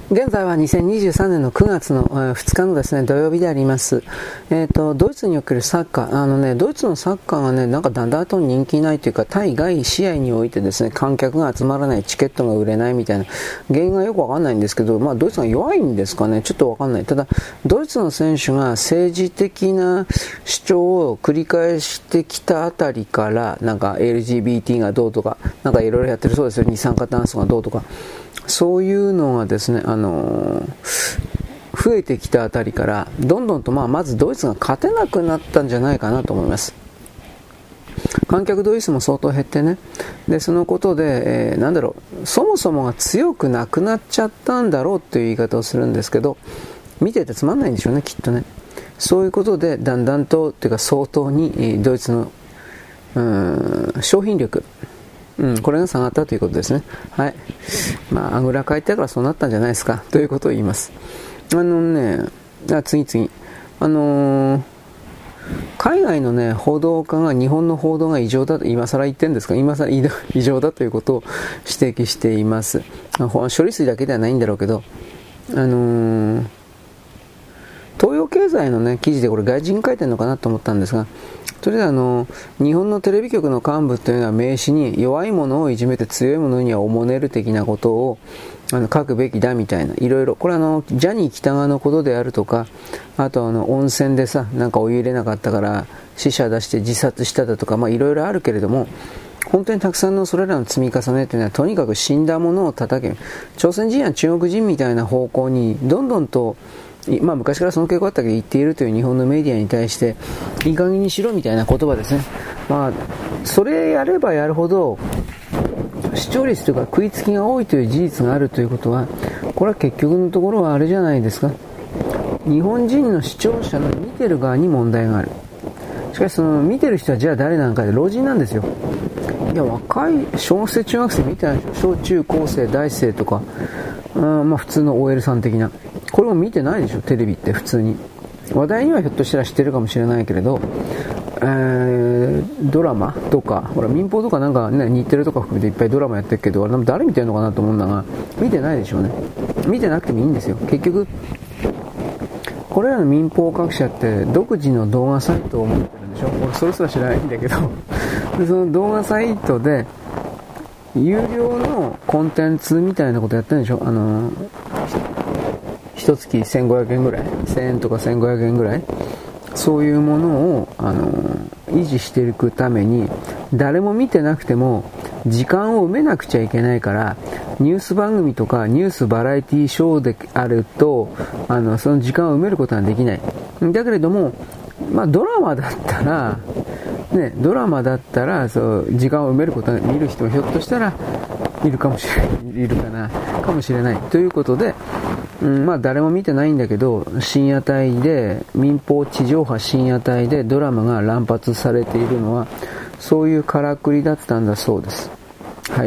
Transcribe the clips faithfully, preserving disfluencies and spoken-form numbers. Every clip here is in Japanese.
現在はにせんにじゅうさんねんのくがつのふつかのですね、土曜日であります。えっと、ドイツにおけるサッカー、あのね、ドイツのサッカーがね、なんかだんだんと人気ないというか、対外試合においてですね、観客が集まらない、チケットが売れないみたいな、原因がよくわかんないんですけど、まあ、ドイツが弱いんですかね、ちょっとわかんない。ただ、ドイツの選手が政治的な主張を繰り返してきたあたりから、なんか エルジービーティー がどうとか、なんかいろいろやってるそうですよ、二酸化炭素がどうとか。そういうのがですね、あのー、増えてきたあたりから、どんどんと、まあ、まずドイツが勝てなくなったんじゃないかなと思います。観客動員数も相当減ってね。で、そのことで、えー、なんだろう、そもそもが強くなくなっちゃったんだろうという言い方をするんですけど、見ててつまんないんでしょうね、きっとね。そういうことで、だんだんと、というか相当に、ドイツの、うーん、商品力、うん、これが下がったということですね。はい。まあ、あぐらかいてからそうなったんじゃないですか、ということを言います。あのね、あ次々。あのー、海外のね、報道家が日本の報道が異常だと、今更言ってるんですか、今更異常だということを指摘しています。処理水だけではないんだろうけど、あのー、東洋経済のね、記事でこれ外人書いてるのかなと思ったんですが、とりあえずあの日本のテレビ局の幹部というのは名詞に弱いものをいじめて強いものにはおもねる的なことをあの書くべきだみたいな、いろいろこれはあのジャニー喜多川のことであるとか、あとあの温泉でさ、なんかお湯入れなかったから死者出して自殺しただとか、まあいろいろあるけれども、本当にたくさんのそれらの積み重ねというのはとにかく死んだものを叩け、朝鮮人や中国人みたいな方向にどんどんと、まあ、昔からその傾向あったけど言っているという日本のメディアに対していい加減にしろみたいな言葉ですね。まあ、それやればやるほど視聴率というか食いつきが多いという事実があるということは、これは結局のところはあれじゃないですか。日本人の視聴者の見てる側に問題がある。しかしその見てる人はじゃあ誰なんかで老人なんですよ。いや、若い小学生中学生見てないでしょ。小中高生大生とか、あまあ普通の オーエル さん的な、これも見てないでしょ、テレビって普通に。話題にはひょっとしたら知ってるかもしれないけれど、えー、ドラマとか、ほら民放とかなんかね、日テレとか含めていっぱいドラマやってるけど、誰見てるのかなと思うんだが、見てないでしょうね。見てなくてもいいんですよ。結局、これらの民放各社って独自の動画サイトを持ってるんでしょ。俺それすら知らないんだけど、でその動画サイトで、有料のコンテンツみたいなことやってるんでしょ。あの一月せんごひゃくえんぐらい、せんえんとかせんごひゃくえんぐらい、そういうものをあの維持していくために、誰も見てなくても時間を埋めなくちゃいけないから、ニュース番組とかニュースバラエティショーであると、あのその時間を埋めることはできない。だけれども、まあ、ドラマだったらね、ドラマだったらそう時間を埋めることは、見る人もひょっとしたらいるかもしれない、いるかなかもしれないということで、うん、まあ誰も見てないんだけど、深夜帯で、民放地上波深夜帯でドラマが乱発されているのはそういうからくりだったんだそうです。はい。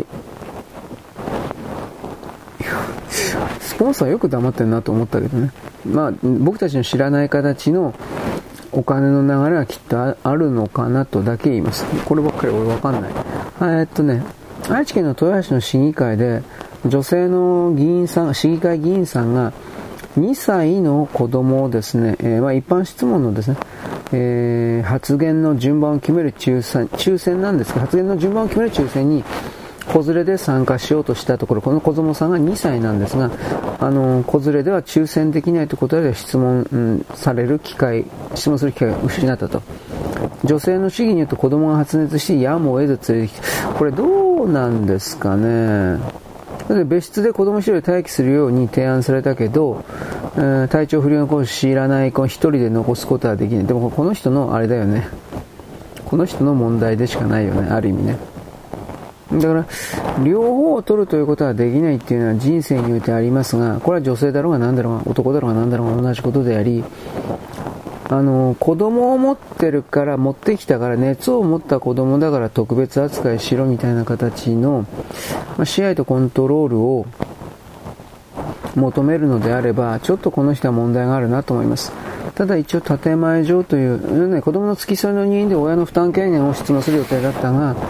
スポンサーよく黙ってるなと思ったけどね。まあ僕たちの知らない形のお金の流れはきっとあるのかなとだけ言います。こればっかり俺わかんない。えっとね、愛知県の豊橋の市議会で女性の議員さん、市議会議員さんがにさいの子供をですね、えー、まあ一般質問のですね、えー、発言の順番を決める抽選、抽選なんですが、発言の順番を決める抽選に子連れで参加しようとしたところ、この子供さんがにさいなんですが、あの子連れでは抽選できないということで質問、うん、される機会、質問する機会を失ったと。女性の市議によって子供が発熱してやむを得ず連れてきた。これどうなんですかね。別室で子供一人で待機するように提案されたけど、えー、体調不良の子を知らない子一人で残すことはできない。でもこの人のあれだよね。この人の問題でしかないよね、ある意味ね。だから両方を取るということはできないっていうのは人生においてありますが、これは女性だろうが何だろうが男だろうが何だろうが同じことであり、あの子供を持ってるから持ってきたから熱を持った子供だから特別扱いしろみたいな形の、まあ、支配とコントロールを求めるのであれば、ちょっとこの人は問題があるなと思います。ただ一応建前上という、ね、子供の付き添いの入院で親の負担軽減を質問する予定だったが、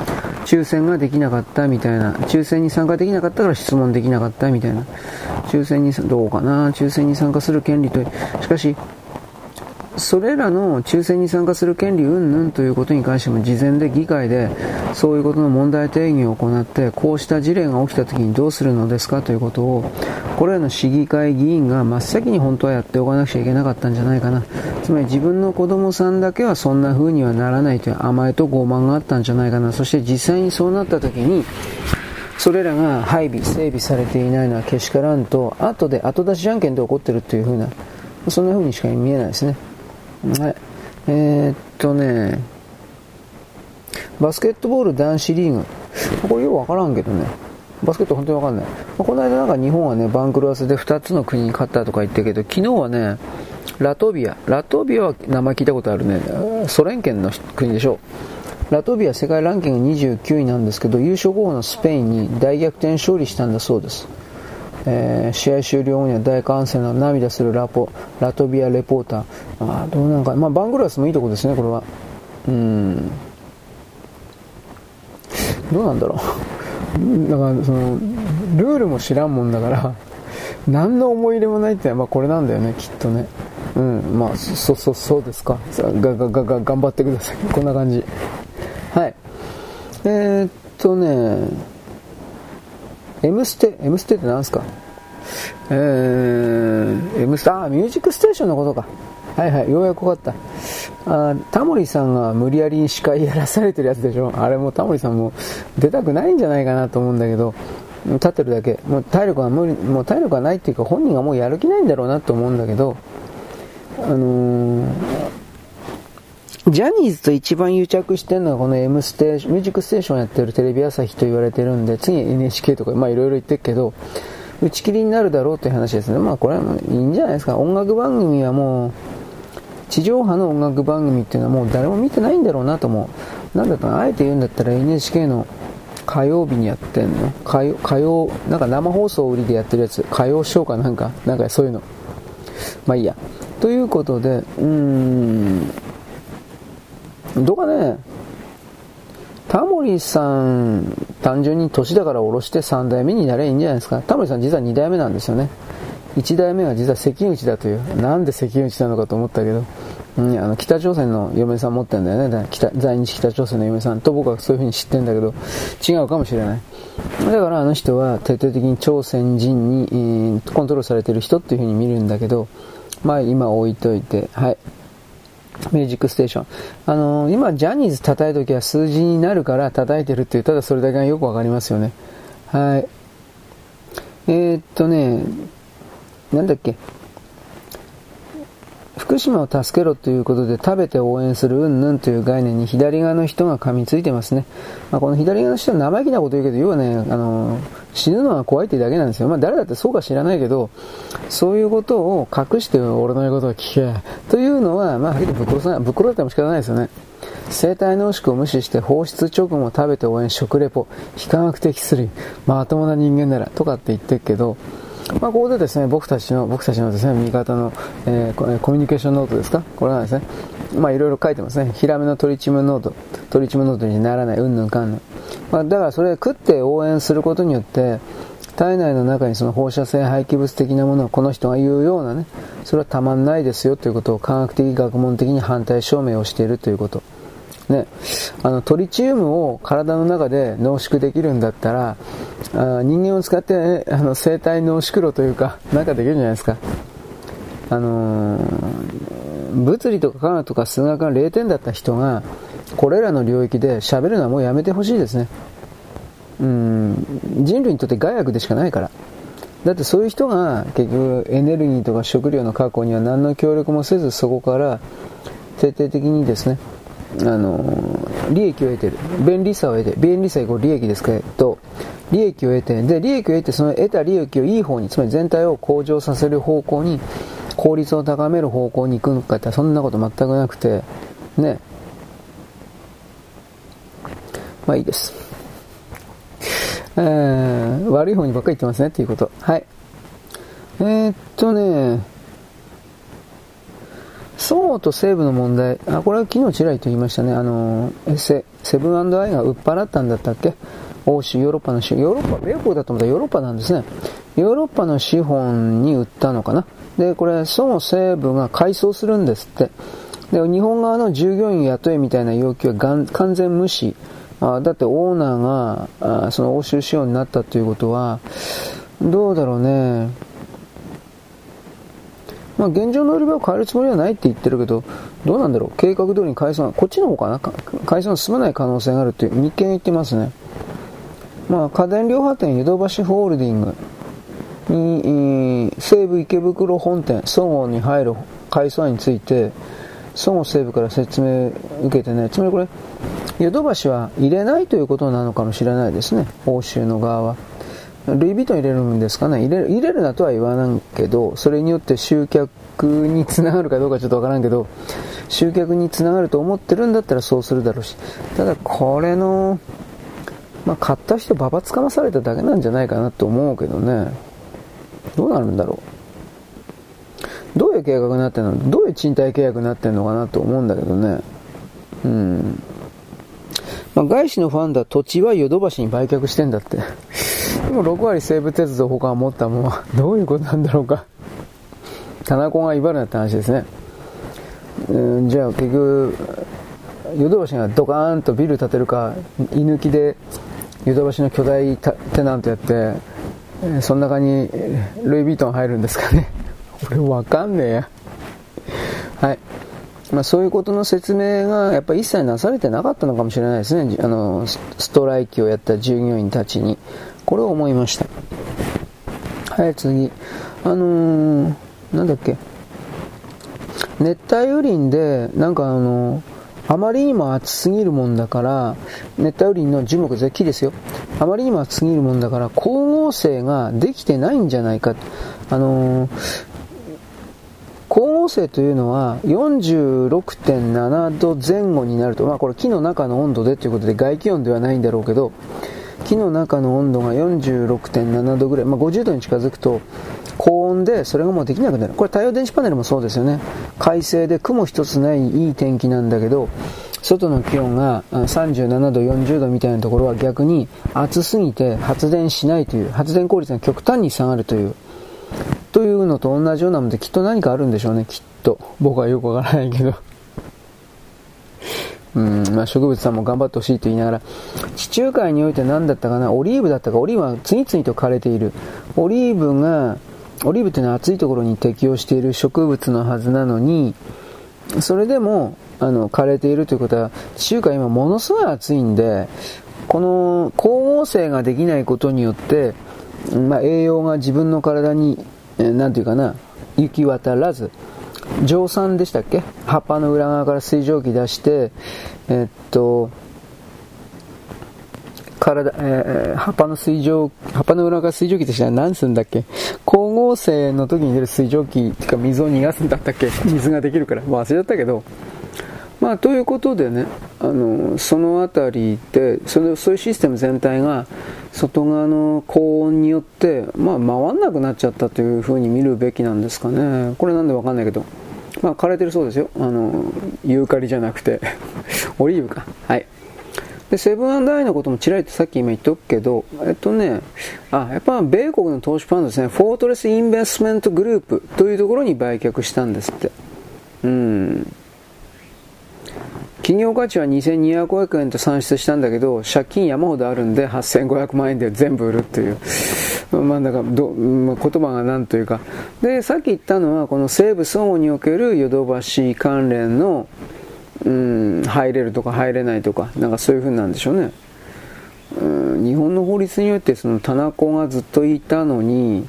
抽選ができなかったみたいな、抽選に参加できなかったから質問できなかったみたいな、抽選にどうかな、抽選に参加する権利と、しかしそれらの抽選に参加する権利云々ということに関しても事前で議会でそういうことの問題定義を行って、こうした事例が起きた時にどうするのですかということをこれらの市議会議員が真っ先に本当はやっておかなくちゃいけなかったんじゃないかな。つまり自分の子供さんだけはそんな風にはならないという甘えと傲慢があったんじゃないかな。そして実際にそうなった時にそれらが配備整備されていないのはけしからんと、後で後出しじゃんけんで起こってるという風な、そんな風にしか見えないですね。はい、えー、っとねバスケットボール男子リーグ、これよくわからんけどね、バスケット本当にわかんない。この間なんか日本はね番狂わせでふたつの国に勝ったとか言ってるけど、昨日はねラトビアラトビアは名前聞いたことあるね、ソ連圏の国でしょう。ラトビア世界ランキングにじゅうきゅういなんですけど、優勝候補のスペインに大逆転勝利したんだそうです。えー、試合終了後には大歓声の涙するラポラトビアレポーター、あどうなんか、まあ、バングラスもいいとこですね、これは。うーんどうなんだろうだからそのルールも知らんもんだから何の思い入れもないってのは、まあ、これなんだよねきっとね。うんまあそそそうですか、がががが頑張ってくださいこんな感じ。はいえー、っとねM ステ M ステって何すか。えー、M ステあミュージックステーションのことか。はいはい、ようやく分かった。あタモリさんが無理やりに司会やらされてるやつでしょ。あれもタモリさんも出たくないんじゃないかなと思うんだけど、立ってるだけもう体力が無理、もう体力がないっていうか本人がもうやる気ないんだろうなと思うんだけど、あのージャニーズと一番癒着してるのはこの M ステ、ミュージックステーションやってるテレビ朝日と言われてるんで、次 エヌエイチケー とかまあいろいろ言ってるけど、打ち切りになるだろうという話ですね。まあこれはいいんじゃないですか。音楽番組はもう地上波の音楽番組っていうのはもう誰も見てないんだろうなと思う。なんだかあえて言うんだったら エヌエイチケー の火曜日にやってんの火曜、火曜なんか生放送売りでやってるやつ、火曜ショーかなんかなんかそういうの、まあいいやということで、うーんどうかね、タモリさん単純に年だから下ろしてさん代目になればいいんじゃないですか。タモリさん実はに代目なんですよね。いち代目は実は関口だという、なんで関口なのかと思ったけど、うん、あの北朝鮮の嫁さん持ってるんだよね。だ北在日北朝鮮の嫁さんと僕はそういう風に知ってるんだけど、違うかもしれない。だからあの人は徹底的に朝鮮人に、えー、コントロールされてる人っていう風に見るんだけど、まあ今置いといて、はいミュージックステーション、あのー、今ジャニーズ叩いときは数字になるから叩いてるっていう、ただそれだけがよくわかりますよね。はいえー、っとねなんだっけ、福島を助けろということで食べて応援するうんぬんという概念に左側の人が噛みついてますね。まあ、この左側の人は生意気なこと言うけど、要はね、あの死ぬのが怖いっていうだけなんですよ。まあ誰だってそうか知らないけど、そういうことを隠して俺の言うことを聞けというのは、まあはっきりぶっ殺さない、ぶっ殺しても仕方ないですよね。生体濃縮を無視して放出直後食べて応援食レポ非科学的スリまともな人間ならとかって言ってるけど、まあ、ここでですね、僕たちの、僕たちのですね、味方の、えー、コミュニケーションノートですか、これなんですね。まあ、いろいろ書いてますね。ヒラメのトリチウムノート、トリチウムノートにならない、うんぬんかんぬん。まあ、だからそれ食って応援することによって、体内の中にその放射性廃棄物的なものをこの人が言うようなね、それはたまんないですよということを科学的学問的に反対証明をしているということ。ね、あのトリチウムを体の中で濃縮できるんだったら、あ人間を使って、あの生体濃縮炉というかなんかできるじゃないですか。あのー、物理とか科学とか数学がれいてんだった人がこれらの領域で喋るのはもうやめてほしいですね。うん人類にとって害悪でしかないから。だってそういう人が結局エネルギーとか食料の確保には何の協力もせず、そこから徹底的にですね、あの利益を得てる、便利さを得て、便利さイコール利益ですけど、利益を得て、で利益を得て、その得た利益をいい方に、つまり全体を向上させる方向に、効率を高める方向に行くのかって、そんなこと全くなくてね。まあいいです、えー、悪い方にばっかり言ってますねっていうこと。はいえー、っとねそごうと西武の問題、あ、これは昨日ちらりと言いましたね。あの、セ、セブン&アイが売っ払ったんだったっけ？欧州、ヨーロッパの資本、ヨーロッパ、米国だと思ったらヨーロッパなんですね。ヨーロッパの資本に売ったのかな。で、これ、そごう西武が改装するんですって。で、日本側の従業員雇えみたいな要求はがん完全無視。あ、だってオーナーが、あ、その欧州資本になったということは、どうだろうね。まあ、現状の売り場を変えるつもりはないって言ってるけど、どうなんだろう。計画通りに改装が、こっちの方かな、改装が進まない可能性があるって日経が言ってますね。まあ、家電量販店ヨドバシホールディングに、西武池袋本店、そごうに入る改装案について、そごう西武から説明受けてね、つまりこれ、ヨドバシは入れないということなのかもしれないですね、欧州の側は。ルイ・ヴィトン入れるんですかね。入れる、入れるなとは言わないけど、それによって集客につながるかどうかちょっとわからんけど、集客につながると思ってるんだったらそうするだろうし、ただこれの、まあ、買った人ババつかまされただけなんじゃないかなと思うけどね。どうなるんだろう。どういう計画になってるの、どういう賃貸契約になってるのかなと思うんだけどね。うん。まあ、外資のファンだ、土地はヨドバシに売却してんだって。でもろく割西武鉄道他は持ったものはどういうことなんだろうか。棚子が威張るなって話ですね。うん、じゃあ結局ヨドバシがドカーンとビル建てるか、居抜きでヨドバシの巨大テナントやって、その中にルイ・ヴィトン入るんですかね。俺わかんねえや。はい。まあ、そういうことの説明がやっぱり一切なされてなかったのかもしれないですね。あのストライキをやった従業員たちにこれを思いました。はい、次。あのー、なんだっけ。熱帯雨林で、なんかあのー、あまりにも暑すぎるもんだから、熱帯雨林の樹木、木ですよ。あまりにも暑すぎるもんだから、光合成ができてないんじゃないか。あのー、光合成というのは よんじゅうろくてんななどぜん後になると、まあこれ木の中の温度でということで外気温ではないんだろうけど、木の中の温度が よんじゅうろくてんななどぐらい、まあ、ごじゅうどに近づくと高温でそれがもうできなくなる。これ太陽電池パネルもそうですよね。快晴で雲一つないいい天気なんだけど、外の気温がさんじゅうななどよんじゅうどみたいなところは逆に暑すぎて発電しないという、発電効率が極端に下がるというというのと同じようなので、きっと何かあるんでしょうね。きっと僕はよくわからないけどうん、まあ、植物さんも頑張ってほしいと言いながら、地中海において何だったかな、オリーブだったか、オリーブは次々と枯れている。オリーブが、オリーブというのは暑いところに適応している植物のはずなのに、それでもあの枯れているということは、地中海今ものすごい暑いんで、この光合成ができないことによって、まあ、栄養が自分の体に、えー、なんていうかな、行き渡らず、蒸散でしたっけ、葉っぱの裏側から水蒸気出して、えー、っと体、えー、葉っぱの水蒸葉っぱの裏側から水蒸気ってしたら何するんだっけ、光合成の時に出る水蒸気っていうか水を逃がすんだったっけ、水ができるから忘れちゃったけど、まあということでね、あのそのあたりでそのそういうシステム全体が外側の高温によって、まあ、回んなくなっちゃったというふうに見るべきなんですかね。これなんでわかんないけど、まあ枯れてるそうですよ。あのユーカリじゃなくてオリーブか。はい。でセブン&アイのこともちらりとさっき今言っとくけど、えっとね、あ、やっぱ米国の投資ファンドですね、フォートレスインベストメントグループというところに売却したんですって。うん。企業価値はにせんにひゃくおくえんと算出したんだけど、借金山ほどあるんではっせんごひゃくまんえんで全部売るっていう、まあだからど、まあ、言葉がなんというかで、さっき言ったのはこの西武総合におけるヨドバシ関連の、うん、入れるとか入れないとか、なんかそういう風なんでしょうね。うん、日本の法律によってその棚子がずっといたのに、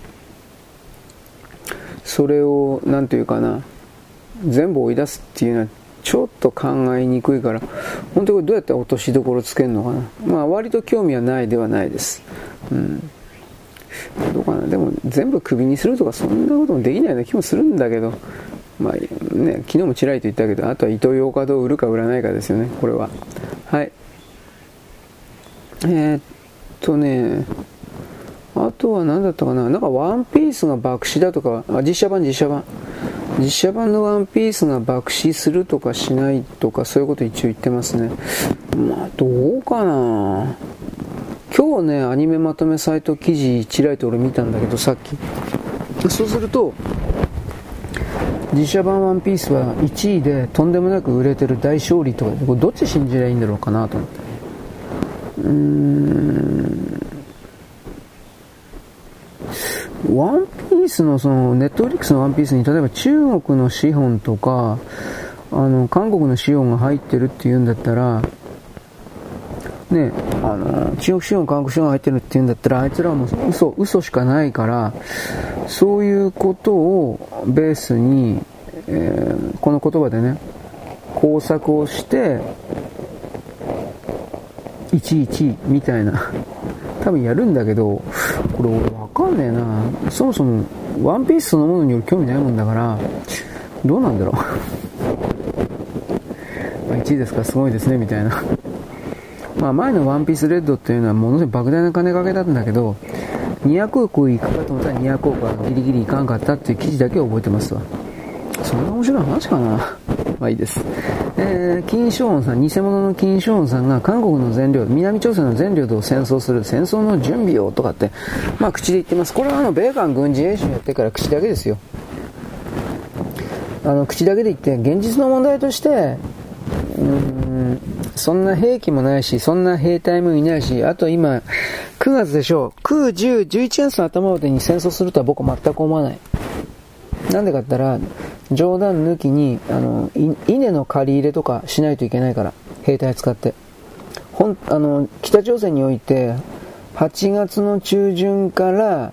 それをなんというかな、全部追い出すっていうのはちょっと考えにくいから、本当にこれどうやって落としどころつけるのかな。まあ割と興味はないではないです。うん。どうかな。でも全部クビにするとかそんなこともできないような気もするんだけど、まあね、昨日もちらりと言ったけど、あとはイトーヨーカドーを売るか売らないかですよね、これは。はい。えー、っとね、あとは何だったかな。なんかワンピースが爆死だとか、あ、実写版実写版。実実写版のワンピースが爆死するとかしないとか、そういうこと一応言ってますね。まあどうかな。今日ねアニメまとめサイト記事ちらりと俺見たんだけど、さっきそうすると実写版ワンピースはいちいでとんでもなく売れてる大勝利とかで、これどっち信じりゃいいんだろうかなと思って。うーんワンピースのそのネットフリックスのワンピースに例えば中国の資本とかあの韓国の資本が入ってるっていうんだったらね、あの中国資本韓国資本が入ってるっていうんだったら、あいつらはもう嘘嘘しかないから、そういうことをベースに、えー、この言葉でね工作をしていちいちみたいな多分やるんだけど、これ俺わかんねえな。そもそもワンピースそのものによる興味ないもんだからどうなんだろういちいですかすごいですねみたいな。まあ前のワンピースレッドっていうのはものすごい莫大な金かけたんだけど、にひゃくおくいくかと思ったらにひゃくおくはギリギリいかんかったっていう記事だけ覚えてますわ。そんな面白い話かなまあいいです。えー、金正恩さん、偽物の金正恩さんが韓国の全領、南朝鮮の全領土を戦争する戦争の準備をとかって、まあ口で言ってます。これはあの米韓軍事演習やってから口だけですよ。あの口だけで言って、現実の問題として、うーん、そんな兵器もないし、そんな兵隊もいないし、あと今、くがつでしょう。く、じゅう、じゅういちがつの頭までに戦争するとは僕は全く思わない。なんでかって言ったら、冗談抜きに、あの、稲の借り入れとかしないといけないから、兵隊使って。ほん、あの、北朝鮮において、はちがつの中旬から、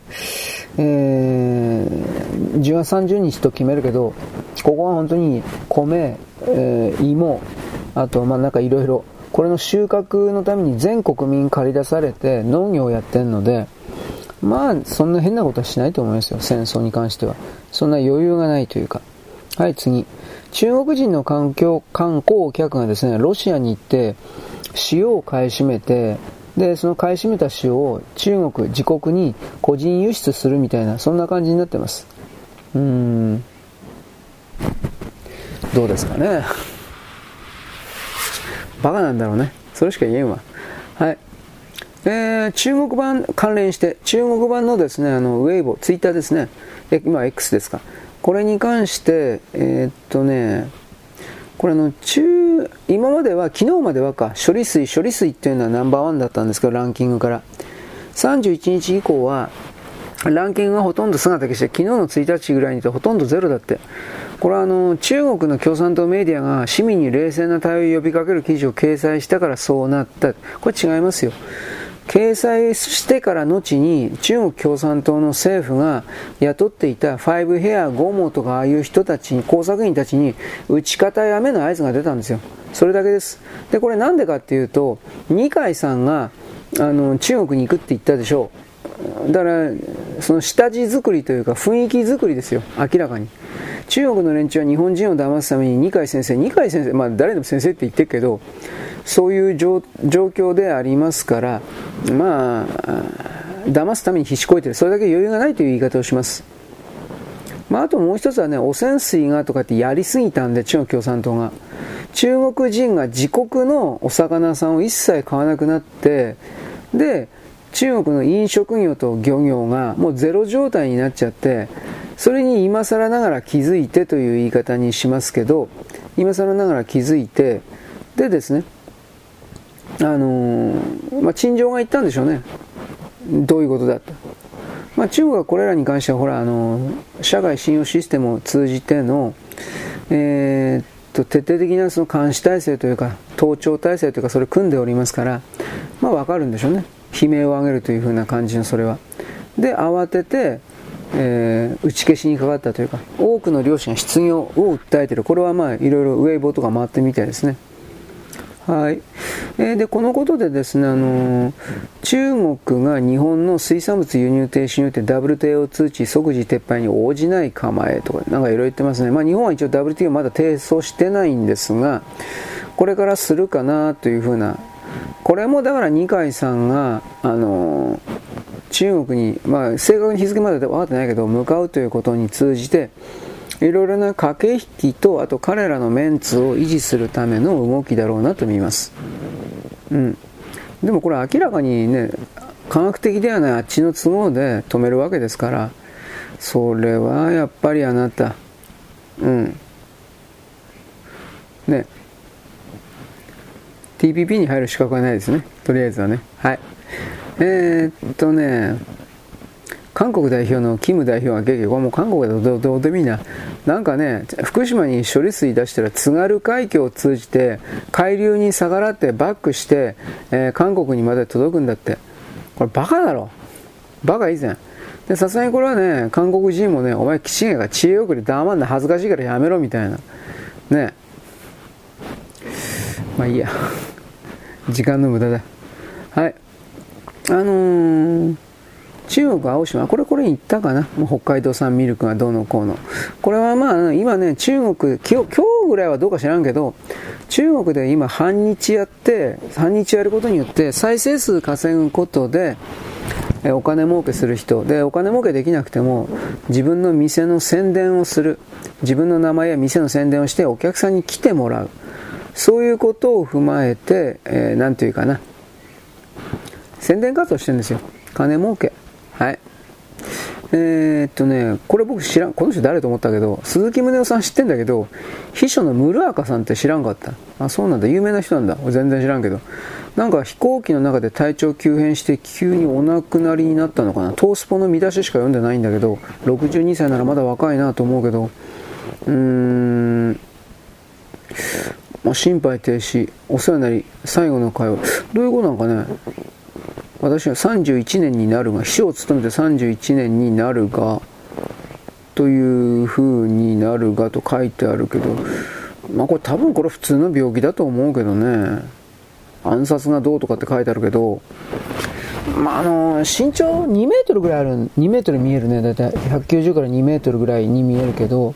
えー、じゅうがつさんじゅうにちと決めるけど、ここは本当に米、えー、芋、あと、まあ、なんかいろいろ、これの収穫のために全国民借り出されて農業をやってるので、まあ、そんな変なことはしないと思いますよ、戦争に関しては。そんな余裕がないというか。はい、次。中国人の観光、観光客がですね、ロシアに行って、塩を買い占めて、で、その買い占めた塩を中国、自国に個人輸出するみたいな、そんな感じになってます。うーん。どうですかね。バカなんだろうね。それしか言えんわ。はい。えー、中国版関連して、中国版のですね、あの、ウェイボ、ツイッターですね。え、今 X ですか。これに関して、えー、っとね、これの中、今までは、昨日まではか、処理水、処理水っていうのはナンバーワンだったんですけど、ランキングから。さんじゅういちにち以降は、ランキングがほとんど姿消して、昨日のついたちぐらいにいてほとんどゼロだって。これはあの、中国の共産党メディアが市民に冷静な対応を呼びかける記事を掲載したからそうなった。これ違いますよ。掲載してから後に中国共産党の政府が雇っていたファイブヘア、ゴモとかああいう人たちに、工作員たちに打ち方やめの合図が出たんですよ。それだけです。で、これなんでかっていうと、二階さんがあの中国に行くって言ったでしょう。だから、その下地作りというか雰囲気作りですよ。明らかに。中国の連中は日本人を騙すために二階先生、二階先生、まあ誰でも先生って言ってるけど、そういう状況でありますから、まあ、騙すために必死こいてる。それだけ余裕がないという言い方をします。まあ、あともう一つはね、汚染水がとかってやりすぎたんで、中国共産党が。中国人が自国のお魚さんを一切買わなくなって、で、中国の飲食業と漁業がもうゼロ状態になっちゃって、それに今更ながら気づいてという言い方にしますけど、今更ながら気づいて、でですね、あのー、まあ、陳情が言ったんでしょうね。どういうことだと。まあ、中国はこれらに関しては、ほら、あのー、社外信用システムを通じての、えー、っと、徹底的なその監視体制というか、盗聴体制というか、それを組んでおりますから、まあ、わかるんでしょうね。悲鳴を上げるというふうな感じの、それは。で、慌てて、えー、打ち消しにかかったというか、多くの漁師が失業を訴えている。これはまあ、いろいろウェイボーとか回ってみたいですね。はい。えー、で、このことでですね、あのー、中国が日本の水産物輸入停止によって ダブリューティーオー 通知即時撤廃に応じない構えとか、なんかいろいろ言ってますね。まあ日本は一応 ダブリューティーオー まだ提訴してないんですが、これからするかなというふうな、これもだから二階さんが、あのー、中国に、まあ正確に日付まで分かってないけど、向かうということに通じて、 いろいろな駆け引きと、あと彼らのメンツを維持するための動きだろうなと見ます。うん。でもこれ明らかにね、科学的ではないあっちの都合で止めるわけですから、それはやっぱりあなた、うん。ね。ティーピーピー に入る資格はないですね。とりあえずはね。はい。えー、っとね、韓国代表のキム代表は結局もう韓国だとどうでもいいな。なんかね、福島に処理水出したら津軽海峡を通じて海流に逆らってバックして、えー、韓国にまで届くんだって。これバカだろ。バカ以前。で、さすがにこれはね、韓国人もね、お前キシゲが知恵よくで黙んな恥ずかしいからやめろみたいな。ね。まあいいや。時間の無駄だ。はい。あのー、中国青島、これこれ言ったかな、もう北海道産ミルクがどうのこうの。これはまあ今ね、中国、今日、今日ぐらいはどうか知らんけど、中国で今反日やって、反日やることによって再生数稼ぐことで、えお金儲けする人で、お金儲けできなくても自分の店の宣伝をする、自分の名前や店の宣伝をしてお客さんに来てもらう、そういうことを踏まえて、えー、なんていうかな、宣伝活動してるんですよ。金儲け。はい。えー、っとね、これ僕知らん、この人誰と思ったけど、鈴木宗男さん知ってんだけど、秘書の室赤さんって知らんかった。あ、そうなんだ、有名な人なんだ。俺全然知らんけど。なんか飛行機の中で体調急変して急にお亡くなりになったのかな。トースポの見出ししか読んでないんだけど、ろくじゅうにさいならまだ若いなと思うけど、うーん、まあ、心肺停止、お世話になり、最後の会話。どういうことなのかね。私はさんじゅういちねんになるが、秘書を務めてさんじゅういちねんになるが、という風になるがと書いてあるけど、まあこれ多分これ普通の病気だと思うけどね。暗殺がどうとかって書いてあるけど、まああの、身長にメートルぐらいある、にメートル見えるね。だいたいひゃくきゅうじゅうからにメートルぐらいに見えるけど、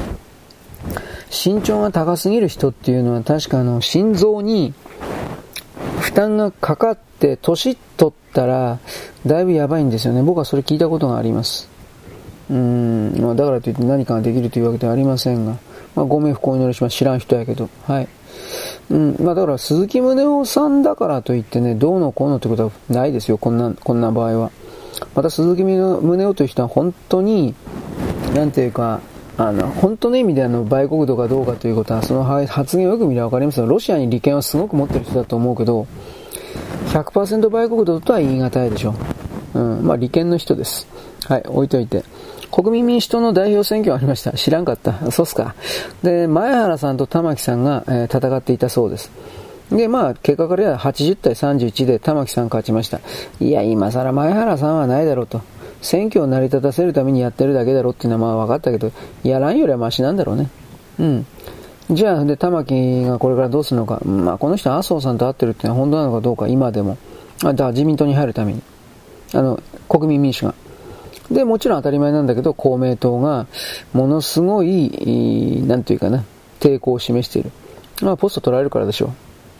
身長が高すぎる人っていうのは確かあの、心臓に負担がかかって、年取ったらだいぶやばいんですよね。僕はそれ聞いたことがあります。うーん、まあ、だからといって何かができるというわけではありませんが、まあ、ご冥福をお祈りします。知らん人やけど、はい。うん、まあだから鈴木宗男さんだからといってね、どうのこうのってことはないですよ。こんなこんな場合は。また鈴木宗男という人は本当になんていうか。あの本当の意味であの売国度かどうかということはその発言をよく見れば分かりますよ。ロシアに利権はすごく持ってる人だと思うけど ひゃくパーセント 売国度とは言い難いでしょう。うん、まあ利権の人です。はい、置いといて。国民民主党の代表選挙ありました。知らんかった。そうっすか。で、前原さんと玉木さんが、えー、戦っていたそうです。で、まあ、結果からははちじゅうたいさんじゅういちで玉木さん勝ちました。いや、今更前原さんはないだろうと。選挙を成り立たせるためにやってるだけだろうっていうのはまあ分かったけど、やらんよりはマシなんだろうね。うん。じゃあ、で、玉木がこれからどうするのか。まあ、この人麻生さんと会ってるっていうのは本当なのかどうか、今でも。あ、だから自民党に入るために。あの、国民民主が。で、もちろん当たり前なんだけど、公明党がものすごい、なんていうかな、抵抗を示している。まあ、ポスト取られるからでしょ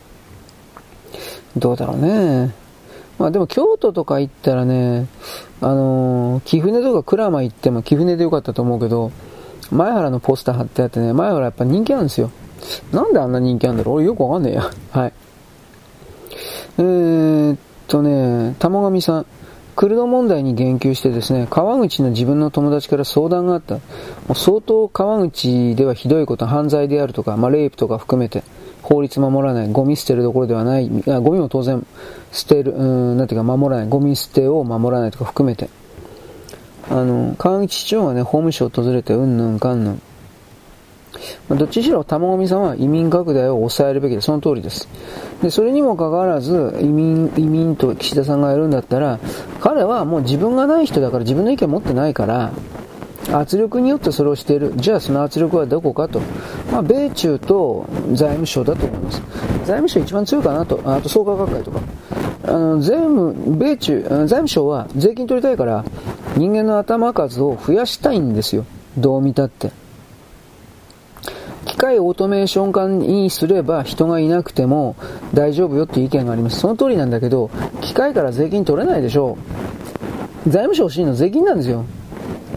う。どうだろうね。まあでも京都とか行ったらね、あのー、貴船とか鞍馬行っても貴船でよかったと思うけど、前原のポスター貼ってあってね、前原やっぱ人気あるんですよ。なんであんな人気あるんだろう、俺よくわかんねえや。はい。えーっとね、玉上さん、クルド問題に言及してですね、川口の自分の友達から相談があった。もう相当川口ではひどいこと、犯罪であるとか、まあレイプとか含めて、法律守らない、ゴミ捨てるどころではない、あゴミも当然捨てる、うーん、なんていうか守らない、ゴミ捨てを守らないとか含めて、あの、川口市長がね、法務省を訪れて、うんぬんかんぬん。まあ、どっちにしろ玉込さんは移民拡大を抑えるべきで、その通りです。で、それにもかかわらず、移民、移民と岸田さんがやるんだったら、彼はもう自分がない人だから自分の意見持ってないから、圧力によってそれをしている。じゃあその圧力はどこかと。まあ、米中と財務省だと思います。財務省一番強いかなと。あと創価学会とか。あの、税務、米中、財務省は税金取りたいから、人間の頭数を増やしたいんですよ。どう見たって。機械オートメーション化にすれば人がいなくても大丈夫よっていう意見があります。その通りなんだけど、機械から税金取れないでしょう。財務省欲しいの税金なんですよ。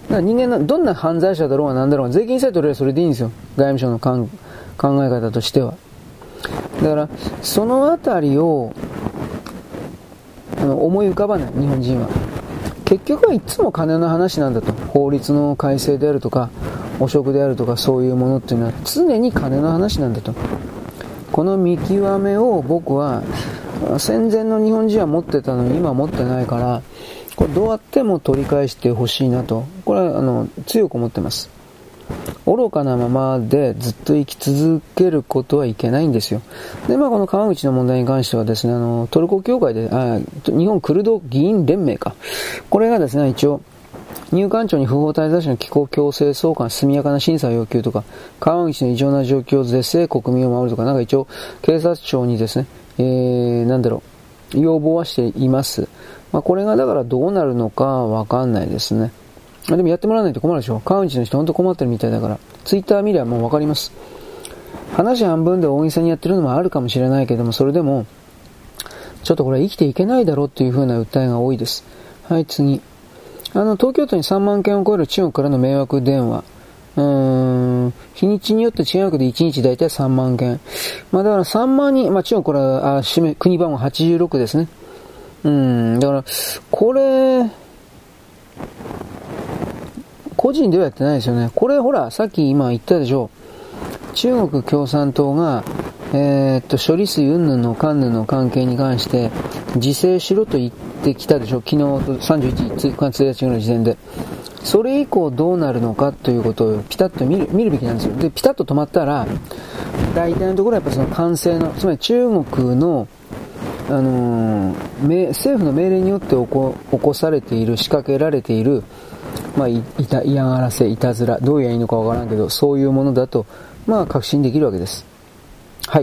から人間のどんな犯罪者だろうが何だろうが税金さえ取れればそれでいいんですよ。外務省の考え方としては。だからそのあたりをあの思い浮かばない日本人は。結局はいつも金の話なんだと。法律の改正であるとか汚職であるとかそういうものっていうのは常に金の話なんだと。この見極めを僕は戦前の日本人は持ってたのに今持ってないから、これどうやっても取り返してほしいなと、これはあの強く思ってます。愚かなままでずっと生き続けることはいけないんですよ。で、まあこの川口の問題に関してはですね、あのトルコ協会であ日本クルド議員連盟か、これがですね一応入管庁に不法滞在者の帰国強制送還速やかな審査を要求とか、川口の異常な状況を是正国民を守るとか、なんか一応警察庁にですね、えー、なんだろう要望はしています。まあ、これがだからどうなるのかわかんないですね。でもやってもらわないと困るでしょ。川口の人本当困ってるみたいだから、ツイッター見ればもうわかります。話半分で大げさにやってるのもあるかもしれないけども、それでもちょっとこれは生きていけないだろうっていう風な訴えが多いです。はい、次。あの東京都にさんまんけんを超える中国からの迷惑電話。うーん、日にちによって違うけどいちにちだいたいさんまんけん。まあだからさんまんにん、まあ中国これはあ国番号はちじゅうろくですね。うん、だからこれ個人ではやってないですよね。これほらさっき今言ったでしょ。中国共産党がえー、っと処理水云々の関連の関係に関して自制しろと言ってきたでしょ。昨日さんじゅういちにち、いちにちぐらいの時点で。それ以降どうなるのかということをピタッと見る、見るべきなんですよ。で、ピタッと止まったら大体のところはやっぱその管制の、つまり中国のあのー、政府の命令によって起こ、起こされている、仕掛けられている、まあ、いた嫌がらせ、いたずら、どうやいいのかわからんけど、そういうものだと、まあ、確信できるわけです。はい。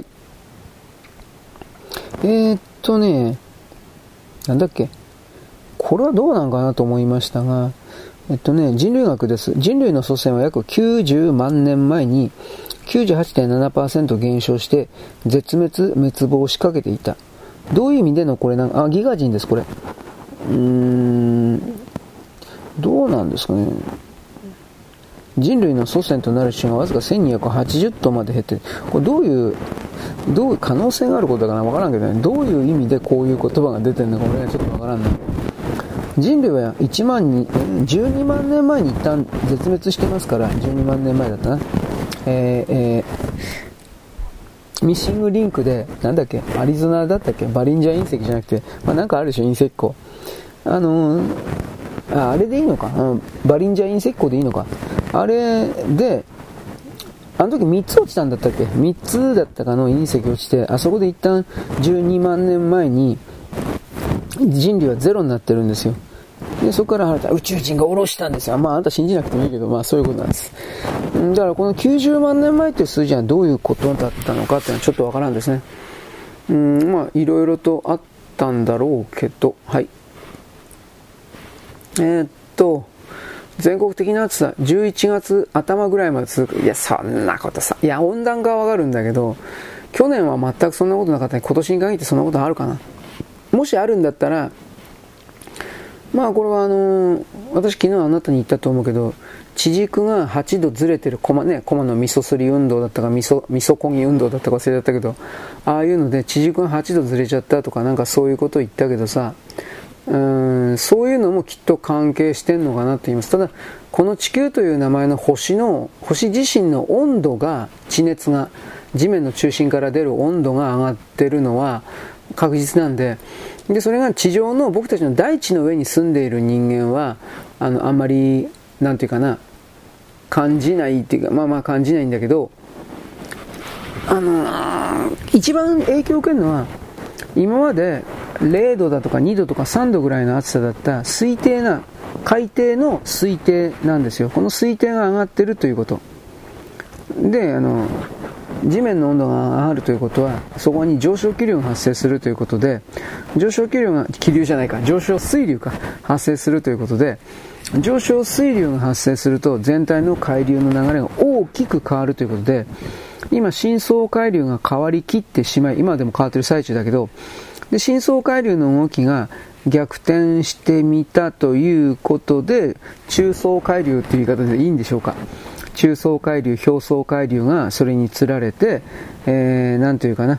えー、っとね、なんだっけ。これはどうなんかなと思いましたが、えっとね、人類学です。人類の祖先は約きゅうじゅうまんねんまえに きゅうじゅうはちてんななパーセント 減少して絶滅、滅亡しかけていた。どういう意味でのこれなんか、あ、ギガ人です、これ。うーん、どうなんですかね。人類の祖先となる種がわずかせんにひゃくはちじゅっとうまで減って、これどういう、どういう可能性があることだかなわからんけどね、どういう意味でこういう言葉が出てるのか俺はちょっとわからんね。人類はいちまんに、じゅうにまんねんまえに一旦絶滅してますから、じゅうにまんねんまえだったな。えー、えー、ミッシングリンクで、なんだっけ、アリゾナだったっけ、バリンジャー隕石じゃなくて、まあなんかあるでしょ、隕石湖。あのー、あ、あれでいいのか、うん、バリンジャー隕石湖でいいのか。あれで、あの時みっつ落ちたんだったっけ ?みっ つだったかの隕石落ちて、あそこで一旦じゅうにまんねんまえに人類はゼロになってるんですよ。で、そこから宇宙人が下ろしたんですよ。まああなた信じなくてもいいけど、まあそういうことなんです。だからこのきゅうじゅうまんねんまえという数字はどういうことだったのかっていうのはちょっとわからんですね。うん、まあいろいろとあったんだろうけど、はい。えー、っと、全国的な暑さ、じゅういちがつあたまぐらいまで続く。いや、そんなことさ。いや、温暖化はわかるんだけど、去年は全くそんなことなかった。今年に限ってそんなことあるかな。もしあるんだったら、まあこれはあのー、私昨日あなたに言ったと思うけど、地軸がはちどずれてる、コマね、コマの味噌すり運動だったか、味噌、味噌こぎ運動だったか忘れちゃったけど、ああいうので地軸がはちどずれちゃったとかなんかそういうことを言ったけどさ、うーん、そういうのもきっと関係してんのかなと言います。ただこの地球という名前の星の星自身の温度が、地熱が地面の中心から出る温度が上がってるのは確実なんで、でそれが地上の僕たちの大地の上に住んでいる人間はあのあんまりなんていうかな感じないっていうか、まあまあ感じないんだけど、あのー、一番影響を受けるのは今までれいどだとかにどとかさんどぐらいの暑さだった推定な海底の推定なんですよ。この推定が上がってるということで、あの地面の温度が上がるということはそこに上昇気流が発生するということで、上昇気流が気流じゃないか上昇水流が発生するということで、上昇水流が発生すると全体の海流の流れが大きく変わるということで、今深層海流が変わりきってしまい、今でも変わっている最中だけど、 で、深層海流の動きが逆転してみたということで、中層海流という言い方でいいんでしょうか。中層海流、表層海流がそれにつられて、えー、なんというかな、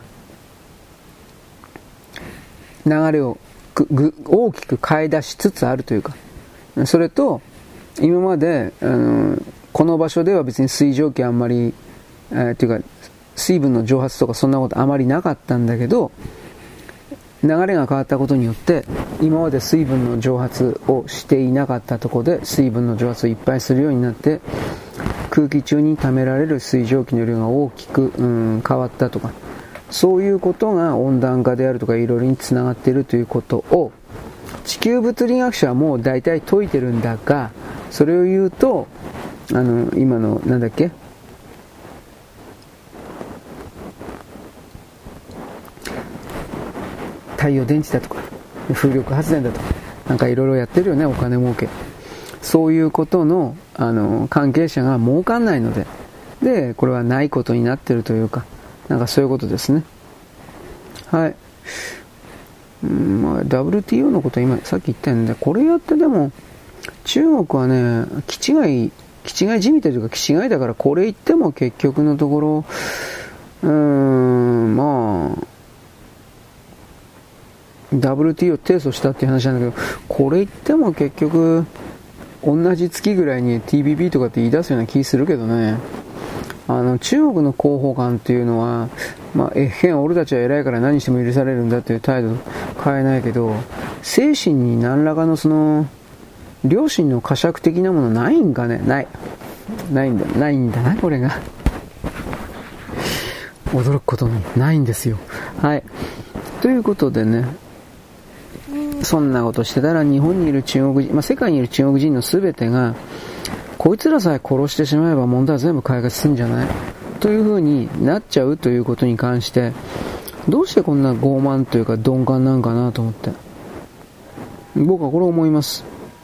流れをぐ大きく変え出しつつあるというか、それと今まであのこの場所では別に水蒸気あんまり、えー、というか水分の蒸発とかそんなことあまりなかったんだけど、流れが変わったことによって今まで水分の蒸発をしていなかったところで水分の蒸発をいっぱいするようになって、空気中に溜められる水蒸気の量が大きく、うん、変わったとか、そういうことが温暖化であるとかいろいろにつながっているということを地球物理学者はもう大体解いてるんだが、それを言うとあの今のなんだっけ太陽電池だとか風力発電だとかなんかいろいろやってるよね、お金儲け。そういうことの、あの関係者が儲かんないので、でこれはないことになってるというか、なんかそういうことですね。はい。うん、まあ、ダブリューティーオー のこと今さっき言ったんで、これやってでも中国はね、気違い気違いじみてるというか気違いだから、これ言っても結局のところ、うーん、まあダブリューティーオー 提訴したっていう話なんだけど、これ言っても結局同じ月ぐらいに ティービービー とかって言い出すような気するけどね。あの中国の広報官っていうのは、まあ、えへん俺たちは偉いから何しても許されるんだという態度変えないけど、精神に何らかのその良心の呵責的なものないんかね。ないないんだないんだな、これが驚くことにないんですよ。はい、ということでね、そんなことしてたら日本にいる中国人、まあ、世界にいる中国人の全てがこいつらさえ殺してしまえば問題は全部解決するんじゃないという風になっちゃうということに関して、どうしてこんな傲慢というか鈍感なんかなと思って、僕はこれを思います。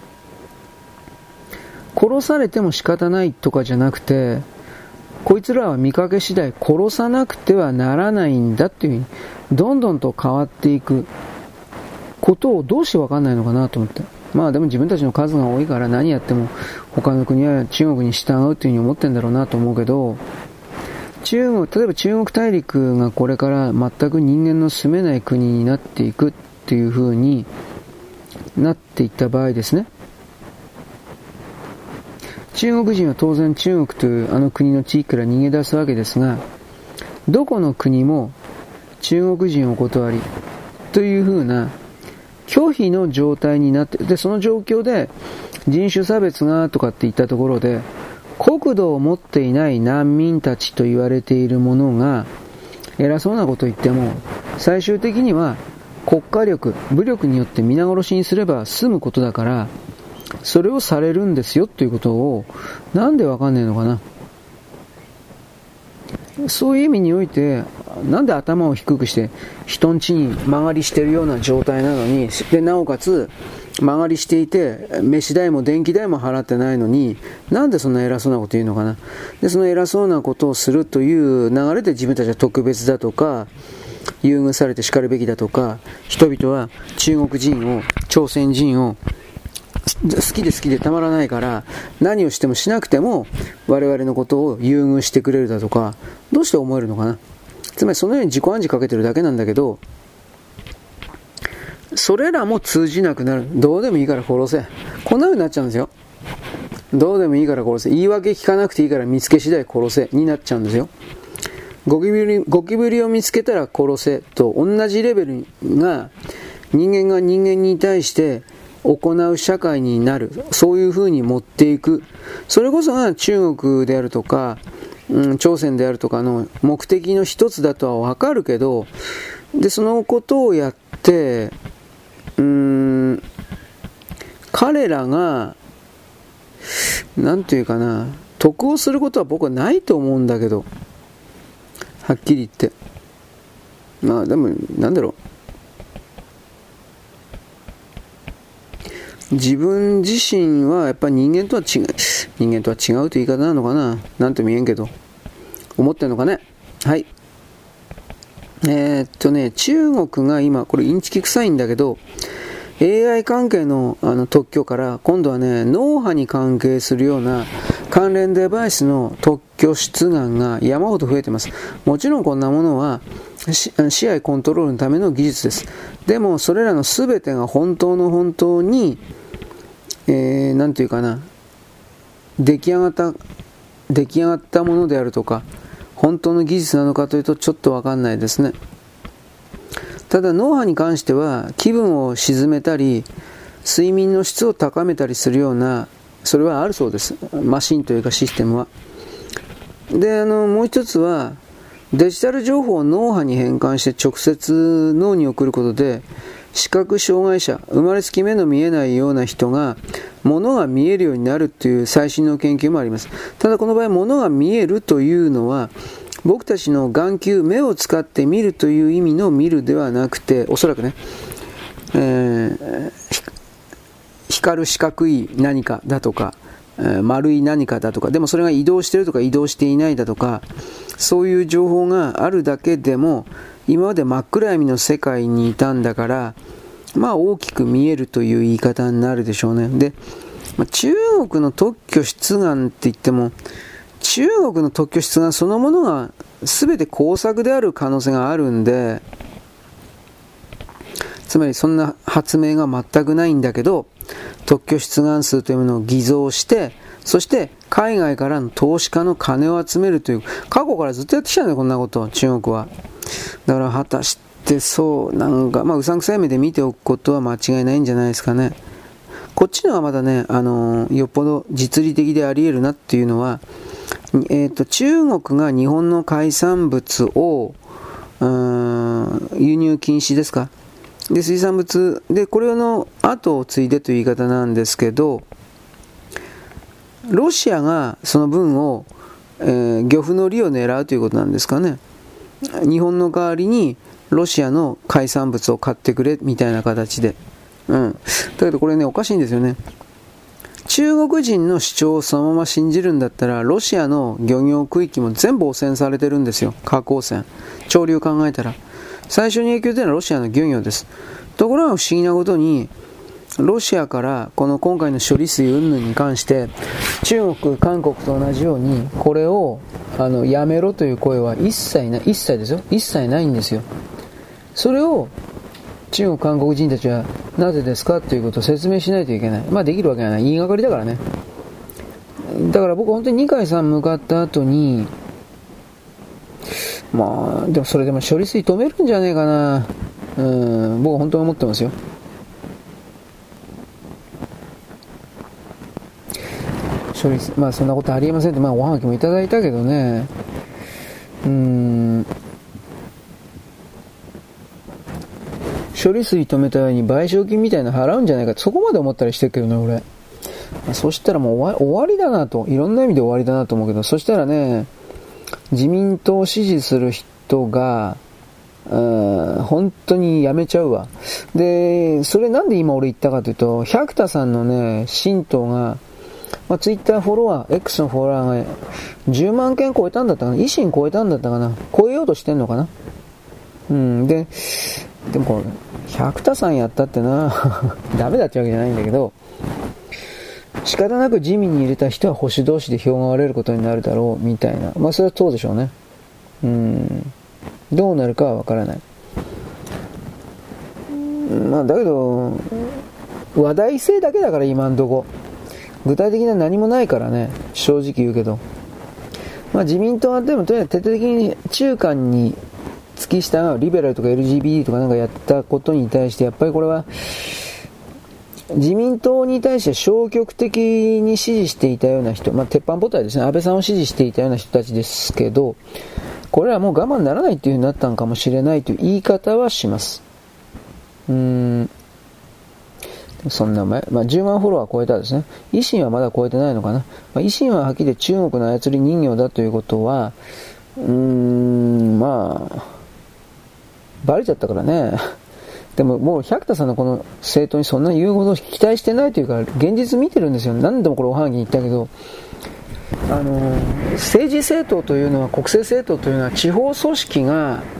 殺されても仕方ないとかじゃなくて、こいつらは見かけ次第殺さなくてはならないんだっていう風にどんどんと変わっていくことをどうして分かんないのかなと思って。まあでも自分たちの数が多いから何やっても他の国は中国に従うというふうに思ってるんだろうなと思うけど、中国、例えば中国大陸がこれから全く人間の住めない国になっていくっていうふうになっていった場合ですね、中国人は当然中国というあの国の地域から逃げ出すわけですが、どこの国も中国人をお断りというふうな拒否の状態になって、でその状況で人種差別がとかって言ったところで、国土を持っていない難民たちと言われているものが偉そうなことを言っても、最終的には国家力、武力によって皆殺しにすれば済むことだから、それをされるんですよということをなんでわかんねえのかな。そういう意味において、なんで頭を低くして人ん家に間借りしてるような状態なのに、でなおかつ間借りしていて飯代も電気代も払ってないのに、なんでそんな偉そうなこと言うのかな。でその偉そうなことをするという流れで自分たちは特別だとか優遇されて叱るべきだとか、人々は中国人を朝鮮人を好きで好きでたまらないから何をしてもしなくても我々のことを優遇してくれるだとか、どうして思えるのかな。つまりそのように自己暗示かけてるだけなんだけど、それらも通じなくなる。どうでもいいから殺せ、こんな風になっちゃうんですよ。どうでもいいから殺せ、言い訳聞かなくていいから見つけ次第殺せになっちゃうんですよ。ゴキブリ、ゴキブリを見つけたら殺せと同じレベルが人間が人間に対して行う社会になる、そういう風に持っていく、それこそが中国であるとか、うん、朝鮮であるとかの目的の一つだとは分かるけど、でそのことをやってうーん彼らがなんていうかな、得をすることは僕はないと思うんだけど、はっきり言って、まあでもなんだろう、自分自身はやっぱり人間とは違う、人間とは違うという言い方なのかな、なんとも言えんけど思ってんのかね。はい。 えー、っとね、中国が今、これインチキ臭いんだけど、エーアイ 関係 の, あの特許から今度はね、脳波に関係するような関連デバイスの特許出願が山ほど増えています。もちろんこんなものは試合コントロールのための技術です。でもそれらの全てが本当の本当に、えー、なんていうかな、出来上がった出来上がったものであるとか、本当の技術なのかというとちょっとわかんないですね。ただ脳波に関しては気分を鎮めたり睡眠の質を高めたりするような、それはあるそうです。マシンというかシステムは。で、あのもう一つはデジタル情報を脳波に変換して直接脳に送ることで、視覚障害者、生まれつき目の見えないような人が物が見えるようになるという最新の研究もあります。ただこの場合物が見えるというのは僕たちの眼球、目を使って見るという意味の見るではなくて、おそらくね、えー、光る四角い何かだとか、えー、丸い何かだとか、でもそれが移動しているとか移動していないだとか、そういう情報があるだけでも今まで真っ暗闇の世界にいたんだから、まあ大きく見えるという言い方になるでしょうね。で、まあ、中国の特許出願って言っても、中国の特許出願そのものが全て工作である可能性があるんで、つまりそんな発明が全くないんだけど、特許出願数というものを偽造して、そして海外からの投資家の金を集めるという、過去からずっとやってきたんだよ、こんなこと、中国は。だから果たしてそう、なんか、まあうさんくさい目で見ておくことは間違いないんじゃないですかね。こっちのはまだね、あのー、よっぽど実利的であり得るなっていうのは、えーと、中国が日本の海産物をうーん輸入禁止ですか。で、水産物で、これの後を継いでという言い方なんですけど、ロシアがその分を、えー、漁夫の利を狙うということなんですかね。日本の代わりにロシアの海産物を買ってくれみたいな形で、うん。だけどこれね、おかしいんですよね。中国人の主張をそのまま信じるんだったら、ロシアの漁業区域も全部汚染されてるんですよ。核汚染。潮流考えたら。最初に影響出るのはロシアの漁業です。ところが不思議なことに、ロシアからこの今回の処理水云々に関して、中国、韓国と同じように、これをあのやめろという声は一切ない、一切ですよ。一切ないんですよ。それを中国、韓国人たちはなぜですかということを説明しないといけない。まあできるわけがない。言いがかりだからね。だから僕本当に二階さん向かった後に、まあでもそれでも処理水止めるんじゃねえかな。うん、僕は本当に思ってますよ。処理水、まあそんなことありえませんって、まあおはがきもいただいたけどね。うーん。処理水止めたように賠償金みたいなの払うんじゃないかって、そこまで思ったりしてるけどね、俺。まあ、そしたらもう終わ、終わりだなと、いろんな意味で終わりだなと思うけど、そしたらね、自民党を支持する人が、うん、本当にやめちゃうわ。で、それなんで今俺言ったかというと、百田さんのね、新党が、まあ、ツイッターフォロワー、X のフォロワーがじゅうまんけん超えたんだったかな、維新超えたんだったかな、超えようとしてんのかな。うん、で、でもこれ、百田さんやったってな、ダメだってわけじゃないんだけど、仕方なく自民に入れた人は保守同士で票が割れることになるだろうみたいな、まあそれはそうでしょうね。うん、どうなるかはわからない。まあだけど話題性だけだから今んとこ具体的な何もないからね、正直言うけど、まあ自民党はでもとにかく徹底的に中間に付き従うリベラルとか エルジービーティー とかなんかやったことに対してやっぱりこれは自民党に対して消極的に支持していたような人、まあ鉄板母体ですね、安倍さんを支持していたような人たちですけど、これはもう我慢ならないっていう風になったのかもしれないという言い方はします。うーん、そんな前、まあ、じゅうまんフォロワー超えたですね。維新はまだ超えてないのかな。まあ、維新ははっきり中国の操り人形だということは、うーん、まあ、バレちゃったからね。でももう百田さんのこの政党にそんな言うほど期待してないというか、現実見てるんですよ。何度もこれおはがきに言ったけど、あの、政治政党というのは、国政政党というのは地方組織が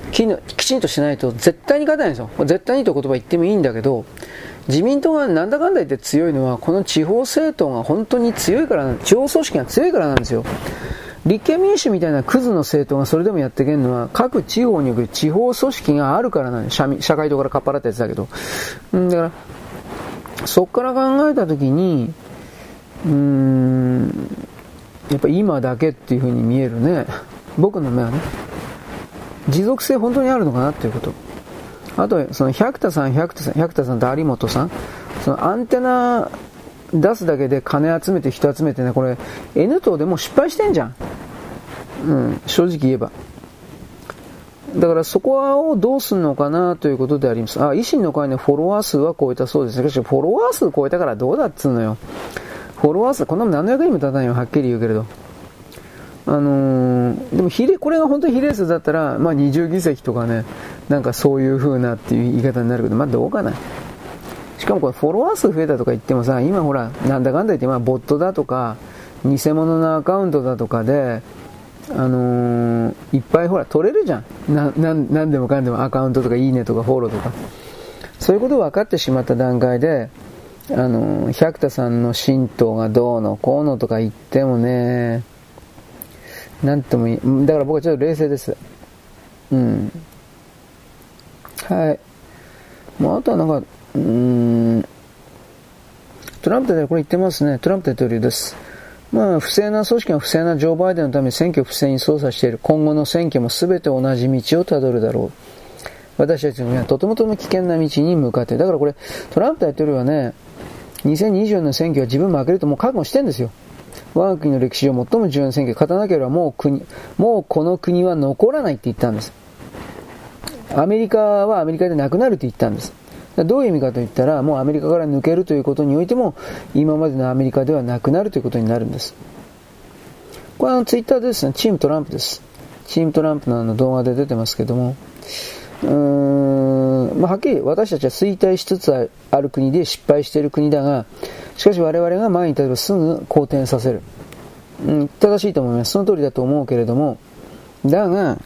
きちんとしないと絶対に勝てないんですよ。絶対にという言葉言ってもいいんだけど、自民党がなんだかんだ言って強いのはこの地方政党が本当に強いから、地方組織が強いからなんですよ。立憲民主みたいなクズの政党がそれでもやっていけるのは各地方における地方組織があるからなんです。社, 社会党からかっぱらったやつだけど、だからそこから考えたときにうーんやっぱ今だけっていう風に見えるね。僕の目はね、持続性本当にあるのかなっていうこと。あとその百田さん百田さん百田さんと有本さん、そのアンテナ出すだけで金集めて人集めてね、これ N 党でも失敗してんじゃん。うん、正直言えば。だからそこをどうするのかなということであります。あ、維新の会ね、フォロワー数は超えたそうです。しかしフォロワー数超えたからどうだっつうのよ。フォロワー数こんなもん何の役にも立たないよ、はっきり言うけれど。あのー、でも比例、これが本当に比例数だったら、まあにじゅう議席とかね、なんかそういう風なっていう言い方になるけど、まあどうかな。しかもこれフォロワー数増えたとか言ってもさ、今ほら、なんだかんだ言って、まあボットだとか、偽物のアカウントだとかで、あのー、いっぱいほら取れるじゃん。な、な、なんでもかんでもアカウントとかいいねとかフォローとか。そういうこと分かってしまった段階で、あのー、百田さんの神道がどうのこうのとか言ってもね、なんともいい。だから僕はちょっと冷静です。うん。はい。もうあとはなんか、うーん、トランプ大統領これ言ってますね。トランプ大統領です。まあ、不正な組織が不正なジョー・バイデンのために選挙を不正に操作している。今後の選挙も全て同じ道をたどるだろう。私たちのはとてもとても危険な道に向かって。だからこれ、トランプ大統領はね、にせんにじゅうよねんの選挙は自分負けるともう覚悟してるんですよ。我が国の歴史上最も重要な選挙、勝たなければもう国、もうこの国は残らないって言ったんです。アメリカはアメリカでなくなるって言ったんです。どういう意味かと言ったら、もうアメリカから抜けるということにおいても、今までのアメリカではなくなるということになるんです。これはあのツイッターでですね、チームトランプです。チームトランプのあの動画で出てますけども、うーん、まあ、はっきり私たちは衰退しつつある国で失敗している国だが、しかし我々が前に立てばすぐ好転させる。うん、正しいと思います。その通りだと思うけれども、だが、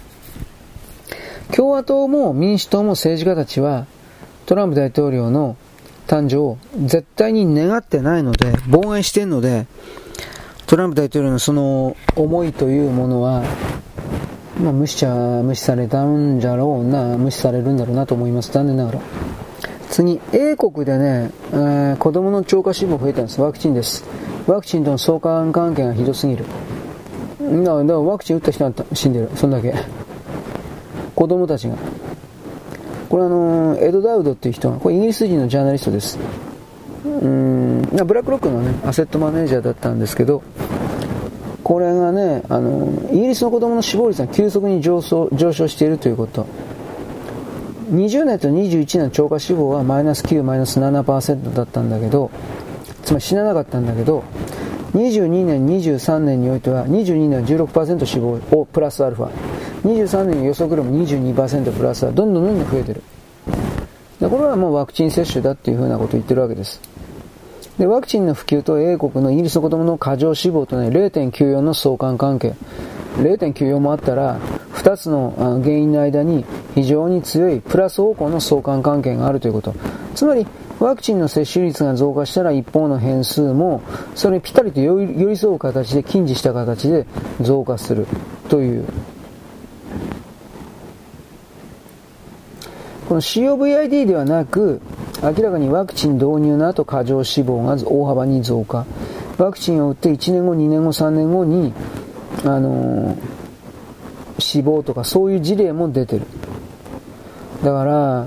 共和党も民主党も政治家たちは、トランプ大統領の誕生を絶対に願ってないので、妨害しているので、トランプ大統領のその思いというものは、まあ、無視ちゃ無視されたんじゃろうな、無視されるんだろうなと思います。残念ながら。次、英国でね、えー、子供の超過死亡増えたんです。ワクチンです。ワクチンとの相関関係がひどすぎる。だから、だからワクチン打った人は死んでる。そんだけ。子供たちが。これあのエド・ダウドっていう人が、これイギリス人のジャーナリストです。うーん、ブラックロックのね、アセットマネージャーだったんですけど、これがね、あのイギリスの子供の死亡率が急速に上昇、上昇しているということ。にじゅうねんとにじゅういちねんの超過死亡はマイナスきゅう、マイナス ななパーセント だったんだけど、つまり死ななかったんだけど、にじゅうにねん、にじゅうさんねんにおいては、にじゅうにねんは じゅうろくパーセント 死亡をプラスアルファ。にじゅうさんねんの予測よりも にじゅうにパーセント プラスはどんどんどんどん増えてる。でこれはもうワクチン接種だっていうふうなことを言ってるわけです。でワクチンの普及と英国のイギリスの子供の過剰死亡とね ゼロてんきゅうよん の相関関係。ゼロてんきゅうよん もあったらふたつの原因の間に非常に強いプラス方向の相関関係があるということ。つまりワクチンの接種率が増加したら一方の変数もそれにぴったりと寄り添う形で近似した形で増加するという。この シーオーブイアイディー ではなく明らかにワクチン導入の後過剰死亡が大幅に増加。ワクチンを打っていちねんご、にねんご、さんねんごに、あのー、死亡とかそういう事例も出てる。だから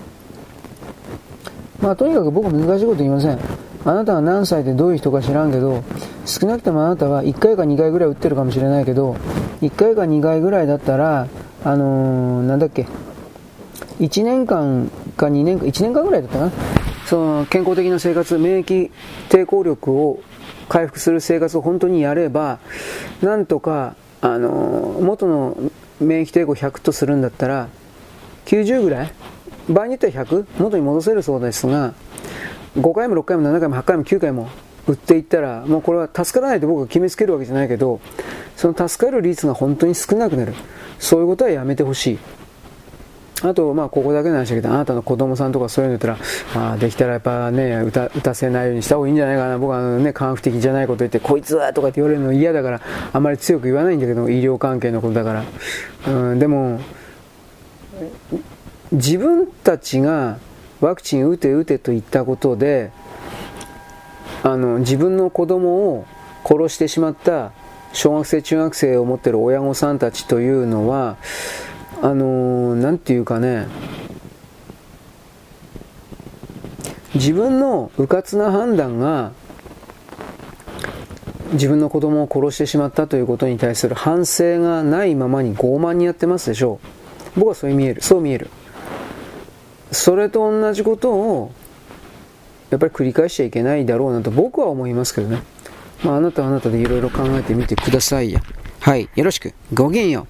まあとにかく僕は難しいこと言いません。あなたが何歳でどういう人か知らんけど、少なくともあなたはいっかいかにかいぐらい打ってるかもしれないけど、いっかいかにかいぐらいだったらあのー、なんだっけいちねんかんかにねんかんいちねんかんぐらいだったかな、その健康的な生活、免疫抵抗力を回復する生活を本当にやればなんとかあの元の免疫抵抗ひゃくとするんだったらきゅうじゅうぐらい、場合によってはひゃく元に戻せるそうですが、ごかいもろっかいもななかいもはちかいもきゅうかいも打っていったらもうこれは助からないと僕は決めつけるわけじゃないけど、その助かる率が本当に少なくなる。そういうことはやめてほしい。 あと、まあ、ここだけの話だけど、あなたの子供さんとかそういうの言ったら、あできたらやっぱね、打た、打たせないようにした方がいいんじゃないかな。僕はね、科学的じゃないこと言って、こいつはとかって言われるの嫌だから、あんまり強く言わないんだけど、医療関係のことだから。うん、でも、自分たちがワクチン打て打てと言ったことで、あの、自分の子供を殺してしまった小学生、中学生を持っている親御さんたちというのは、あのー、なんていうかね、自分の迂闊な判断が自分の子供を殺してしまったということに対する反省がないままに傲慢にやってますでしょう。僕はそう見える、そう見える。それと同じことをやっぱり繰り返しちゃいけないだろうなと僕は思いますけどね。まあ、あなたはあなたでいろいろ考えてみてくださいや。はい、よろしく。ごきげんよう。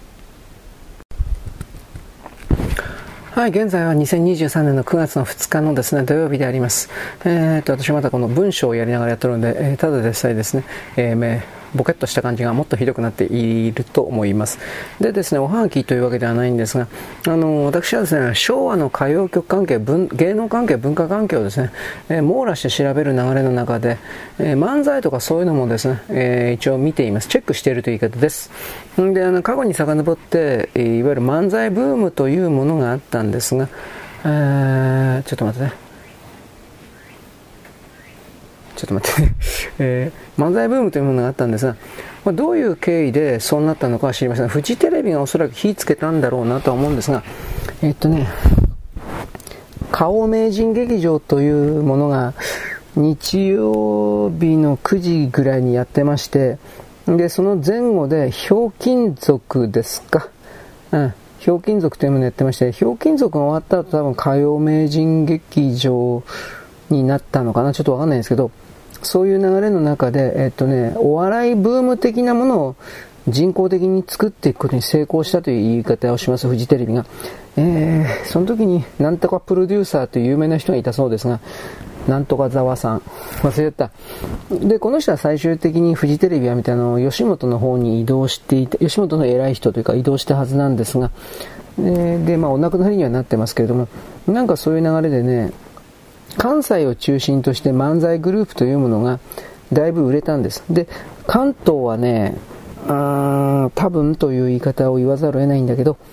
はい、現在はにせんにじゅうさんねんのくがつのふつかのですね、土曜日であります。えーと、私またこの文章をやりながらやってるので、えー、ただでさえですね、えー、ボケっとした感じがもっとひどくなっていると思います。でですね、おはがきというわけではないんですが、あの、私はですね、昭和の歌謡曲関係、文芸能関係、文化関係をですね、えー、網羅して調べる流れの中で、えー、漫才とかそういうのもですね、えー、一応見ています。チェックしているという言い方です。で、あの、過去に遡って、いわゆる漫才ブームというものがあったんですが、えー、ちょっと待ってね。ちょっと待って、えー、漫才ブームというものがあったんですが、まあ、どういう経緯でそうなったのかは知りません。フジテレビがおそらく火つけたんだろうなとは思うんですが、えー、っとね、顔名人劇場というものが日曜日のくじぐらいにやってまして、で、その前後で、ひょうきん族ですか。うん。ひょうきん族というものをやってまして、ひょうきん族が終わった後多分歌謡名人劇場になったのかな。ちょっとわかんないんですけど、そういう流れの中で、えっとね、お笑いブーム的なものを人工的に作っていくことに成功したという言い方をします、フジテレビが。えー、その時に、なんとかプロデューサーという有名な人がいたそうですが、なんとかざわさん。忘れちゃった。で、この人は最終的にフジテレビはみたいなのを吉本の方に移動していて、吉本の偉い人というか移動したはずなんですが、で、でまあお亡くなりにはなってますけれども、なんかそういう流れでね、関西を中心として漫才グループというものがだいぶ売れたんです。で、関東はね、あ多分という言い方を言わざるを得ないんだけど、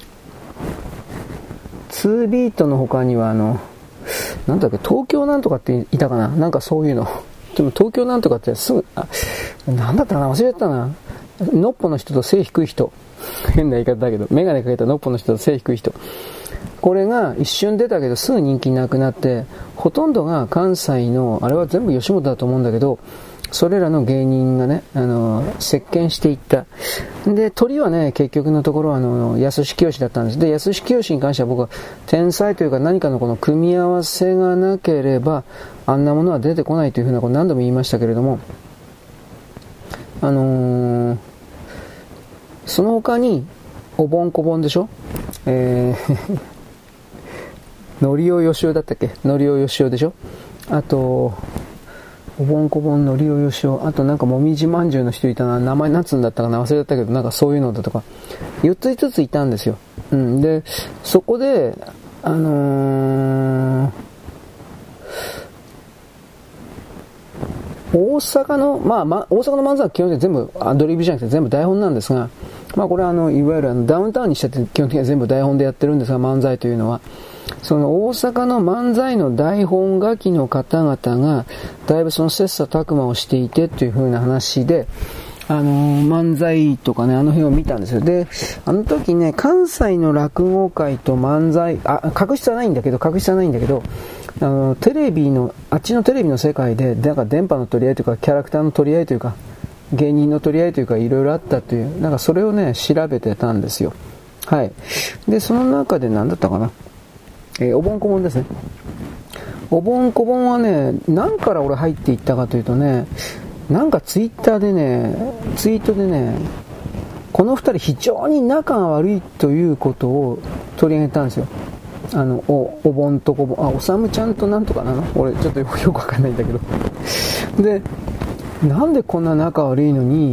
ツービートの他にはあの、なんだっけ、東京なんとかっていたかな、なんかそういうの。でも東京なんとかってすぐ、あ、なんだったかな、忘れちゃったな。のっぽの人と背低い人。変な言い方だけど、メガネかけたのっぽの人と背低い人。これが一瞬出たけどすぐ人気なくなって、ほとんどが関西の、あれは全部吉本だと思うんだけど、それらの芸人がね、あの、席巻していった。で、鳥はね、結局のところは、あの、安志清だったんです。で、安志清に関しては僕は、天才というか何かのこの組み合わせがなければ、あんなものは出てこないというふうなこと何度も言いましたけれども、あのー、その他に、おぼんこぼんでしょ、えー、のりおよしおだったっけ、のりおよしおでしょ、あと、おぼんこぼんのりおよしお、あとなんかもみじまんじゅうの人いたな、名前何つんだったかな、忘れちゃったけど、なんかそういうのだとか、よっついつついたんですよ。うん。で、そこで、あのー、大阪の、まあ、ま、大阪の漫才は基本的に全部アドリブじゃなくて全部台本なんですが、まあこれはあの、いわゆるあのダウンタウンにしたって基本的には全部台本でやってるんですが、漫才というのは。その大阪の漫才の台本書きの方々が、だいぶその切磋琢磨をしていてという風な話で、あのー、漫才とかね、あの辺を見たんですよ。で、あの時ね、関西の落語界と漫才、あ、確執はないんだけど、確執はないんだけど、あの、テレビの、あっちのテレビの世界で、なんか電波の取り合いというか、キャラクターの取り合いというか、芸人の取り合いというか、いろいろあったという、なんかそれをね、調べてたんですよ。はい。で、その中で何だったかな。えー、おぼんこぼんですね。おぼんこぼんはね、何から俺入っていったかというとね、なんかツイッターでね、ツイートでね、この二人非常に仲が悪いということを取り上げたんですよ。あの、お、おぼんとこぼん、あ、おさむちゃんとなんとかなの？俺ちょっとよくわかんないんだけど。で、なんでこんな仲悪いのに、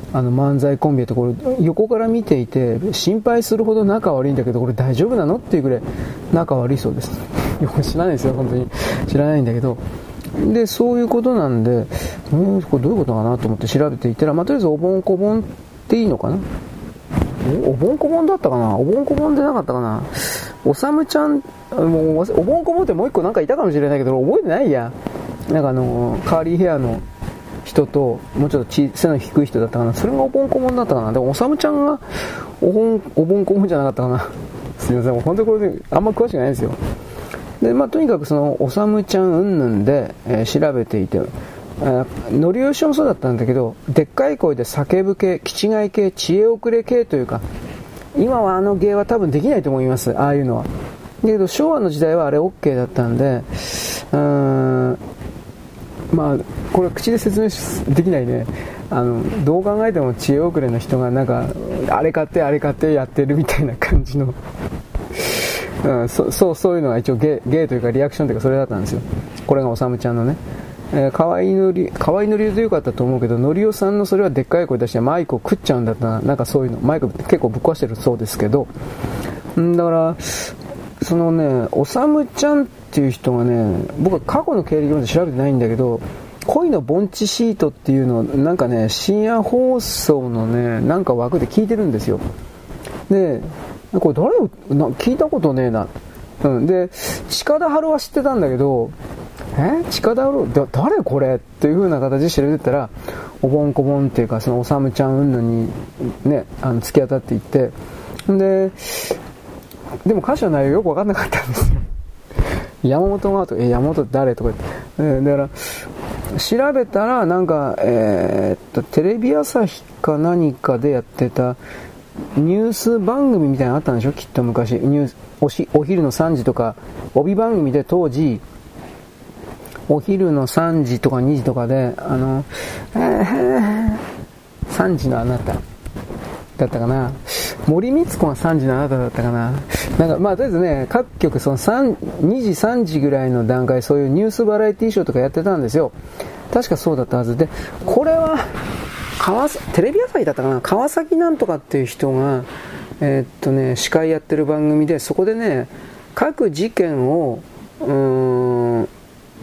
あの漫才コンビだとこれ横から見ていて心配するほど仲悪いんだけどこれ大丈夫なのっていうぐらい仲悪いそうです。よく知らないですよ、本当に知らないんだけど。でそういうことなんで、えー、これどういうことかなと思って調べていたら、まあ、とりあえずおぼんこぼんっていいのかな、おぼんこぼんだったかな、おぼんこぼんでなかったかな、おさむちゃん、もうおぼんこぼんってもう一個なんかいたかもしれないけど覚えてないや。なんかあのカーリーヘアの人ともうちょっと背の低い人だったかな、それがおぼんこぼんだったかな。でもおさむちゃんがおぼんおぼんこぼんじゃなかったかな。すいません、もう本当にこれであんま詳しくないんですよ。でまあ、とにかくそのおさむちゃんうんぬんで、えー、調べていて、のりおしもそうだったんだけど、でっかい声で叫ぶ系、気違い系、知恵遅れ系というか、今はあの芸は多分できないと思います、ああいうのは。だけど昭和の時代はあれ OK だったんで、うーん、まあこれは口で説明できないね。あのどう考えても知恵遅れの人がなんかあれ買ってあれ買ってやってるみたいな感じのうん、そ, そうそういうのが一応ゲー、ゲーというかリアクションというかそれだったんですよ。これがおさむちゃんのね、えー、かわいいのりかわいいのりでよかったと思うけど、のりおさんのそれはでっかい声出してマイクを食っちゃうんだったな、なんかそういうのマイク結構ぶっ壊してるそうですけど、んだからそのねおさむちゃんっていう人がね、僕は過去の経歴まで調べてないんだけど、恋の盆地シートっていうのをなんかね深夜放送のねなんか枠で聞いてるんですよ。でこれ誰をな聞いたことねえな、うん、で近田春は知ってたんだけど、え近田春だ誰これっていう風な形で調べてたら、おぼんこぼんっていうかそのおさむちゃんうんぬんにねあの突き当たっていって、ででも歌詞の内容よく分かんなかったんですよ。山本がとえ山本誰とか言って、だから調べたらなんかえー、っとテレビ朝日か何かでやってたニュース番組みたいなのあったんでしょきっと昔。ニュース お, しお昼のさんじとか帯番組で当時お昼のさんじとかにじとかであの、えー、さんじのあなただったかな、森光子がさんじのあなただったかな、なんかまあとりあえずね各局そのにじさんじぐらいの段階そういうニュースバラエティショーとかやってたんですよ。確かそうだったはずで、これは川テレビ朝日だったかな、川崎なんとかっていう人がえー、っとね司会やってる番組で、そこでね各事件をうーん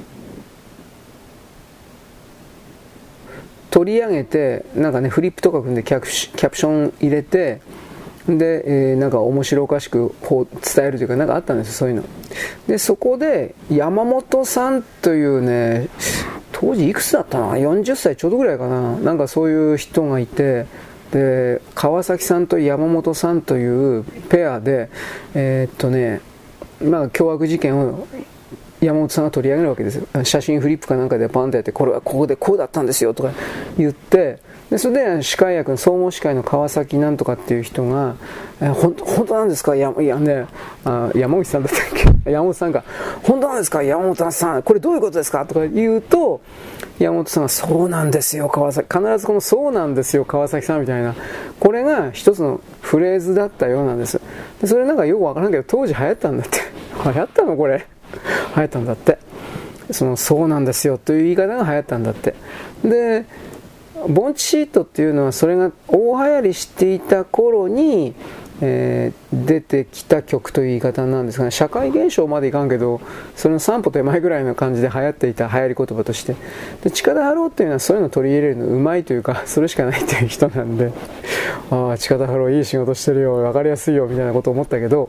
取り上げてなんかねフリップとか組んでキャプション入れてで、えー、なんか面白おかしくこう伝えるというかなんかあったんですよ、そういうので。そこで山本さんというね当時いくつだったのかな、よんじゅっさいちょうどぐらいかな、なんかそういう人がいて、で川崎さんと山本さんというペアでえー、っとねまあ凶悪事件を山本さんが取り上げるわけですよ。写真フリップかなんかでパンとやって、これはここでこうだったんですよとか言って、でそれで司会役の総合司会の川崎なんとかっていう人がえほん本当なんですか、いやいやねあ山口さんだったっけ山本さんが本当なんですか山本さんこれどういうことですかとか言うと、山本さんがそうなんですよ川崎、必ずこのそうなんですよ川崎さんみたいな、これが一つのフレーズだったようなんです。でそれなんかよくわからんけど当時流行ったんだって。流行ったのこれ流行ったんだって、そのそうなんですよという言い方が流行ったんだって。で盆地シートっていうのはそれが大流行りしていた頃に、えー、出てきた曲という言い方なんですが、ね、社会現象までいかんけどそれのさん歩手前ぐらいの感じで流行っていた流行り言葉として、で近田春夫っていうのはそういうのを取り入れるのうまいというかそれしかないという人なんで、ああ近田春夫いい仕事してるよ分かりやすいよみたいなことを思ったけど、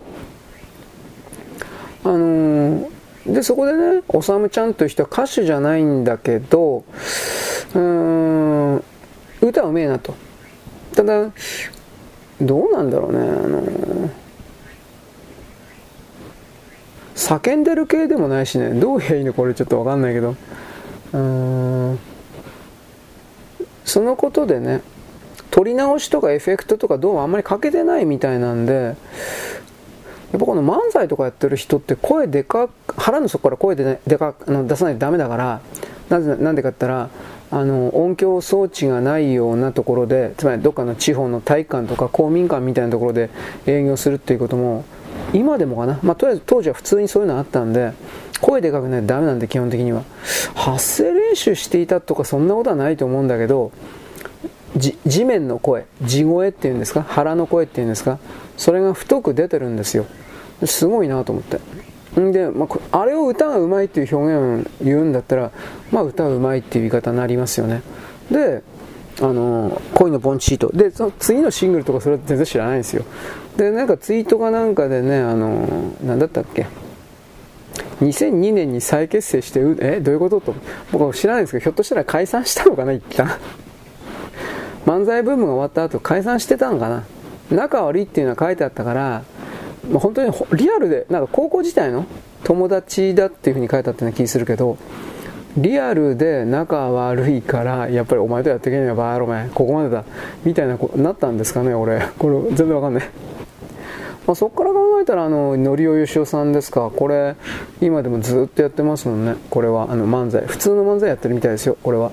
あのー、でそこでねおさむちゃんという人は歌手じゃないんだけどうーん歌うめえなと。ただどうなんだろうね、あのー、叫んでる系でもないしね、どう言えばいいのこれちょっと分かんないけど、うーんそのことでね撮り直しとかエフェクトとかどうもあんまりかけてないみたいなんで、やっぱこの漫才とかやってる人って声でか腹の底から声で、ね、でかあの出さないとダメだから、なぜなんでかって言ったらあの音響装置がないようなところで、つまりどっかの地方の体育館とか公民館みたいなところで営業するっていうことも今でもかな、まあ、とりあえず当時は普通にそういうのあったんで声でかくないとダメなんで基本的には発声練習していたとかそんなことはないと思うんだけど、 じ地面の声、地声っていうんですか、腹の声っていうんですか、それが太く出てるんですよ。すごいなと思って。んで、まあ、あれを歌がうまいっていう表現を言うんだったら、まあ、歌うまいっていう言い方になりますよね。で、あの恋のポンチートで、その次のシングルとかそれは全然知らないんですよ。で、なんかツイートかなんかでね、あのなんだったっけ、にせんにねんに再結成して、えどういうことと僕は知らないんですけど、ひょっとしたら解散したのかな、一旦漫才ブームが終わった後解散してたのかな。仲悪いっていうのは書いてあったから、まあ、本当にリアルでなんか高校時代の友達だっていう風に書いてあったような気するけど、リアルで仲悪いからやっぱりお前とやってけんやバーロメここまでだみたいななったんですかね。俺これ全然わかんない。まあ、そこから考えたらあののりおよしおさんですか、これ今でもずっとやってますもんね。これはあの漫才、普通の漫才やってるみたいですよ。これは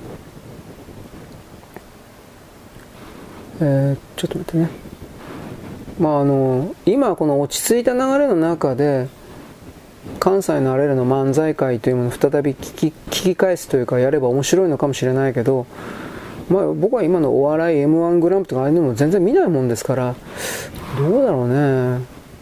えー、ちょっと待ってね。まああの今この落ち着いた流れの中で関西のあれらの漫才界というものを再び聞き、聞き返すというかやれば面白いのかもしれないけど、まあ、僕は今のお笑い エムワン グランプリとかああいうのも全然見ないもんですから、どうだろうね。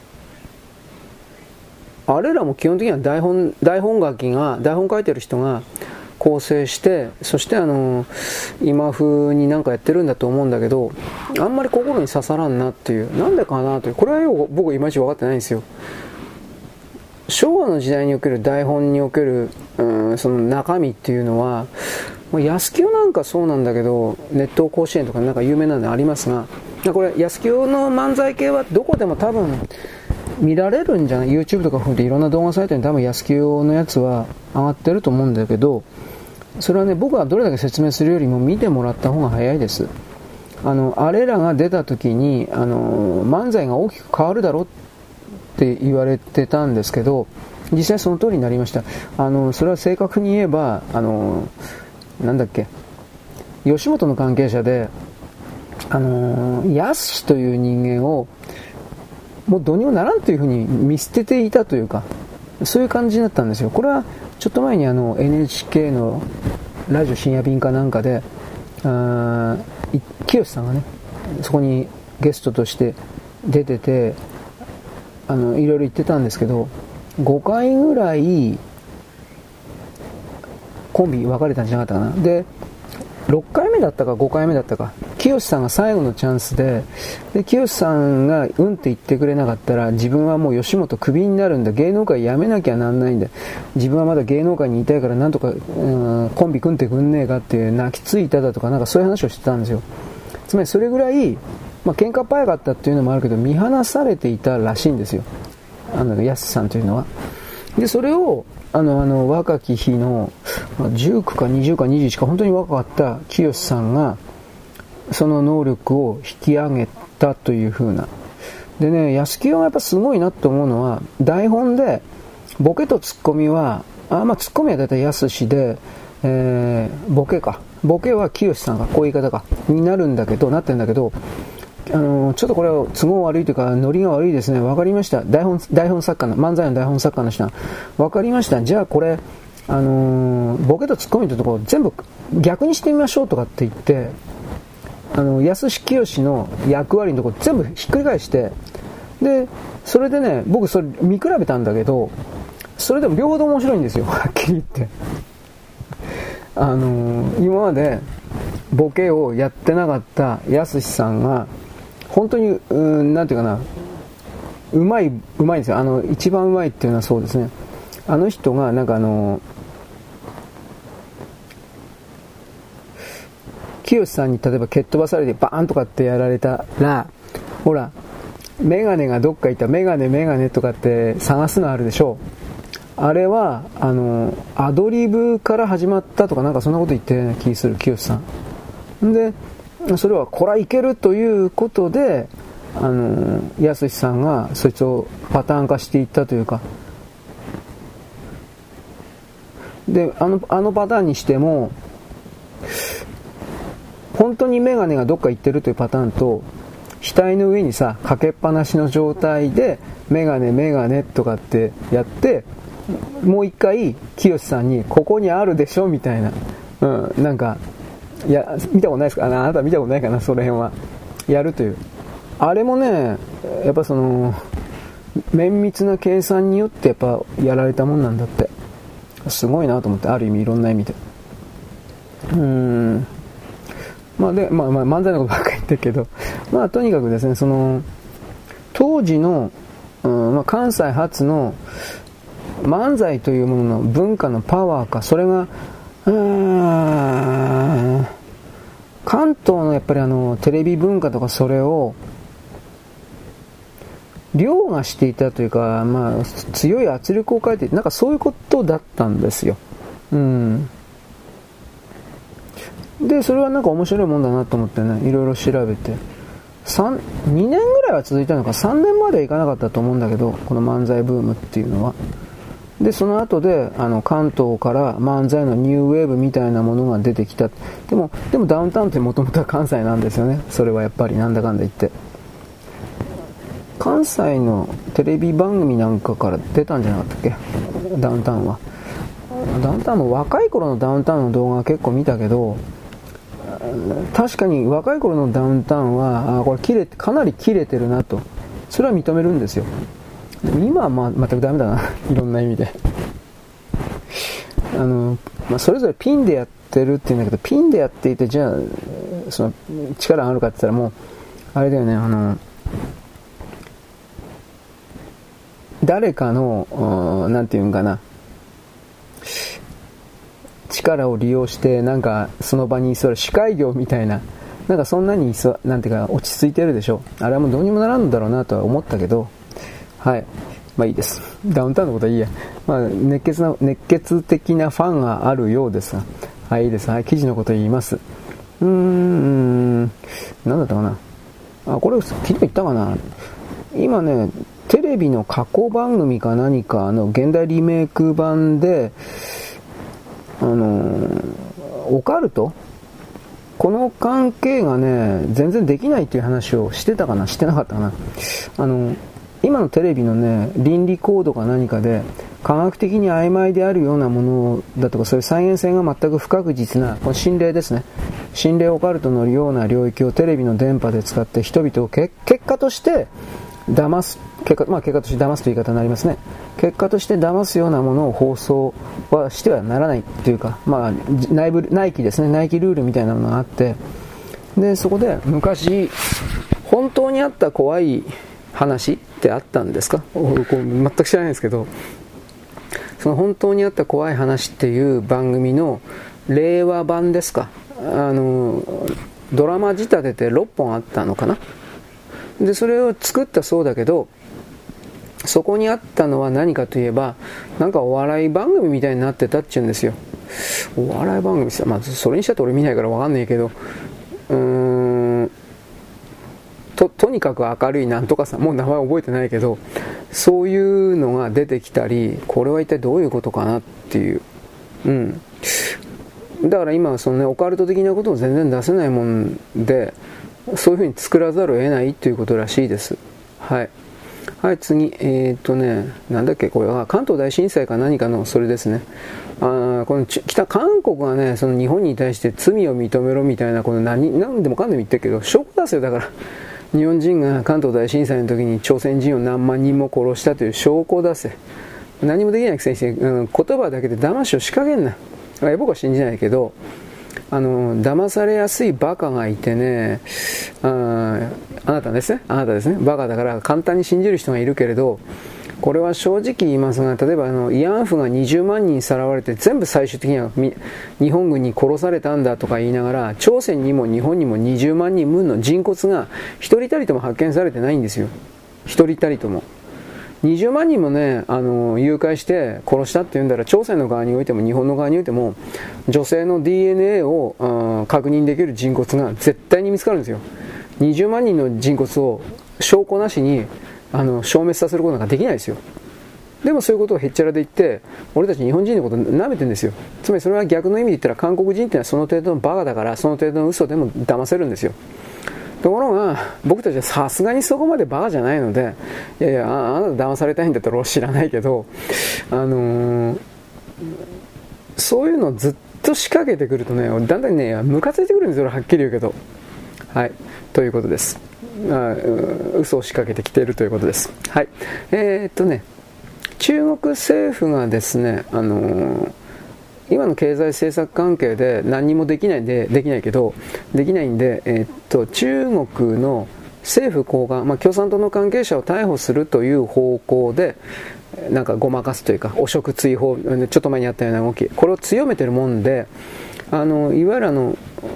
あれらも基本的には台本台本書きが台本書いてる人が構成して、そしてあの今風になんかやってるんだと思うんだけど、あんまり心に刺さらんなっていう、なんでかなという、これはよく僕いまいち分かってないんですよ。昭和の時代における台本における、うん、その中身っていうのは、安清なんかそうなんだけど、熱湯甲子園とかなんか有名なのありますが、これ安清の漫才系はどこでも多分見られるんじゃない？ YouTube とか含めていろんな動画サイトに多分安清のやつは上がってると思うんだけど、それはね、僕はどれだけ説明するよりも見てもらった方が早いです。あのあれらが出た時にあの漫才が大きく変わるだろうって言われてたんですけど、実際その通りになりました。あのそれは正確に言えば、あのなんだっけ、吉本の関係者であのやすしという人間をもうどうにもならんというふうに見捨てていたというか、そういう感じだったんですよ。これはちょっと前にあの エヌエイチケー のラジオ深夜便かなんかで、あ清さんがねそこにゲストとして出てて、あのいろいろ言ってたんですけど、ごかいぐらいコンビ分かれたんじゃなかったかな。でろっかいめだったかごかいめだったか、清さんが最後のチャンスで、で清さんがうんって言ってくれなかったら自分はもう吉本クビになるんだ、芸能界辞めなきゃなんないんだ、自分はまだ芸能界にいたいからなんとか、うん、コンビ組んでくんねえかっていう泣きついただとかなんかそういう話をしてたんですよ。つまりそれぐらい、まあ、喧嘩っ早かったっていうのもあるけど見放されていたらしいんですよ、あのやすさんというのは。でそれをあのあの若き日のじゅうきゅうかにじゅうかにじゅういちか本当に若かった清さんがその能力を引き上げたという風な。でね、安清がやっぱすごいなと思うのは、台本でボケとツッコミはあ、まあ、ツッコミはだいたいやすしで、えー、ボケかボケは清さんがこういう言い方かになるんだけどなってるんだけど、あのちょっとこれは都合悪いというかノリが悪いですね。わかりました。台本台本作家の漫才の台本作家の人はわかりました。じゃあこれあのボケとツッコミのところ全部逆にしてみましょうとかって言って、あの安志清の役割のところ全部ひっくり返して、でそれでね、僕それ見比べたんだけど、それでも両方とも面白いんですよ、はっきり言って。あの今までボケをやってなかった安志さんが本当にうーんなんていうかな、うまいうまいんですよ。あの一番うまいっていうのはそうですね。あの人がなんかあの清さんに例えば蹴っ飛ばされてバーンとかってやられたら、ほらメガネがどっか行った、メガネメガネとかって探すのあるでしょう。あれはあのアドリブから始まったとかなんかそんなこと言ってるような気する清さんで、それはこらいけるということで、あの安志さんがそいつをパターン化していったというか、であのあのパターンにしても本当にメガネがどっか行ってるというパターンと、額の上にさかけっぱなしの状態でメガネメガネとかってやって、もう一回清さんにここにあるでしょみたいな、うん、なんかいや、見たことないですか？あなた見たことないかな、その辺は。やるという。あれもね、やっぱその、綿密な計算によってやっぱやられたもんなんだって。すごいなと思って、ある意味いろんな意味で。うーん。まあで、まあまあ漫才のことばっかり言ってるけど、まあとにかくですね、その、当時の、うんまあ、関西発の漫才というものの文化のパワーか、それが、うーん、関東のやっぱりあの、テレビ文化とかそれを、凌駕していたというか、まあ、強い圧力をかけて、なんかそういうことだったんですよ。うん。で、それはなんか面白いもんだなと思ってね、いろいろ調べて。にねんぐらいは続いたのか、さんねんまではいかなかったと思うんだけど、この漫才ブームっていうのは。で、その後で、あの、関東から漫才のニューウェーブみたいなものが出てきた。でも、でもダウンタウンってもともとは関西なんですよね。それはやっぱりなんだかんだ言って。関西のテレビ番組なんかから出たんじゃなかったっけ、ダウンタウンは。ダウンタウンも若い頃のダウンタウンの動画は結構見たけど、確かに若い頃のダウンタウンは、あ、これ切れて、かなり切れてるなと。それは認めるんですよ。でも今はまあ全くダメだな。いろんな意味で。あの、まあ、それぞれピンでやってるって言うんだけど、ピンでやっていて、じゃあ、その、力があるかって言ったらもう、あれだよね、あの、誰かの、なんていうんかな、力を利用して、なんか、その場に居座る司会業みたいな、なんかそんなに、なんていうか、落ち着いてるでしょ。あれはもうどうにもならんんだろうなとは思ったけど、はい。まあいいです。ダウンタウンのことはいいや。まあ、熱血な、熱血的なファンがあるようですが、はい、いいです。はい、記事のことを言います。うーん、うーんなんだったかな。あ、これ、昨日言ったかな。今ね、テレビの過去番組か何かの現代リメイク版で、あのー、オカルトこの関係がね、全然できないっていう話をしてたかな、してなかったかな。あの、今のテレビのね、倫理コードか何かで、科学的に曖昧であるようなものだとか、そういう再現性が全く不確実な、これ心霊ですね。心霊オカルトのような領域をテレビの電波で使って人々をけ結果として、騙す、結果、まあ結果として騙すという言い方になりますね。結果として騙すようなものを放送はしてはならないっていうか、まあ内部、内規ですね、内規ルールみたいなものがあって、で、そこで昔、本当にあった怖い話ってあったんですか？こう全く知らないんですけど、その本当にあった怖い話っていう番組の令和版ですか？あの、ドラマ仕立ててろっぽんあったのかな？でそれを作ったそうだけど、そこにあったのは何かといえば、なんかお笑い番組みたいになってたっていうんですよ。お笑い番組さ、まあそれにしたって俺見ないからわかんないけど、うーんととにかく明るいなんとかさ、もう名前覚えてないけど、そういうのが出てきたり、これは一体どういうことかなっていう、うん。だから今そのね、オカルト的なことを全然出せないもんで。そういう風に作らざるを得ないということらしいです。はい。はい、次。えー、っとね、なんだっけ、これは関東大震災か何かのそれですね。あこの北、韓国がね、その日本に対して罪を認めろみたいな、この何、何でもかんでも言ってるけど、証拠出せよ、だから。日本人が関東大震災の時に朝鮮人を何万人も殺したという証拠を出せ。何もできないくせにして、うん、言葉だけで騙しを仕掛けんな。僕は信じないけど、あの騙されやすいバカがいてね、あ, あなたですねあなたですねバカだから簡単に信じる人がいるけれど、これは正直言いますが、例えばあの慰安婦がにじゅうまんにんさらわれて全部最終的には日本軍に殺されたんだとか言いながら、朝鮮にも日本にもにじゅうまんにん分の人骨が一人たりとも発見されてないんですよ。一人たりともにじゅうまんにんもね、あの誘拐して殺したっていうんだら、朝鮮の側においても日本の側においても女性の ディーエヌエー を確認できる人骨が絶対に見つかるんですよ。にじゅうまんにんの人骨を証拠なしにあの消滅させることなんかできないですよ。でもそういうことをへっちゃらで言って、俺たち日本人のことを舐めてるんですよ。つまりそれは逆の意味で言ったら、韓国人っていうのはその程度のバカだから、その程度の嘘でも騙せるんですよ。ところが僕たちはさすがにそこまでバカじゃないので、いやいや あ, あなた騙されたいんだったら俺知らないけど、あのー、そういうのずっと仕掛けてくるとね、だんだんね、ムカついてくるんですよ、はっきり言うけど。はい、ということです。あ嘘を仕掛けてきているということです。はい、えー、っとね、中国政府がですね、あのー、今の経済政策関係で何にもできないんで、できないけど、できないんで、えー、っと、中国の政府高官、まあ、共産党の関係者を逮捕するという方向で、なんかごまかすというか、汚職追放、ちょっと前にあったような動き、これを強めてるもんで、あのいわゆるあの、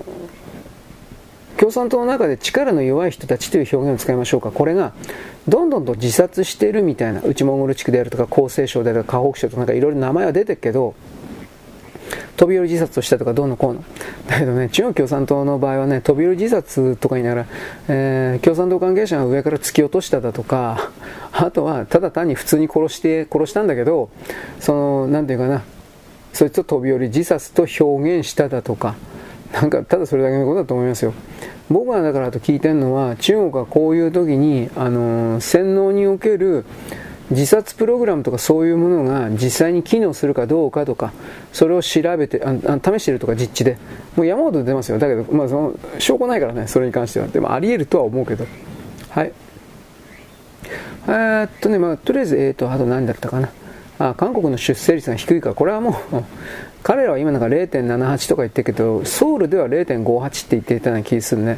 共産党の中で力の弱い人たちという表現を使いましょうか。これがどんどんと自殺しているみたいな、内モンゴル地区であるとか江西省であるとか河北省とか、なんかいろいろ名前は出てるけど、飛び降り自殺をしたとかどうのこうの。だけどね、中国共産党の場合はね、飛び降り自殺とか言いながら、えー、共産党関係者が上から突き落としただとか、あとはただ単に普通に殺して殺したんだけど、そのなんていうかな、そいつを飛び降り自殺と表現しただとか、なんかただそれだけのことだと思いますよ。僕はだからと聞いてるのは、中国はこういう時に、あのー、洗脳における自殺プログラムとかそういうものが実際に機能するかどうかとか、それを調べて、ああ試してるとか実地で、もう山ほど出ますよ。だけど、まあ、その証拠ないからね、それに関しては。でもあり得るとは思うけど。はい。えー、っとね、まあ、とりあえず、えー、っと、あと何だったかな。あ、韓国の出生率が低いから、これはもう、彼らは今なんか ゼロてんななはち とか言ってるけど、ソウルでは ゼロてんごはち って言っていたような気がするね。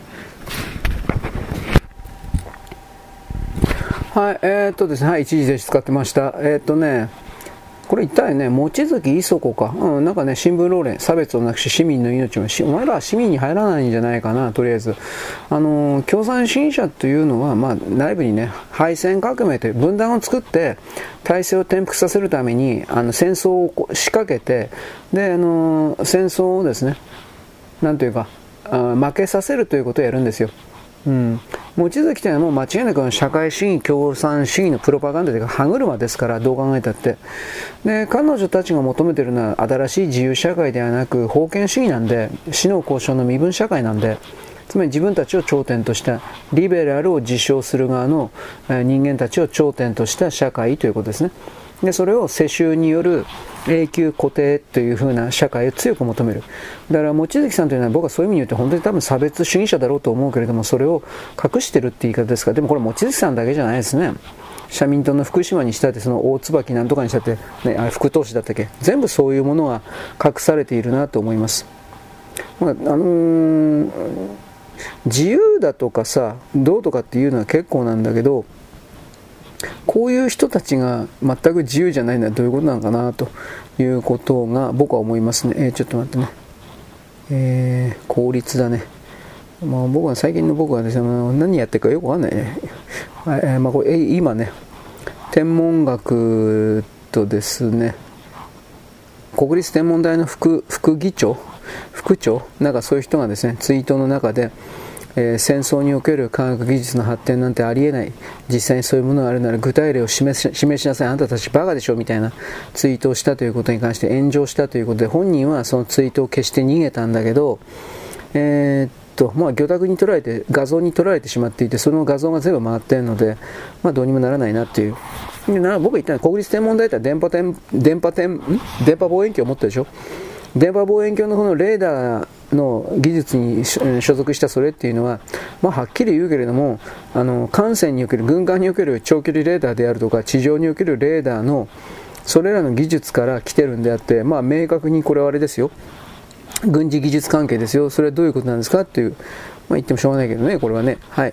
はい、えー、っとですね、はい、一時停止使ってました。えー、っとね、これ一体ね、望月磯子か。うん、なんかね、新聞労連、差別をなくし市民の命も、お前らは市民に入らないんじゃないかな、とりあえず。あのー、共産主義者というのは、まあ、内部にね、敗戦革命という分断を作って、体制を転覆させるために、あの、戦争を仕掛けて、で、あのー、戦争をですね、なんというか、あ負けさせるということをやるんですよ。うん、望月というのはもう間違いなく社会主義共産主義のプロパガンダというか歯車ですから、どう考えたって。で、彼女たちが求めているのは新しい自由社会ではなく封建主義なんで、死の交渉の身分社会なんで、つまり自分たちを頂点としたリベラルを自称する側の人間たちを頂点とした社会ということですね。で、それを世襲による永久固定という風な社会を強く求める。だから望月さんというのは僕はそういう意味によって本当に多分差別主義者だろうと思うけれども、それを隠してるって言い方ですから、でもこれ望月さんだけじゃないですね。社民党の福島にしたって、その大椿なんとかにしたって、ね、あれ副党首だったっけ、全部そういうものが隠されているなと思います。まあ、あのー、自由だとかさ、どうとかっていうのは結構なんだけど、こういう人たちが全く自由じゃないのはどういうことなのかなということが僕は思いますね。えー、ちょっと待ってね。えー、効率だね。まあ、僕は最近の僕はですね、何やってるかよくわかんないね。えーまあ、これ今ね、天文学とですね、国立天文台の副、副議長、副長、なんかそういう人がですね、ツイートの中で、えー、戦争における科学技術の発展なんてありえない、実際にそういうものがあるなら具体例を示し、示しなさい、あんたたちバカでしょみたいなツイートをしたということに関して炎上したということで、本人はそのツイートを消して逃げたんだけど、えー、っとまあ魚拓に取られて、画像に取られてしまっていて、その画像が全部回っているので、まあ、どうにもならないなっていう。でな僕が言ったのは、国立天文台って電波天電波天電波望遠鏡を持ってるでしょ。電波望遠鏡のこのレーダーの技術に所属したそれっていうのは、まあ、はっきり言うけれども、あの艦船における、軍艦における長距離レーダーであるとか、地上におけるレーダーのそれらの技術から来てるんであって、まあ、明確にこれはあれですよ、軍事技術関係ですよ。それはどういうことなんですかっていう、まあ、言ってもしょうがないけどね、これはね。はい。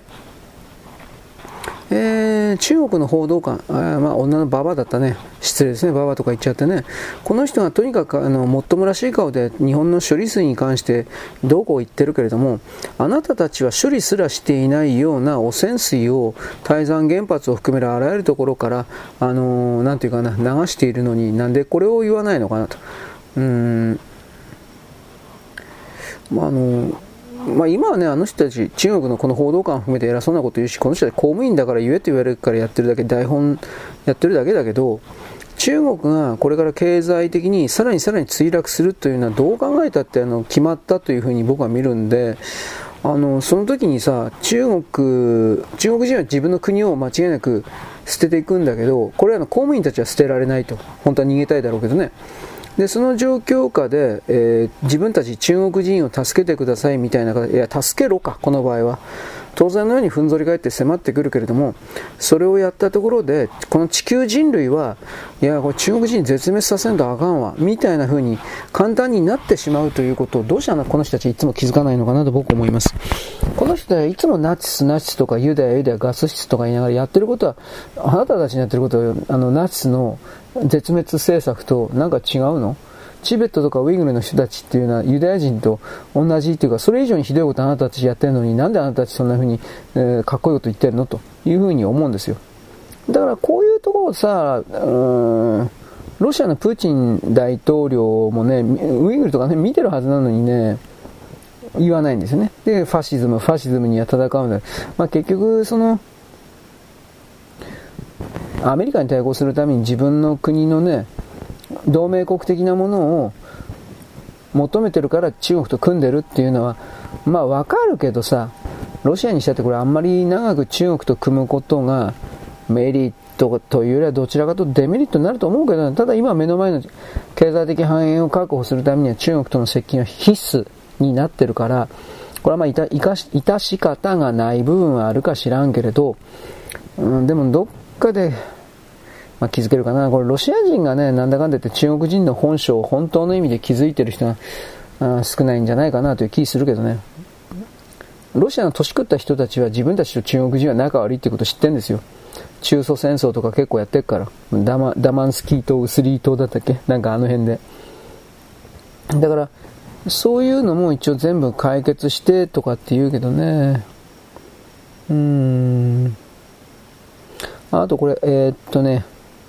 えー、中国の報道官、あまあ、女のババアだったね、失礼ですね、ババアとか言っちゃってね、この人がとにかくあのもっともらしい顔で日本の処理水に関してどうこう言ってるけれども、あなたたちは処理すらしていないような汚染水を台山原発を含めるあらゆるところから、あのー、なんていうかな、流しているのに、なんでこれを言わないのかなと。うーん、まああのーまあ、今はね、あの人たち、中国のこの報道官を含めて偉そうなこと言うし、この人たち公務員だから言えと言われるからやってるだけ、台本やってるだけだけど、中国がこれから経済的にさらにさらに墜落するというのはどう考えたってあの決まったというふうに僕は見るんで、あのその時にさ、中国、中国人は自分の国を間違いなく捨てていくんだけど、これらの公務員たちは捨てられないと。本当は逃げたいだろうけどね。 でその状況下で、えー、自分たち中国人を助けてくださいみたいな、いや助けろかこの場合は当然のようにふんぞり返って迫ってくるけれども、それをやったところでこの地球人類はいやこれ中国人絶滅させんとあかんわみたいな風に簡単になってしまうということをどうしてこの人たちいつも気づかないのかなと僕は思います。この人たちはいつもナチスナチスとかユダヤユダヤガス室とか言いながらやってることは、あなたたちのやってることはあのナチスの絶滅政策となんか違うの？チベットとかウイグルの人たちっていうのはユダヤ人と同じっていうか、それ以上にひどいことあなたたちやってるのに、なんであなたたちそんな風に、えー、かっこいいこと言ってるのという風に思うんですよ。だからこういうところをさ、うーん、ロシアのプーチン大統領もね、ウイグルとかね見てるはずなのにね言わないんですよね。でファシズムファシズムには戦うんだ。まあ結局そのアメリカに対抗するために自分の国のね同盟国的なものを求めてるから中国と組んでるっていうのはまあわかるけどさ、ロシアにしたってこれあんまり長く中国と組むことがメリットというよりはどちらかとデメリットになると思うけど、ただ今目の前の経済的繁栄を確保するためには中国との接近は必須になってるから、これはまあいた、いかし、いたし方がない部分はあるか知らんけれど、うん、でもどっかでまあ、気づけるかな。これロシア人がねなんだかんだ言って中国人の本性を本当の意味で気づいてる人が少ないんじゃないかなという気するけどね。ロシアの年食った人たちは自分たちと中国人は仲悪いってことを知ってるんですよ。中ソ戦争とか結構やってるから、ダマ、ダマンスキー島ウスリー島だったっけ、なんかあの辺で。だからそういうのも一応全部解決してとかって言うけどね。うーん、あとこれえー、っとね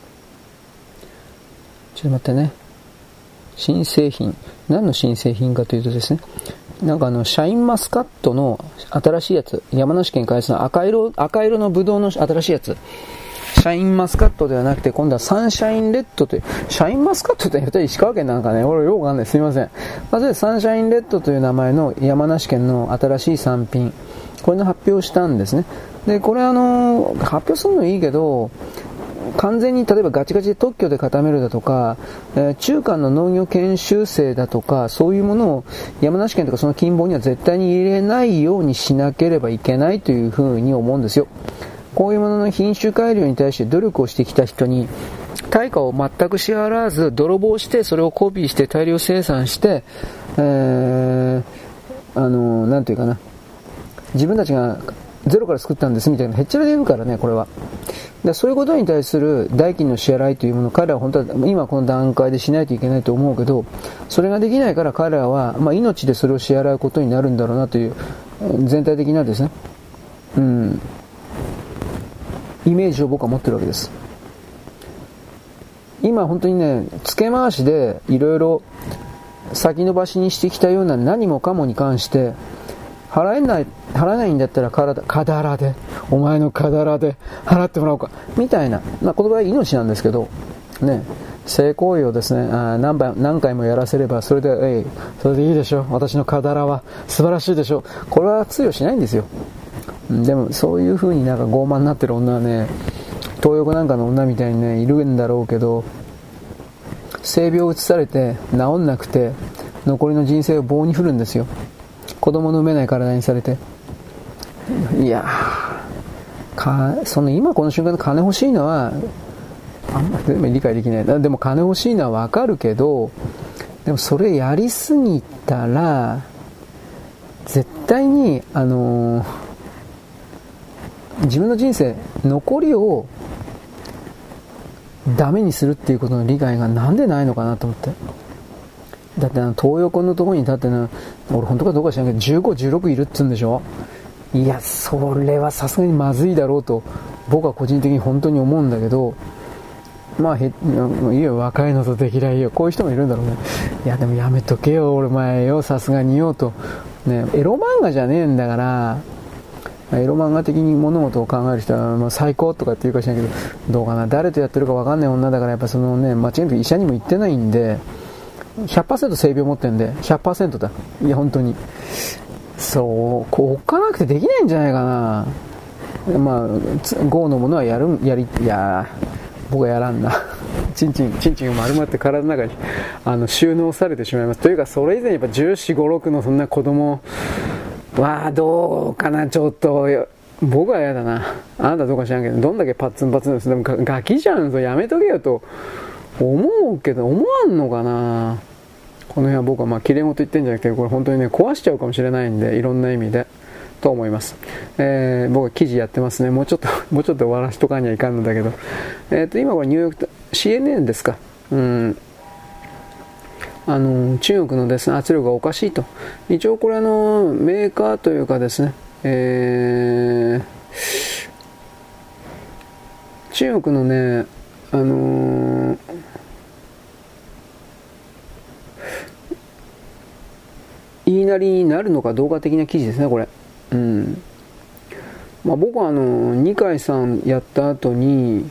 ちょっと待ってね。新製品。何の新製品かというとですね、なんかあの、シャインマスカットの新しいやつ。山梨県開発の赤色、赤色のブドウの新しいやつ。シャインマスカットではなくて、今度はサンシャインレッドという、シャインマスカットって言ったら石川県なんかね、俺よくわかんない。すいません。まずサンシャインレッドという名前の山梨県の新しい産品。これの発表をしたんですね。で、これあの、発表するのいいけど、完全に例えばガチガチで特許で固めるだとか、えー、中間の農業研修生だとか、そういうものを山梨県とかその近傍には絶対に入れないようにしなければいけないというふうに思うんですよ。こういうものの品種改良に対して努力をしてきた人に対価を全く支払わず泥棒してそれをコピーして大量生産して、えー、あのなんていうかな、自分たちがゼロから作ったんですみたいなへっちゃらで言うからね、これは。でそういうことに対する代金の支払いというものを彼らは本当は今この段階でしないといけないと思うけど、それができないから彼らは、まあ、命でそれを支払うことになるんだろうなという全体的なですね、うん、イメージを僕は持ってるわけです。今本当にね付け回しでいろいろ先延ばしにしてきたような何もかもに関して払えない、払えないんだったら体、カダラで、お前のカダラで払ってもらおうか、みたいな、まあ、この場合命なんですけど、ね、性行為をですね、あ何回、何回もやらせれば、それで、えい、それでいいでしょ、私のカダラは素晴らしいでしょ、これは通用しないんですよ。でも、そういう風になんか傲慢になってる女はね、東横なんかの女みたいにね、いるんだろうけど、性病を移されて、治んなくて、残りの人生を棒に振るんですよ。子供の産めない体にされて、いやかその今この瞬間で金欲しいのはあんまり全部理解できない。でも金欲しいのはわかるけど、でもそれやりすぎたら絶対にあのー、自分の人生残りをダメにするっていうことの理解がなんでないのかなと思って。だってあの東横のところに立ってな、俺本当かどうか知らんけどじゅうご、じゅうろくいるっつうんでしょ。いやそれはさすがにまずいだろうと僕は個人的に本当に思うんだけど、まあへいいよ、若いのとできないよ、こういう人もいるんだろうね。いやでもやめとけよ俺前よ、さすがによとね、エロ漫画じゃねえんだから、エロ漫画的に物事を考える人は、まあ、最高とかって言うかしらんけど、どうかな、誰とやってるか分かんない女だから、やっぱそのね間違いなく医者にも言ってないんで ひゃくパーセント 性病持ってるんで ひゃくパーセント だ。いや本当にそうこう置かなくてできないんじゃないかな。まあ ゴー のものはやるやりいや僕はやらんなチンチンチンチンが丸まって体の中にあの収納されてしまいます。というかそれ以前にやっぱじゅうよん、ご、ろくのそんな子供はどうかな、ちょっと僕は嫌だな。あなたどうか知らんけど、どんだけパッツンパツンです。でもガキじゃん、それやめとけよと思うけど、思わんのかな。この辺は僕はまあ綺麗事言ってんじゃなくて、これ本当にね壊しちゃうかもしれないんで、いろんな意味でと思います。えー、僕は記事やってますね。もうちょっともうちょっと終わらしとかにはいかんのだけど、えー、と今これニューヨーク シーエヌエヌ ですか。うん。あの中国のですね圧力がおかしいと。一応これあのメーカーというかですね、えー、中国のねあのー言いなりになるのかどうか的な記事ですねこれ。うん。まあ僕はあの二階さんやった後に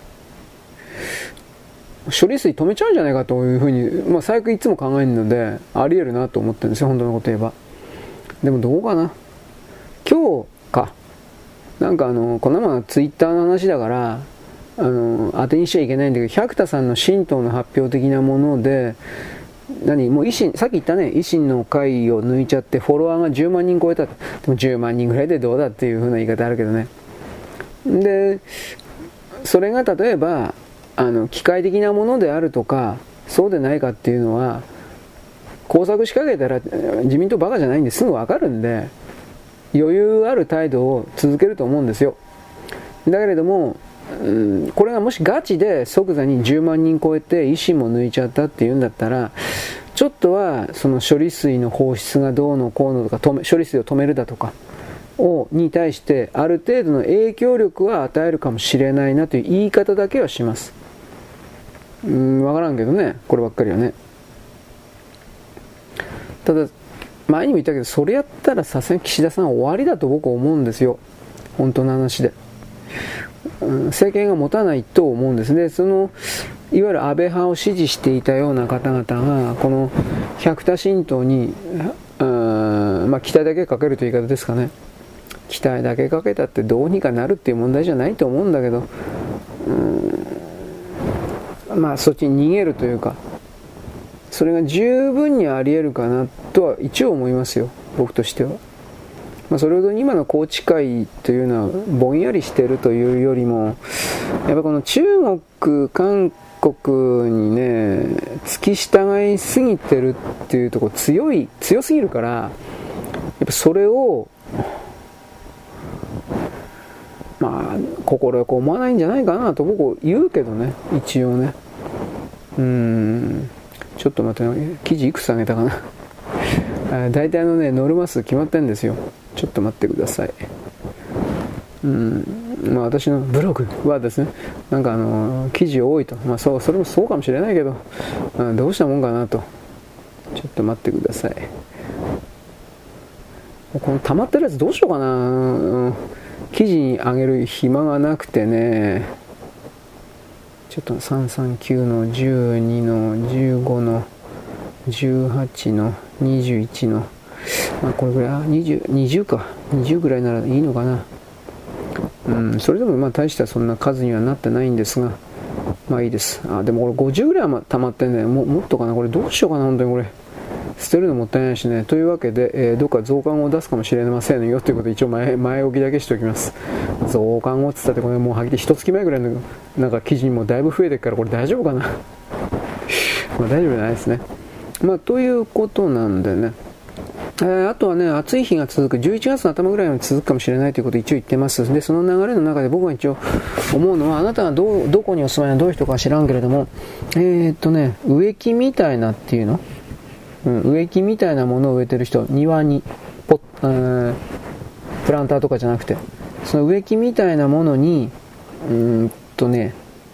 処理水止めちゃうんじゃないかというふうに、まあ、最悪いつも考えるのでありえるなと思ってるんですよ、本当のこと言えば。でもどうかな、今日かなんかあのこんなものはツイッターの話だからあの当てにしちゃいけないんだけど、百田さんの新党の発表的なもので、何もう維新、さっき言ったね、維新の会を抜いちゃってフォロワーがじゅうまんにん超えたと。でもじゅうまんにんぐらいでどうだっていう風な言い方あるけどね。でそれが例えばあの機械的なものであるとかそうでないかっていうのは工作仕掛けたら自民党バカじゃないんですぐ分かるんで、余裕ある態度を続けると思うんですよ。だけれども、うん、これがもしガチで即座にじゅうまんにん超えて維新も抜いちゃったっていうんだったら、ちょっとはその処理水の放出がどうのこうのとか止め処理水を止めるだとかをに対してある程度の影響力は与えるかもしれないなという言い方だけはします。うーん、分からんけどね、こればっかりはね。ただ前にも言ったけど、それやったらさすがに岸田さんは終わりだと僕は思うんですよ、本当の話で。うん、政権が持たないと思うんですね。そのいわゆる安倍派を支持していたような方々がこの百田新党に、うん、まあ期待だけかけるという言い方ですかね。期待だけかけたってどうにかなるっていう問題じゃないと思うんだけど、うん、まあそっちに逃げるというか、それが十分にあり得るかなとは一応思いますよ、僕としては。まあ、それほど今の宏池会というのはぼんやりしているというよりも、やっぱこの中国、韓国にね付き従いすぎてるっていうところ強い強すぎるから、やっぱそれをまあ心よく思わないんじゃないかなと僕は言うけどね、一応ね。うーん、ちょっと待って、記事いくつあげたかな。大体のねノルマ数決まってるんですよ。ちょっと待ってください。うん、まあ私のブログはですね、なんかあの記事多いと、まあそうそれもそうかもしれないけど、うん、どうしたもんかなと。ちょっと待ってください。この溜まってるやつどうしようかな。うん、記事にあげる暇がなくてね。ちょっとさんさんきゅうのじゅうにのじゅうごのじゅうはちのにじゅういちの、まあ、これぐらい、あ、20、20か、にじゅうぐらいならいいのかな。うん、それでもまあ大したそんな数にはなってないんですが、まあいいです。あ、でもこれごじゅうぐらいは溜まってんね。ももっとかな、これどうしようかな、本当にこれ。捨てるのもったいないしね。というわけで、えー、どっか増刊を出すかもしれませんよということで、一応前前置きだけしておきます。増刊をつったって、これもうはっきり一月前ぐらいのなんか記事にもだいぶ増えてるから、これ大丈夫かな。まあ大丈夫じゃないですね。まあということなんでね。えー、あとはね、暑い日が続く、じゅういちがつの頭ぐらいまで続くかもしれないということを一応言ってます。で、その流れの中で僕が一応思うのは、あなたがどうどこにお住まいのどういう人か知らんけれども、えー、っとね、植木みたいなっていうの、うん、植木みたいなものを植えてる人、庭にポッ、えー、プランターとかじゃなくて、その植木みたいなものに、うーんとね、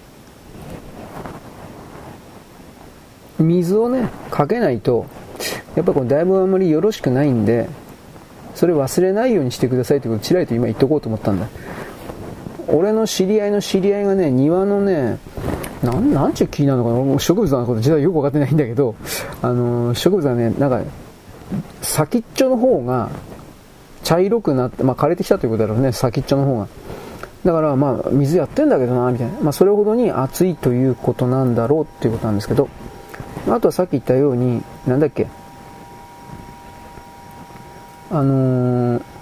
水をね、かけないと、やっぱこれだいぶあんまりよろしくないんで、それ忘れないようにしてくださいということをちらりと今言っとこうと思ったんだ。俺の知り合いの知り合いがね、庭のね、なん、なんちゅう木なのかな、俺も植物のこと自体よく分かってないんだけど、あのー、植物はね、なんか先っちょの方が茶色くなって、まあ枯れてきたということだろうね、先っちょの方がだからまあ水やってんだけどなみたいな、まあ、それほどに暑いということなんだろうっていうことなんですけど、あとはさっき言ったようになんだっけあのー、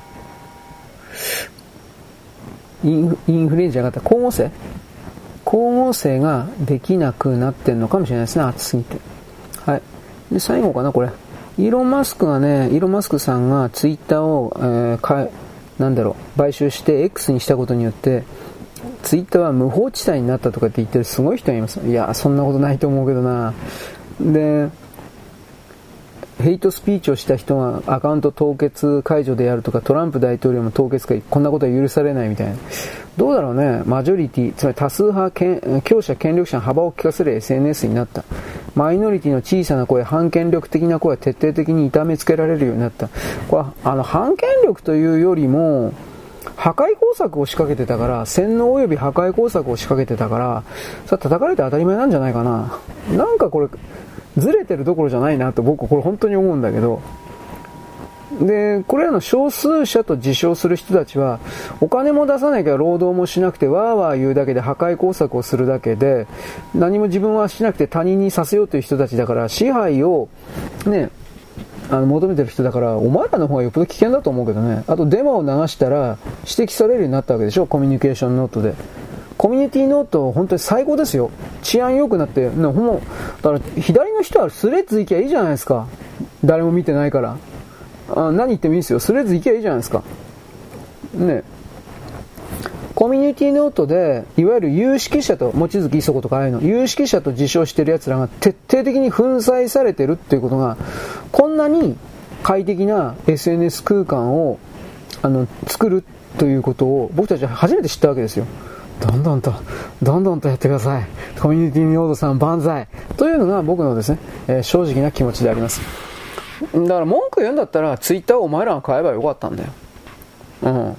インフ、インフルエンザじゃなかった光合成光合成ができなくなってるのかもしれないですね、暑すぎて。はい。で最後かなこれ、イーロン・マスクがねイーロン・マスクさんがツイッターを、えー、かなんだろう買収して X にしたことによってツイッターは無法地帯になったとかって言ってるすごい人がいます。いやそんなことないと思うけどな。でヘイトスピーチをした人がアカウント凍結解除でやるとか、トランプ大統領も凍結か、こんなことは許されないみたいな。どうだろうね。マジョリティ、つまり多数派強者権力者の幅を利かせる エスエヌエス になった。マイノリティの小さな声、反権力的な声は徹底的に痛めつけられるようになった。これはあの反権力というよりも破壊工作を仕掛けてたから、洗脳及び破壊工作を仕掛けてたから、さ叩かれて当たり前なんじゃないかな。なんかこれずれてるどころじゃないなと僕これ本当に思うんだけど、でこれらの少数者と自称する人たちはお金も出さなきゃ労働もしなくてワーワー言うだけで破壊工作をするだけで何も自分はしなくて他人にさせようという人たちだから、支配をねあの求めてる人だから、お前らの方がよっぽど危険だと思うけどね。あとデマを流したら指摘されるようになったわけでしょ、コミュニケーションノートで。コミュニティノート本当に最高ですよ。治安良くなって、ね、ほんまだから左の人はスレッズ行きゃいいじゃないですか。誰も見てないから。あ何言ってもいいですよ。スレッズ行きゃいいじゃないですか。ね。コミュニティノートでいわゆる有識者と、望月磯子とかああいうの有識者と自称してる奴らが徹底的に粉砕されてるっていうことが、こんなに快適な エスエヌエス 空間をあの作るということを僕たちは初めて知ったわけですよ。どんどんとどんどんとやってください、コミュニティノートさん万歳というのが僕のですね、えー、正直な気持ちであります。だから文句言うんだったらツイッターをお前らが買えばよかったんだよ。うん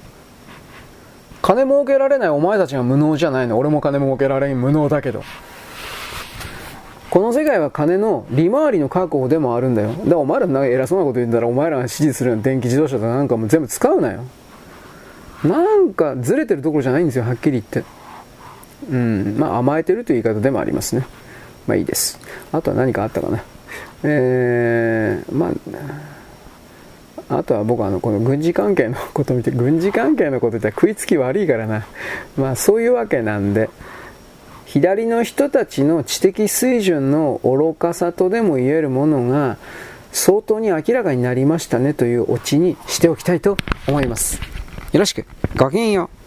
金儲けられないお前たちが無能じゃないの。俺も金儲けられん無能だけど、この世界は金の利回りの確保でもあるんだよ。だからお前らなんか偉そうなこと言ったら、お前らが支持するような電気自動車とかなんかも全部使うなよ。なんかずれてるところじゃないんですよ、はっきり言って。うんまあ甘えてるという言い方でもありますね。まあいいです。あとは何かあったかな。えー、まああとは僕はあのこの軍事関係のことを見て、軍事関係のこと言ったら食いつき悪いからな。まあそういうわけなんで、左の人たちの知的水準の愚かさとでも言えるものが相当に明らかになりましたねというオチにしておきたいと思います。よろしく。ごきげんよう。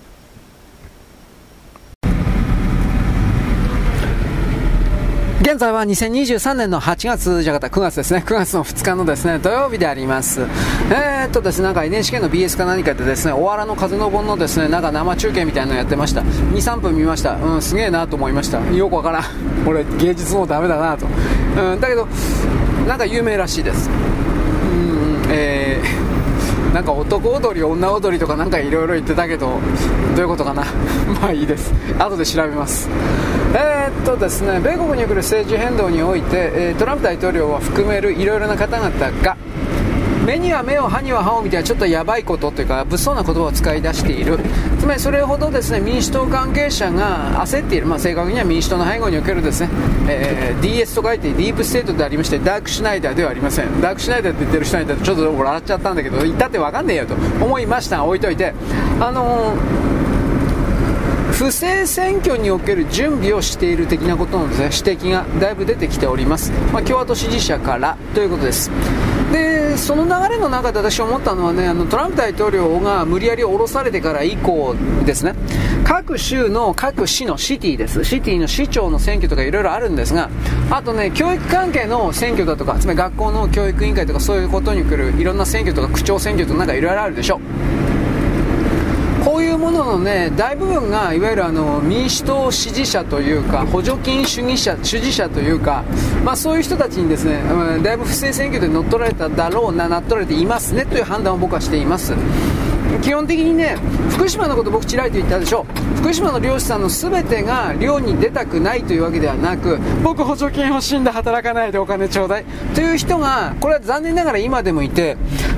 現在はにせんにじゅうさんねんのはちがつじゃなかったくがつですね。くがつのふつかのですね土曜日であります。えーっとですねなんか エヌエイチケー の ビーエス か何かでですね、おわらの風の盆のですねなんか生中継みたいなのやってました。にさんぷん見ました。うんすげえなと思いました。よくわからん。俺芸術もダメだなと。うんだけどなんか有名らしいです。うんえーなんか男踊り女踊りとかなんかいろいろ言ってたけど、どういうことかなまあいいです、後で調べます。えー、っとですね米国における政治変動において、えー、トランプ大統領を含めるいろいろな方々が目には目を歯には歯をみたいなちょっとやばいことというか物騒な言葉を使い出している。つまりそれほどですね民主党関係者が焦っている、まあ、正確には民主党の背後におけるですね、えー、ディーエス と書いてディープステートでありまして、ダークシュナイダーではありません。ダークシュナイダーって言ってる人にちょっと笑っちゃったんだけど、言ったって分かんねえよと思いましたが置いといて、あのー不正選挙における準備をしている的なことのです、ね、指摘がだいぶ出てきております、まあ、共和党支持者からということです。でその流れの中で私思ったのはね、あのトランプ大統領が無理やり降ろされてから以降ですね、各州の各市のシティですシティの市長の選挙とかいろいろあるんですが、あとね教育関係の選挙だとか、つまり学校の教育委員会とかそういうことに来るいろんな選挙とか区長選挙とかなんかいろいろあるでしょ。こういうもののね大部分がいわゆるあの民主党支持者というか補助金主義者主義者というか、まあ、そういう人たちにですね、うん、だいぶ不正選挙で乗っ取られただろうな乗っ取られていますねという判断を僕はしています。基本的にね福島のこと僕ちらりと言ったでしょ。福島の漁師さんの全てが漁に出たくないというわけではなく、僕補助金欲しいんだ働かないでお金ちょうだいという人がこれは残念ながら今でもいて、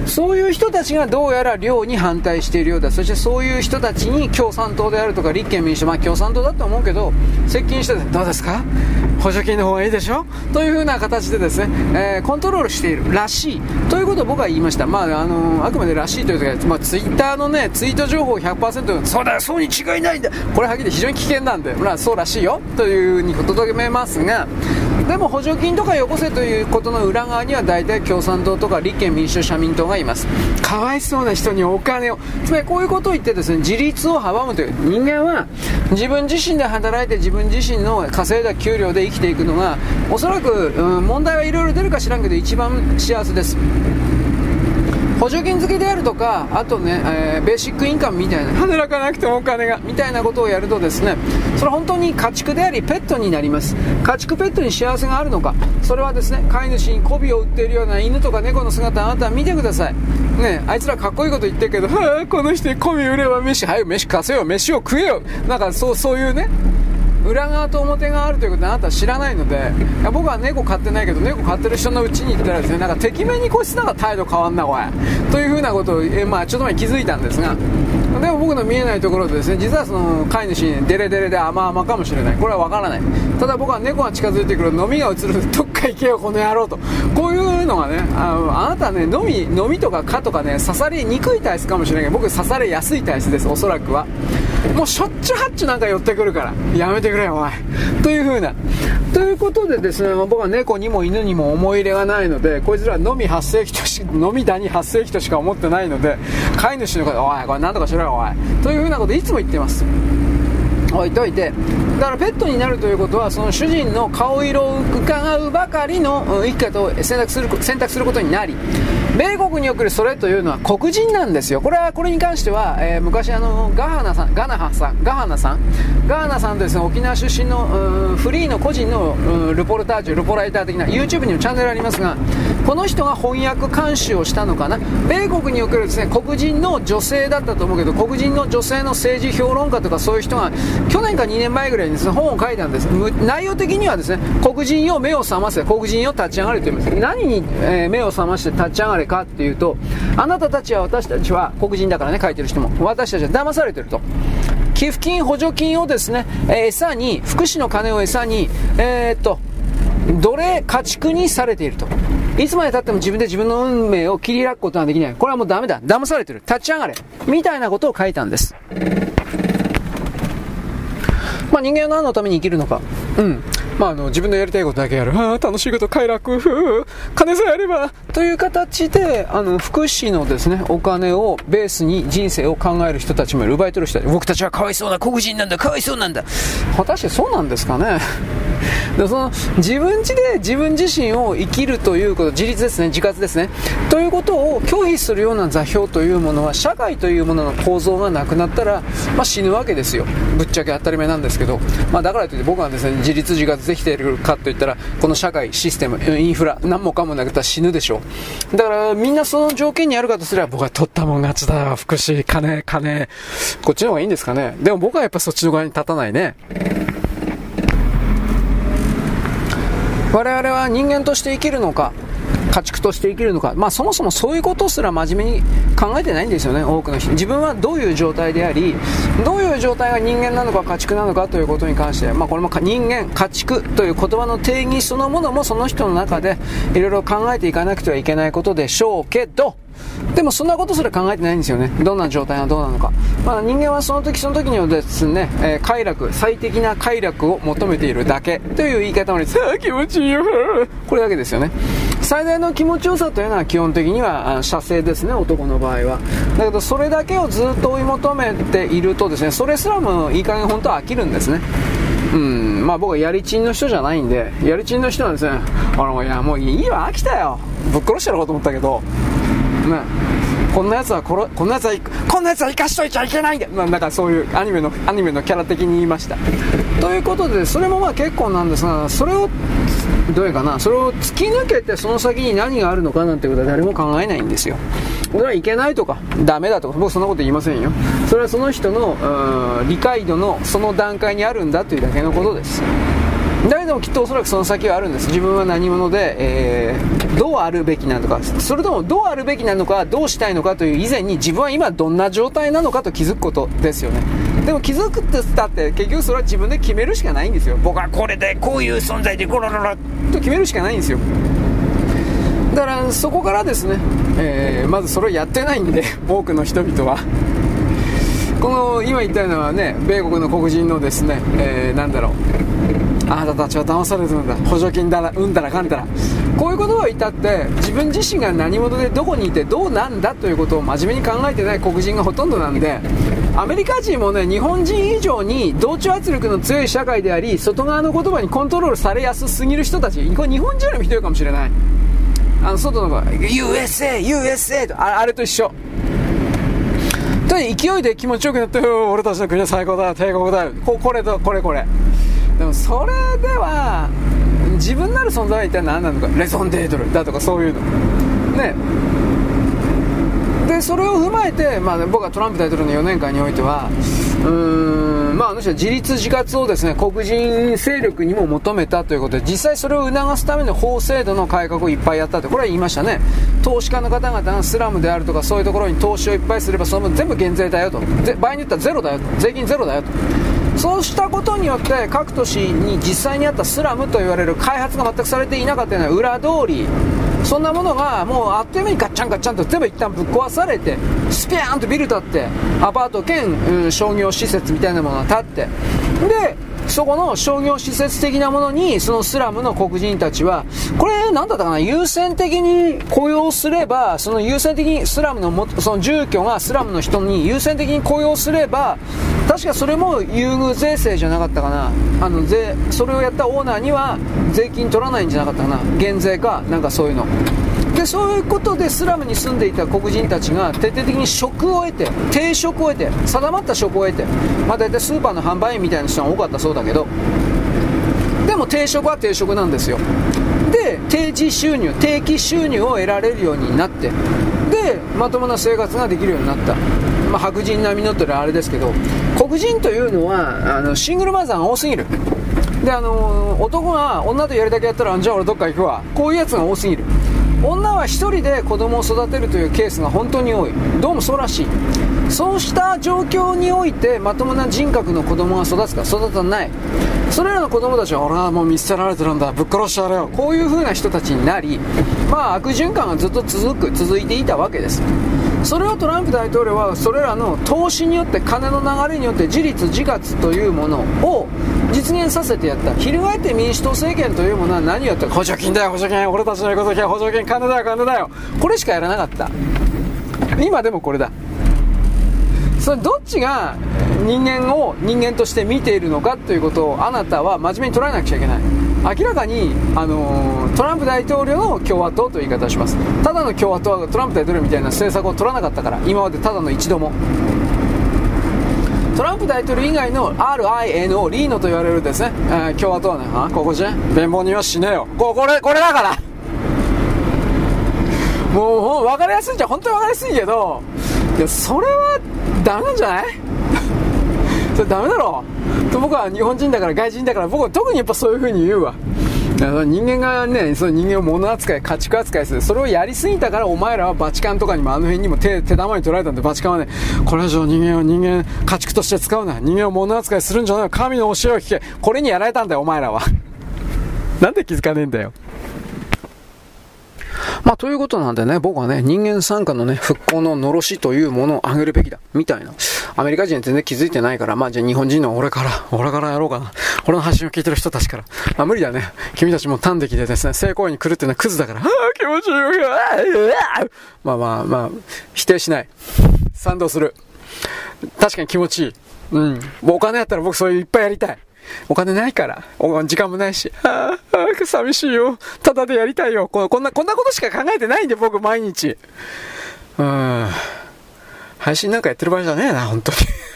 そういう人たちがどうやら量に反対しているようだ。そしてそういう人たちに共産党であるとか立憲民主党、まあ共産党だと思うけど接近してどうですか、補助金の方がいいでしょという風な形でですね、えー、コントロールしているらしいということを僕は言いました。まああのー、あくまでらしいというか、まあ、ツイッターのねツイート情報 ひゃくパーセント そうだよそうに違いないんだ、これはっきり非常に危険なんで、まあ、そうらしいよという風に届けめますが、でも補助金とかよこせということの裏側には大体共産党とか立憲民主党社民党がいます。かわいそうな人にお金を、つまりこういうことを言ってですね、自立を阻むという、人間は自分自身で働いて自分自身の稼いだ給料で生きていくのがおそらく、うん、問題はいろいろ出るか知らんけど一番幸せです。補助金付きであるとか、あとね、えー、ベーシックインカムみたいな、働かなくてもお金がみたいなことをやるとですね、それは本当に家畜でありペットになります。家畜ペットに幸せがあるのか、それはですね、飼い主に媚びを売っているような犬とか猫の姿、あなたは見てくださいね。あいつらかっこいいこと言ってるけど、はあ、この人に媚び売れば飯、はい、飯貸せよ、飯を食えよ、なんかそうそういうね、裏側と表側あるということはあなたは知らないので、いや僕は猫飼ってないけど猫飼ってる人のうちに行ったらですね、なんかてきめんにこいつなんか態度変わんなおいというふうなことを、えまあ、ちょっと前に気づいたんですが、でも僕の見えないところでですね、実はその飼い主にデレデレで甘々かもしれない、これは分からない。ただ僕は猫が近づいてくる、飲みが映る、どっか行けよこの野郎と、こういうのがね、あのあなたはね、飲み飲みとか蚊とかね、刺されにくい体質かもしれないけど、僕刺されやすい体質です、おそらくは。もうしょっちゅうハッチュなんか寄ってくるからやめてくれよおいという風な、ということでですね、僕は猫にも犬にも思い入れがないので、こいつらのみ発生器としのみだに発生器としか思ってないので、飼い主の方、おいこれなんとかしろよおいという風なこといつも言ってます。置いといて、だからペットになるということは、その主人の顔色を伺うばかりの生き方を選択する選択することになり、米国におけるそれというのは黒人なんですよ。これはこれに関しては、えー、昔あのガハナさんガナハさんガハナさんガーナさんとですね、沖縄出身のフリーの個人のルポルタージュルポライター的な YouTube にもチャンネルありますが、この人が翻訳監修をしたのかな。米国におけるですね、黒人の女性だったと思うけど、黒人の女性の政治評論家とかそういう人が去年かにねんまえぐらいにですね、本を書いたんです。内容的にはですね、黒人よ目を覚ませ、黒人よ立ち上がれと言います。何に、えー、目を覚まして立ち上がれかっていうと、あなたたちは、私たちは黒人だからね、書いてる人も、私たちは騙されてると。寄付金補助金をですね、えー、餌に福祉の金を餌に、えー、っと奴隷家畜にされていると。いつまで経っても自分で自分の運命を切り開くことができない。これはもうダメだ、騙されてる、立ち上がれみたいなことを書いたんです。まあ人間は何のために生きるのか、うん、まあ、あの自分のやりたいことだけやる、あ楽しいこと快楽、ふ金さえあればという形で、あの福祉のですね、お金をベースに人生を考える人たちもいる、奪い取る人たち、僕たちはかわいそうな黒人なんだ、かわいそうなんだ、果たしてそうなんですかね。でその自分自で自分自身を生きるということ、自立ですね、自活ですね、ということを拒否するような座標というものは、社会というものの構造がなくなったら、まあ、死ぬわけですよ。ぶっちゃけ当たり前なんですけど、まあ、だからといって僕はですね、自立自活できているかといったら、この社会システムインフラ何もかもなくったら死ぬでしょう。だからみんなその条件にあるかとすれば、僕は取ったもん勝ちだ、福祉金金、こっちの方がいいんですかね。でも僕はやっぱそっちの側に立たないね。我々は人間として生きるのか、家畜として生きるのか、まあそもそもそういうことすら真面目に考えてないんですよね、多くの人。自分はどういう状態であり、どういう状態が人間なのか家畜なのかということに関して、まあこれも人間家畜という言葉の定義そのものもその人の中でいろいろ考えていかなくてはいけないことでしょうけど、でもそんなことすら考えてないんですよね。どんな状態がどうなのか、まあ、人間はその時その時にはですね、えー、快楽、最適な快楽を求めているだけという言い方もあります。あ気持ちいいよ、これだけですよね。最大の気持ちよさというのは基本的には射精ですね、男の場合は。だけどそれだけをずっと追い求めているとですね、それすらもいい加減本当は飽きるんですね。うん、まあ僕はやりちんの人じゃないんで、やりちんの人はですね、あのいやもういいわ飽きたよ、ぶっ殺してやろうと思ったけどね、こんなやつはこんなやつはこんなやつは生かしといちゃいけないんだ、まあ、なんかそういうアニメのアニメのキャラ的に言いました。ということで、それもまあ結構なんですが、それをどういうかな、それを突き抜けてその先に何があるのかなんてことは誰も考えないんですよ。それはいけないとかダメだとか、僕そんなこと言いませんよ。それはその人の理解度のその段階にあるんだというだけのことです。 だけどもきっとおそらくその先はあるんです。自分は何者で、えー、どうあるべきなのか、それともどうあるべきなのか、どうしたいのかという以前に自分は今どんな状態なのかと気づくことですよね。でも気づくって言ったって結局それは自分で決めるしかないんですよ。僕はこれでこういう存在でゴロロロと決めるしかないんですよ。だからそこからですね、えー、まずそれをやってないんで多くの人々はこの今言ったようなね、米国の黒人のですね、えー、なんだろう、あなたたちは騙されてるんだ、補助金だらうんだらかんだら、こういうことを言ったって自分自身が何者でどこにいてどうなんだということを真面目に考えてない黒人がほとんどなんで、アメリカ人もね、日本人以上に同調圧力の強い社会であり、外側の言葉にコントロールされやすすぎる人たち、これ日本人よりもひどいかもしれない。あの外の ユーエスエー ユーエスエー と あ, あれと一緒とに勢いで気持ちよくなって、俺たちの国は最高だ、帝国だよ、 こ, これとこれこれ。でもそれでは自分なる存在は一体何なのか、レゾンデートルだとかそういうのね。でそれを踏まえて、まあ、僕はトランプ大統領のよねんかんにおいては、うーん、まあ、あの人は自立自活をですね、黒人勢力にも求めたということで、実際それを促すための法制度の改革をいっぱいやったって、これは言いましたね。投資家の方々がスラムであるとかそういうところに投資をいっぱいすればその分全部減税だよと、場合によってはゼロだよと、税金ゼロだよと。そうしたことによって各都市に実際にあったスラムと言われる開発が全くされていなかったような裏通り、そんなものがもうあっという間にガッチャンガッチャンと全部一旦ぶっ壊されて、スピャーンとビル建って、アパート兼、うん、商業施設みたいなものが建って、でそこの商業施設的なものにそのスラムの黒人たちは、これ何だったかな、優先的に雇用すれば、その優先的にスラムのもその住居がスラムの人に優先的に雇用すれば、確かそれも優遇税制じゃなかったかな、あの税それをやったオーナーには税金取らないんじゃなかったかな、減税かなんかそういうので、そういうことでスラムに住んでいた黒人たちが徹底的に職を得て、定職を得て、定まった職を得て、まあ大体スーパーの販売員みたいな人が多かったそうだけど、でも定職は定職なんですよ。で定時収入、定期収入を得られるようになって、でまともな生活ができるようになった。まあ、白人並みのってあれですけど、黒人というのはあのシングルマザーが多すぎる。であの男が女とやりだけやったら、じゃあ俺どっか行くわ、こういうやつが多すぎる。女は一人で子供を育てるというケースが本当に多い。どうもそうらしい。そうした状況においてまともな人格の子供が育つか育たない、それらの子供たちは俺はもう見捨てられてるんだ、ぶっ殺してやれよ、こういう風な人たちになり、まあ悪循環がずっと続く続いていたわけです。それをトランプ大統領はそれらの投資によって、金の流れによって自立自活というものを実現させてやった。翻って民主党政権というものは何をやったか、補助金だよ補助金、俺たちの言うこと聞け、補助金、金だよ金だよ、これしかやらなかった。今でもこれだ。それどっちが人間を人間として見ているのかということをあなたは真面目に捉えなくちゃいけない。明らかに、あのー、トランプ大統領の共和党という言い方をします。ただの共和党はトランプ大統領みたいな政策を取らなかったから、今までただの一度も。トランプ大統領以外の アールアイエヌオー リーノと言われるですね、えー、共和党はね、あここじゃ弁護人は死ねよ、ここれこれだからもう分かりやすいじゃん、本当に分かりやすいけど、いやそれはダメなんじゃないそれダメだろと、僕は日本人だから外人だから、僕は特にやっぱそういう風に言うわ。人間がね、その人間を物扱い、家畜扱いする、それをやりすぎたから、お前らはバチカンとかにもあの辺にも 手, 手玉に取られたんで、バチカンはね、これ以上人間を人間家畜として使うな、人間を物扱いするんじゃない、神の教えを聞け、これにやられたんだよお前らはなんで気づかねえんだよ。まあということなんでね、僕はね、人間参加のね、復興ののろしというものを上げるべきだみたいな。アメリカ人は全然気づいてないから、まあじゃあ日本人の俺から俺からやろうかな、俺の発信を聞いてる人たちから、まあ無理だね、君たちも端的でですね、性行為に来るっていうのはクズだから、ああ気持ちいい、まあまあまあ否定しない、賛同する、確かに気持ちいい、うん、もうお金あったら僕そういういっぱいやりたい。お金ないから、時間もないし、ああ寂しいよ、ただでやりたいよ、こんなこんなことしか考えてないんで僕毎日、うーん、配信なんかやってる場合じゃねえな本当に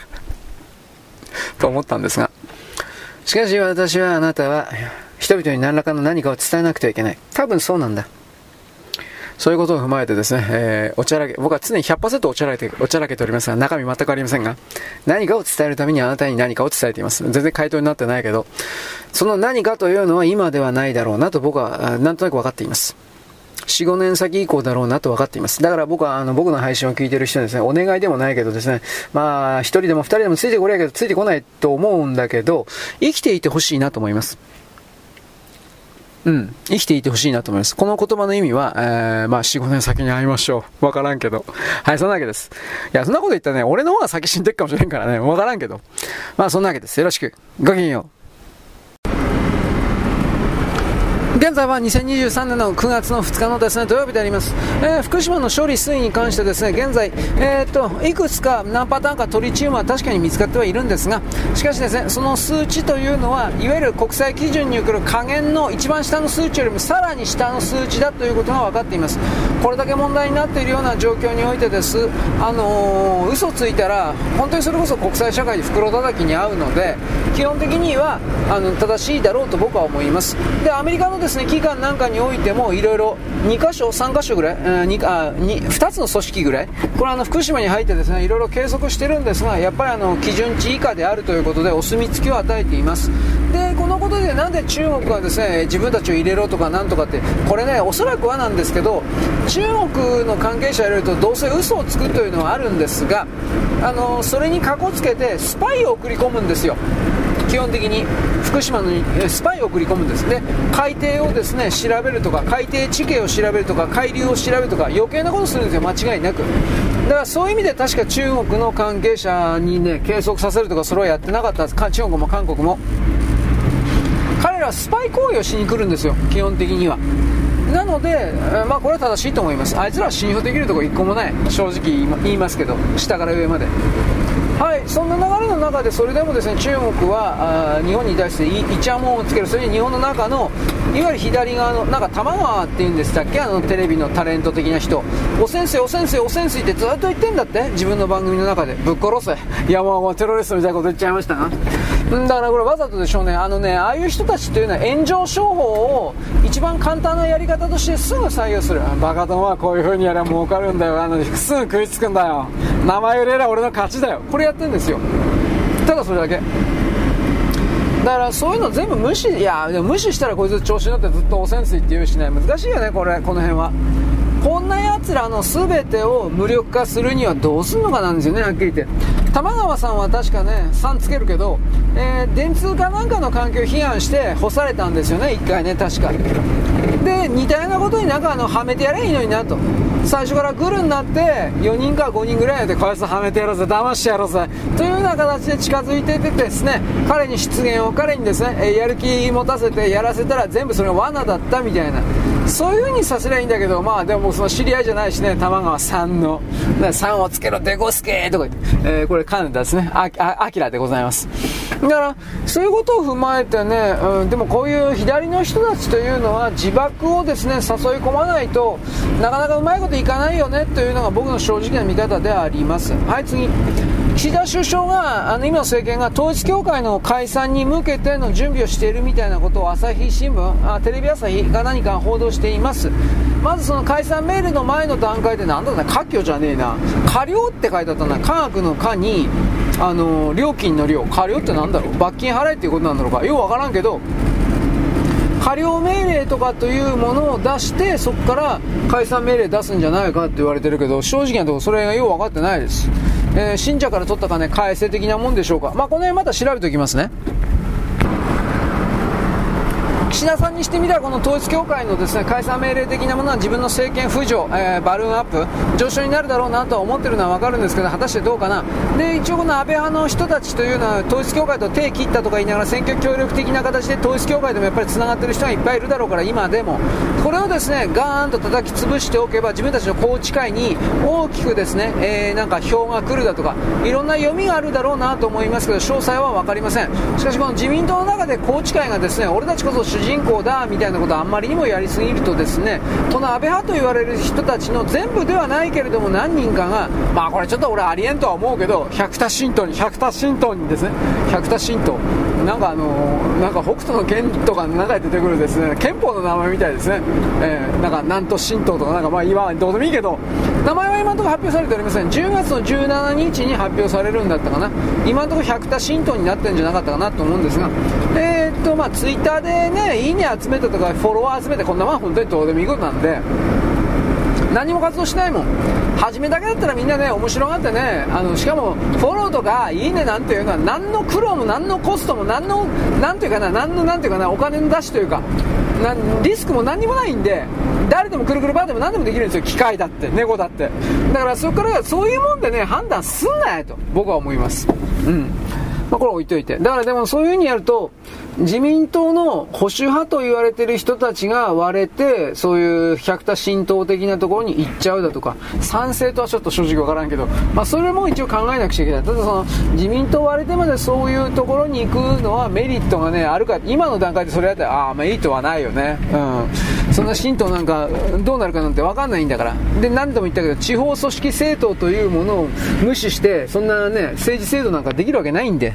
と思ったんですが、しかし私は、あなたは人々に何らかの何かを伝えなくてはいけない。多分そうなんだ。 そういうことを踏まえてですね、えー、おちゃらけ、僕は常に ひゃくパーセント おちゃらけて、おちゃらけておりますが、中身全くありませんが、何かを伝えるためにあなたに何かを伝えています。全然回答になってないけど、その何かというのは今ではないだろうなと僕はなんとなく分かっています。よん、ごねん先以降だろうなと分かっています。だから僕はあの僕の配信を聞いている人にですね、お願いでもないけどですね、まあ一人でも二人でもついてこれやけどついてこないと思うんだけど、生きていてほしいなと思います。うん、生きていてほしいなと思います。この言葉の意味は、えー、まあよん、ごねん先に会いましょう。わからんけど。はい、そんなわけです。いや、そんなこと言ったらね、俺の方が先死んでっかもしれんからね、わからんけど。まあそんなわけです。よろしく。ごきげんよう。現在はにせんにじゅうさんねんのくがつのふつかのですね、土曜日であります。えー、福島の処理水に関してですね、現在、えー、っと、いくつか何パターンかトリチウムは確かに見つかってはいるんですが、しかしですね、その数値というのは、いわゆる国際基準における下限の一番下の数値よりもさらに下の数値だということが分かっています。これだけ問題になっているような状況においてです、あのー、嘘ついたら、本当にそれこそ国際社会で袋叩きに合うので、基本的には、あの、正しいだろうと僕は思います。で、アメリカのですね、機関なんかにおいてもいろいろにかしょさんかしょぐらい、えー、2, あ 2, ふたつの組織ぐらい、これはあの福島に入ってですねいろいろ計測してるんですが、やっぱりあの基準値以下であるということでお墨付きを与えています。でこのことでなんで中国がですね自分たちを入れろとかなんとかって、これねおそらくはなんですけど、中国の関係者を入れるとどうせ嘘をつくというのはあるんですが、あのそれにかこつけてスパイを送り込むんですよ。基本的に福島のスパイを送り込むんですね。海底をですね調べるとか、海底地形を調べるとか、海流を調べるとか、余計なことするんですよ、間違いなく。だからそういう意味で確か中国の関係者にね計測させるとか、それはやってなかったです。中国も韓国も彼らはスパイ行為をしに来るんですよ、基本的には。なので、まあこれは正しいと思います。あいつらは信用できるところ一個もない、正直言いますけど、下から上まで。はい、そんな流れの中でそれでもですね中国はあ日本に対してイチャモンをつける。それに日本の中のいわゆる左側のなんか玉川っていうんでしたっけ、あのテレビのタレント的な人、汚染水汚染水汚染水ってずっと言ってんだって、自分の番組の中で。ぶっ殺せ、いやもうもうテロリストみたいなこと言っちゃいましたが、だからこれわざとでしょうね。あのねああいう人たちというのは炎上商法を一番簡単なやり方としてすぐ採用する。バカどもはこういう風にやれば儲かるんだよ、あのすぐ食いつくんだよ、名前売れりゃ俺の勝ちだよ、これやってるんですよ。ただそれだけだから、そういうの全部無視、いやでも無視したらこいつ調子に乗ってずっと汚染水って言うしね、難しいよねこれ、この辺は。こんな奴らの全てを無力化するにはどうすんのかなんですよね、はっきり言って。玉川さんは確かねさんつけるけど、えー、電通かなんかの環境を批判して干されたんですよね、いっかいね、確かで。似たようなことになんかあのはめてやればいいのになと、最初からグルになってよにんかごにんぐらいでこいつはめてやろうぜ、騙してやろうぜというような形で近づいていってですね、彼に失言を、彼にですねやる気持たせてやらせたら全部それが罠だったみたいな、そういう風にさせりゃいいんだけど、まあでもその知り合いじゃないしね、玉川さんのさんをつけろデコスケとか言って、えー、これカナダですね、ああきらでございます。だからそういうことを踏まえてね、うん、でもこういう左の人たちというのは自爆をですね誘い込まないとなかなかうまいこといかないよねというのが僕の正直な見方であります。はい、次。岸田首相が、あの今の政権が統一教会の解散に向けての準備をしているみたいなことを朝日新聞、あテレビ朝日が何か報道しています。まずその解散命令の前の段階でなんだろうな、科挙じゃねえな、科料って書いてあったな、科学の科にあの料金の料、科料ってなんだろう、罰金払えっていうことなんだろうか、ようわからんけど、過料命令とかというものを出してそこから解散命令出すんじゃないかって言われてるけど、正直なところそれがよう分かってないです。えー、信者から取った金返せ的なもんでしょうか。まあこの辺また調べておきますね。岸田さんにしてみたらこの統一教会のですね解散命令的なものは自分の政権浮上、えー、バルーンアップ上昇になるだろうなとは思ってるのは分かるんですけど、果たしてどうかな。で一応この安倍派の人たちというのは統一教会と手切ったとか言いながら選挙協力的な形で統一教会でもやっぱりつながってる人がいっぱいいるだろうから、今でもこれをですねガーンと叩き潰しておけば自分たちの宏池会に大きくですね、えー、なんか票が来るだとかいろんな読みがあるだろうなと思いますけど、詳細は分かりません。しかしこの自民党の中で宏池会がですね俺たちこそ主人公だみたいなことをあんまりにもやりすぎるとですね、この安倍派と言われる人たちの全部ではないけれども何人かが、まあこれちょっと俺ありえんとは思うけど、百田新党に百田新党にですね、百田新党なんかあのー、なんか北斗の拳とかの中で出てくるですね、憲法の名前みたいですね、えー、なんか南都新党とかなんかまあ今どうでもいいけど、名前は今のところ発表されておりません。じゅうがつのじゅうしちにちに発表されるんだったかな。今のところ百田新党になってるんじゃなかったかなと思うんですが、えー、っとまあツイッターでね、いいね集めたとかフォロワー集めてこんなもん本当にどうでもいいことなんで、何も活動しないもん。初めだけだったらみんなね面白がってね、あのしかもフォローとかいいねなんていうのは何の苦労も何のコストも何のなんていうかな何のなんていうかなお金の出しというかなリスクも何にもないんで、誰でもくるくるバーでも何でもできるんですよ。機械だって猫だって。だからそこからそういうもんでね判断すんなよと僕は思います。うん。まあ、これ置いといて、だからでもそういう風にやると自民党の保守派と言われている人たちが割れて、そういう百田新党的なところに行っちゃうだとか、賛成とはちょっと正直わからんけど、まあそれも一応考えなくちゃいけない。ただその自民党割れてまでそういうところに行くのはメリットがねあるか、今の段階でそれやったらああメリットはないよね。うん。そんな新党なんかどうなるかなんてわかんないんだから。で何度も言ったけど、地方組織政党というものを無視してそんなね政治制度なんかできるわけないんで。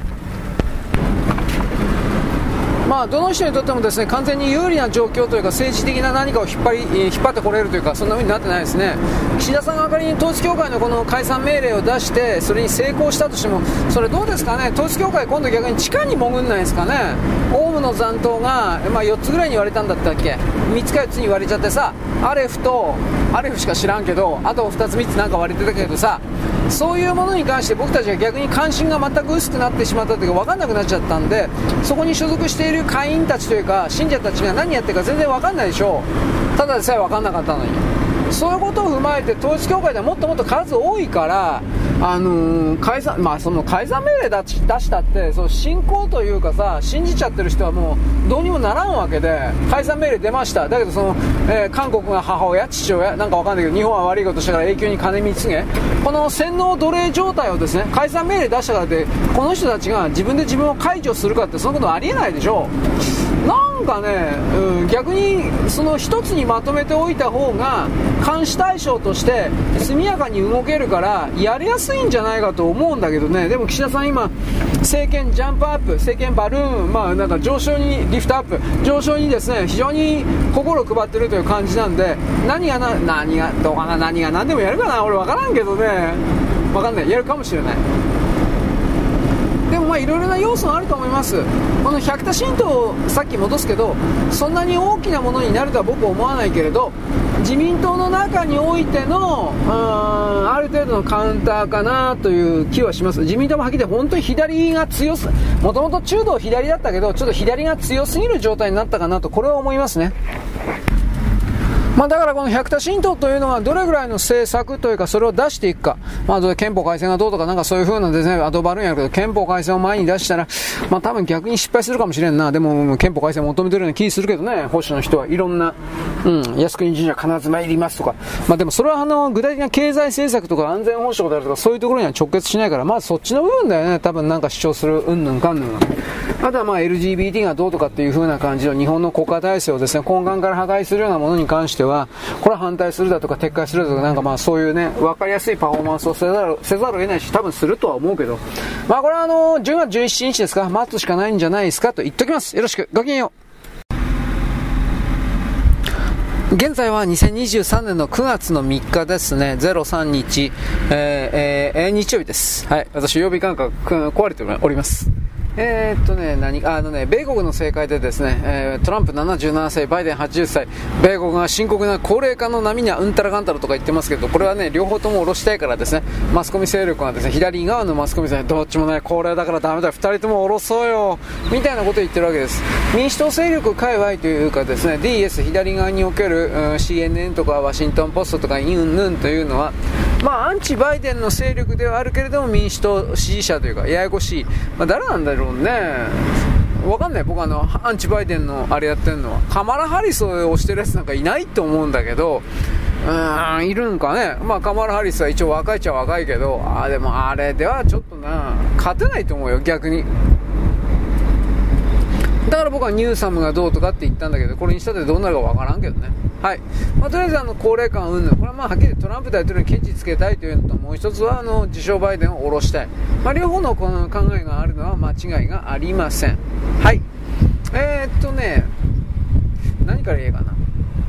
まあ、どの人にとってもですね完全に有利な状況というか政治的な何かを引っ張り、引っ張ってこれるというか、そんな風になってないですね。岸田さんが仮に統一教会のこの解散命令を出してそれに成功したとしても、それどうですかね。統一教会今度逆に地下に潜んないですかね。オウムの残党が、まあ、よっつぐらいに言われたんだったっけ、みっつかよっつに言われちゃってさ、アレフとアレフしか知らんけど、あとふたつみっつなんか割れてたけどさ、そういうものに関して僕たちは逆に関心が全く薄くなってしまったというか分かんなくなっちゃったんで、そこに所属している会員たちというか信者たちが何やってるか全然分かんないでしょう。ただでさえ分かんなかったのに。そういうことを踏まえて統一教会ではもっともっと数多いから、あのー、解散、まあその解散命令出したってその信仰というかさ、信じちゃってる人はもうどうにもならんわけで、解散命令出ました。だけどその、えー、韓国が母親父親なんかわかんないけど日本は悪いことしたから永久に金貢げ、この洗脳奴隷状態をですね解散命令出したからってこの人たちが自分で自分を解除するかってそんなことありえないでしょ。なんかね、うん、逆にその一つにまとめておいた方が監視対象として速やかに動けるからやりやすいんじゃないかと思うんだけどね。でも岸田さん今政権ジャンプアップ、政権バルーン、まあなんか上昇にリフトアップ、上昇にですね非常に心を配ってるという感じなんで、何がな何がどうかな、何が何でもやるかな、俺分からんけどね、分かんない、やるかもしれない。でもまあいろいろな要素があると思います。この百田新党さっき戻すけど、そんなに大きなものになるとは僕は思わないけれど、自民党の中においてのうーんある程度のカウンターかなという気はします。自民党もはっきり言って本当に左が強す、もともと中道左だったけどちょっと左が強すぎる状態になったかなと、これは思いますね。まあ、だからこの百田新党というのはどれぐらいの政策というかそれを出していくか、まあ、憲法改正がどうとかなんかそういう風なですねアドバルーンやるけど、憲法改正を前に出したらまあ多分逆に失敗するかもしれんな。でも憲法改正を求めてるような気するけどね、保守の人はいろんな、うん、靖国神社必ず参りますとか、まあでもそれはあの具体的な経済政策とか安全保障であるとかそういうところには直結しないから、まずそっちの部分だよね、多分なんか主張するうんぬんかんぬんは。あとはまあ エルジービーティー がどうとかっていう風な感じの日本の国家体制をですね根幹から破壊するようなものに関してはこれは反対するだとか撤回するだとか、なんかまあそういうね分かりやすいパフォーマンスをせざるせざるを得ないし、多分するとは思うけど、まあこれはあのじゅうがつじゅうしちにちですか、待つしかないんじゃないですかと言っときます。よろしく、ごきげんよう。現在はにせんにじゅうさんねんのくがつのみっかですね。ゼロさんにち、えーえー、日曜日です。はい、私曜日感覚壊れております。えーっとね、何あのね、米国の政界でですね、えー、トランプななじゅうななさい、バイデンはちじゅっさい、米国が深刻な高齢化の波にはうんたらかんたらとか言ってますけど、これはね、両方とも下ろしたいからですね、マスコミ勢力がですね、左側のマスコミ勢力、どっちもね、高齢だからダメだ、二人とも下ろそうよ、みたいなことを言ってるわけです。民主党勢力界隈というかですね、ディーエス 左側における、うん、シーエヌエヌ とかワシントンポストとかユンヌンというのは、まあアンチバイデンの勢力ではあるけれども民主党支持者というかややこしい、まあ、誰なんだろうね、わかんない。僕あのアンチバイデンのあれやってるのはカマラ・ハリスを推してるやつなんかいないと思うんだけど、うーんいるんかね。まあカマラ・ハリスは一応若いっちゃ若いけど、あでもあれではちょっとな勝てないと思うよ逆に。 だから僕はニューサムがどうとかって言ったんだけど、これにしたってどうなるかわからんけどね。はい。まあ、とりあえずあの高齢感云々、これはまあはっきりトランプ大統領にケチつけたいというのと、もう一つはあの自称バイデンを下ろしたい。まあ、両方のこの考えがあるのは間違いがありません。はい。えー、っとね、何から言えかな。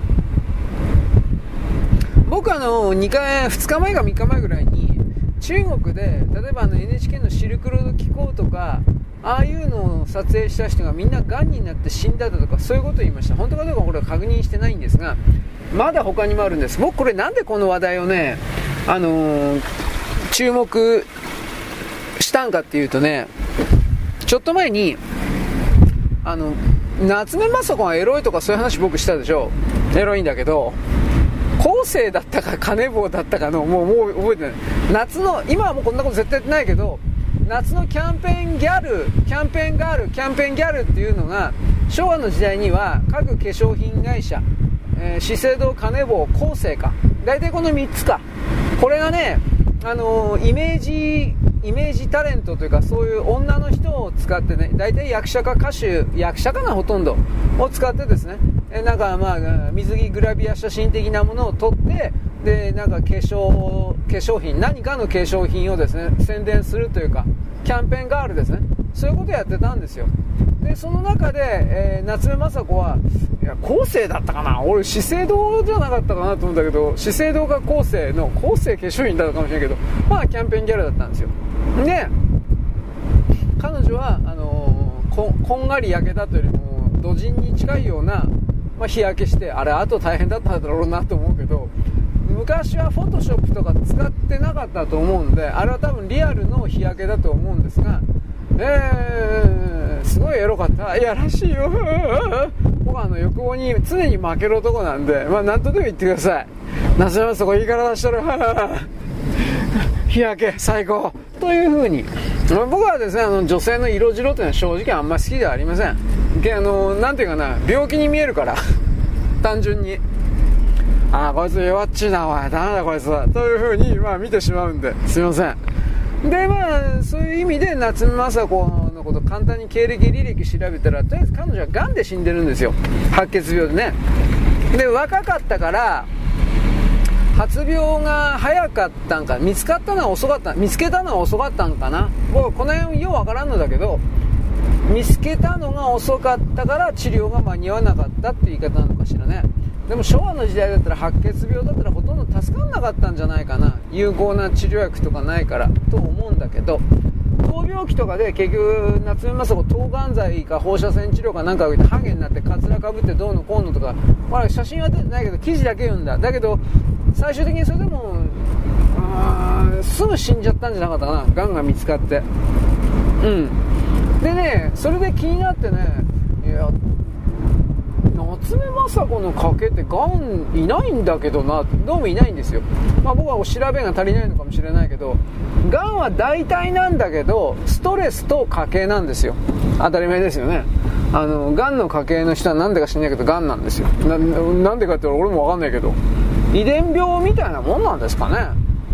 僕はあのにかい、ふつかまえかみっかまえぐらいに中国で例えばあの エヌエイチケー のシルクロード機構とかああいうのを撮影した人がみんながんになって死んだだとかそういうことを言いました。本当かどうかこれは確認してないんですが、まだ他にもあるんです。僕これなんでこの話題をね、あのー、注目したんかっていうとね、ちょっと前にあの夏目雅子がエロいとかそういう話僕したでしょ。エロいんだけど後世だったか金棒だったかのもう、もう覚えてない。夏の今はもうこんなこと絶対やってないけど、夏のキャンペーンギャルキャンペーンガールキャンペーンギャルっていうのが昭和の時代には各化粧品会社、えー、資生堂、金棒、後世か、大体このみっつか。これがね、あのー、イメージイメージタレントというかそういう女の人を使ってね、大体役者か歌手、役者かなほとんどを使ってですね、えなんかまあ水着グラビア写真的なものを撮って、でなんか化粧化粧品何かの化粧品をですね宣伝するというかキャンペーンガールですね、そういうことをやってたんですよ。でその中で、えー、夏目雅子はいや後世だったかな、俺資生堂じゃなかったかなと思うんだけど、資生堂が後世の後世化粧品だったかもしれないけど、まあキャンペーンギャルだったんですよ。で彼女はあのー、こ, こんがり焼けたというよりも土人に近いような、まあ、日焼けして、あれあと大変だったんだろうなと思うけど、昔はフォトショップとか使ってなかったと思うんで、あれは多分リアルの日焼けだと思うんですが、えー、すごいエロかった。いやらしいよ。僕はあの欲望に常に負ける男なんで、まあ何とでも言ってください。夏目雅子いい体しとる。日焼け最高という風に、僕はですね、あの女性の色白というのは正直あんまり好きではありません。あのなんていうかな、病気に見えるから単純に、ああこいつ弱っちいな、おいダメだこいつはという風にまあ見てしまうんで、すいません。でまあそういう意味で夏目雅子のこと簡単に経歴履歴調べたら、とりあえず彼女はがんで死んでるんですよ、白血病でね。で若かったから発病が早かったんか、見つかったのは遅かった、見つけたのは遅かったんかな、僕はこの辺ようわからんのだけど、見つけたのが遅かったから治療が間に合わなかったっていう言い方なのかしらね。でも昭和の時代だったら白血病だったらほとんど助からなかったんじゃないかな、有効な治療薬とかないからと思うんだけど、闘病期とかで結局夏目雅子抗がん剤か放射線治療かなんか受けてハゲになってカツラかぶってどうのこうのとか、まあ、写真は出てないけど記事だけ読んだ。だけど最終的にそれでもあすぐ死んじゃったんじゃなかったかな、がんが見つかって。うんでね、それで気になってね、いや夏目雅子の家系ってがんいないんだけどな、どうもいないんですよ。まあ僕はお調べが足りないのかもしれないけど、がんは大体なんだけどストレスと家系なんですよ。当たり前ですよね。あのがんの家系の人はなんでか知らないけどがんなんですよ。 な, なんでかって俺も分かんないけど、遺伝病みたいなもんなんですかね。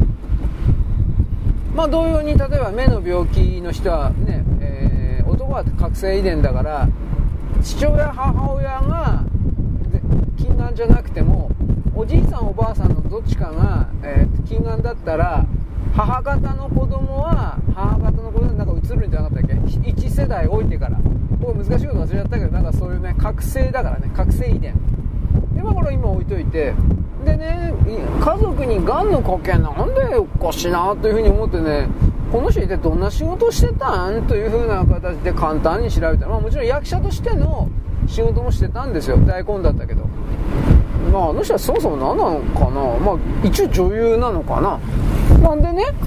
まあ同様に例えば目の病気の人はね、えー、男は覚醒遺伝だから父親母親が近眼じゃなくてもおじいさんおばあさんのどっちかが、えー、近眼だったら母方の子供は母方の子供になんか移るんじゃなかったっけ、いち世代置いてから。僕難しいこと忘れちゃったけど、なんかそういうね覚醒だからね、覚醒遺伝で、まあこれ今置いといて、でね家族にがんの家系なんでおかしいなというふうに思ってね、この人一体どんな仕事をしてたんという風な形で簡単に調べたら、まあ、もちろん役者としての仕事もしてたんですよ。大根だったけど、まああの人はそもそも何なのかな、まあ一応女優なのかな。なんでね、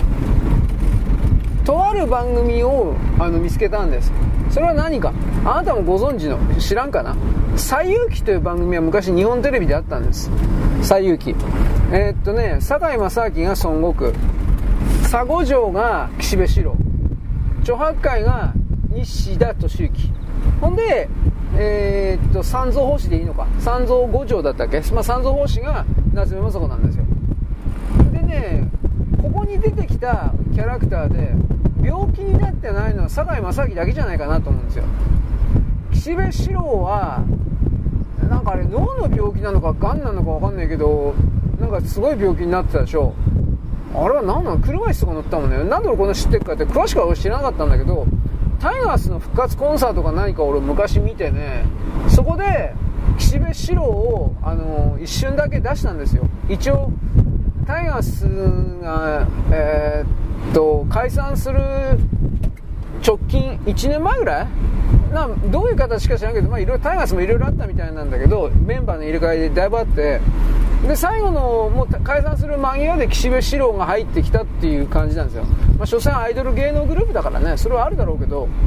とある番組をあの見つけたんです。それは何か、あなたもご存知の、知らんかな、西遊記という番組は昔日本テレビであったんです。西遊記、えー、っとね堺正明が孫悟空、佐護城が岸辺四郎、猪八戒が西田敏行、ほんでえー、っと三蔵法師でいいのか、三蔵五条だったっけ、まあ、三蔵法師が夏目雅子なんですよ。でねここに出てきたキャラクターで病気になってないのは堺正明だけじゃないかなと思うんですよ。 岸辺四郎はなんかあれ脳の病気なのかがんなのか分かんないけど、なんかすごい病気になってたでしょ。あれは何なの、車椅子とか乗ったもんね。なんで俺こんな知ってるかって詳しくは俺知らなかったんだけど、タイガースの復活コンサートか何か俺昔見てね、そこで岸辺四郎を、あのー、一瞬だけ出したんですよ。一応タイガースが、えー、っと解散する直近いちねんまえぐらいな、どういう形か知らんけど、まあ、いろいろタイガースもいろいろあったみたいなんだけど、メンバーの入れ替えでだいぶあって、で最後のもう解散する間際で岸辺四郎が入ってきたっていう感じなんですよ。まあ所詮アイドル芸能グループだからね、それはあるだろうけど、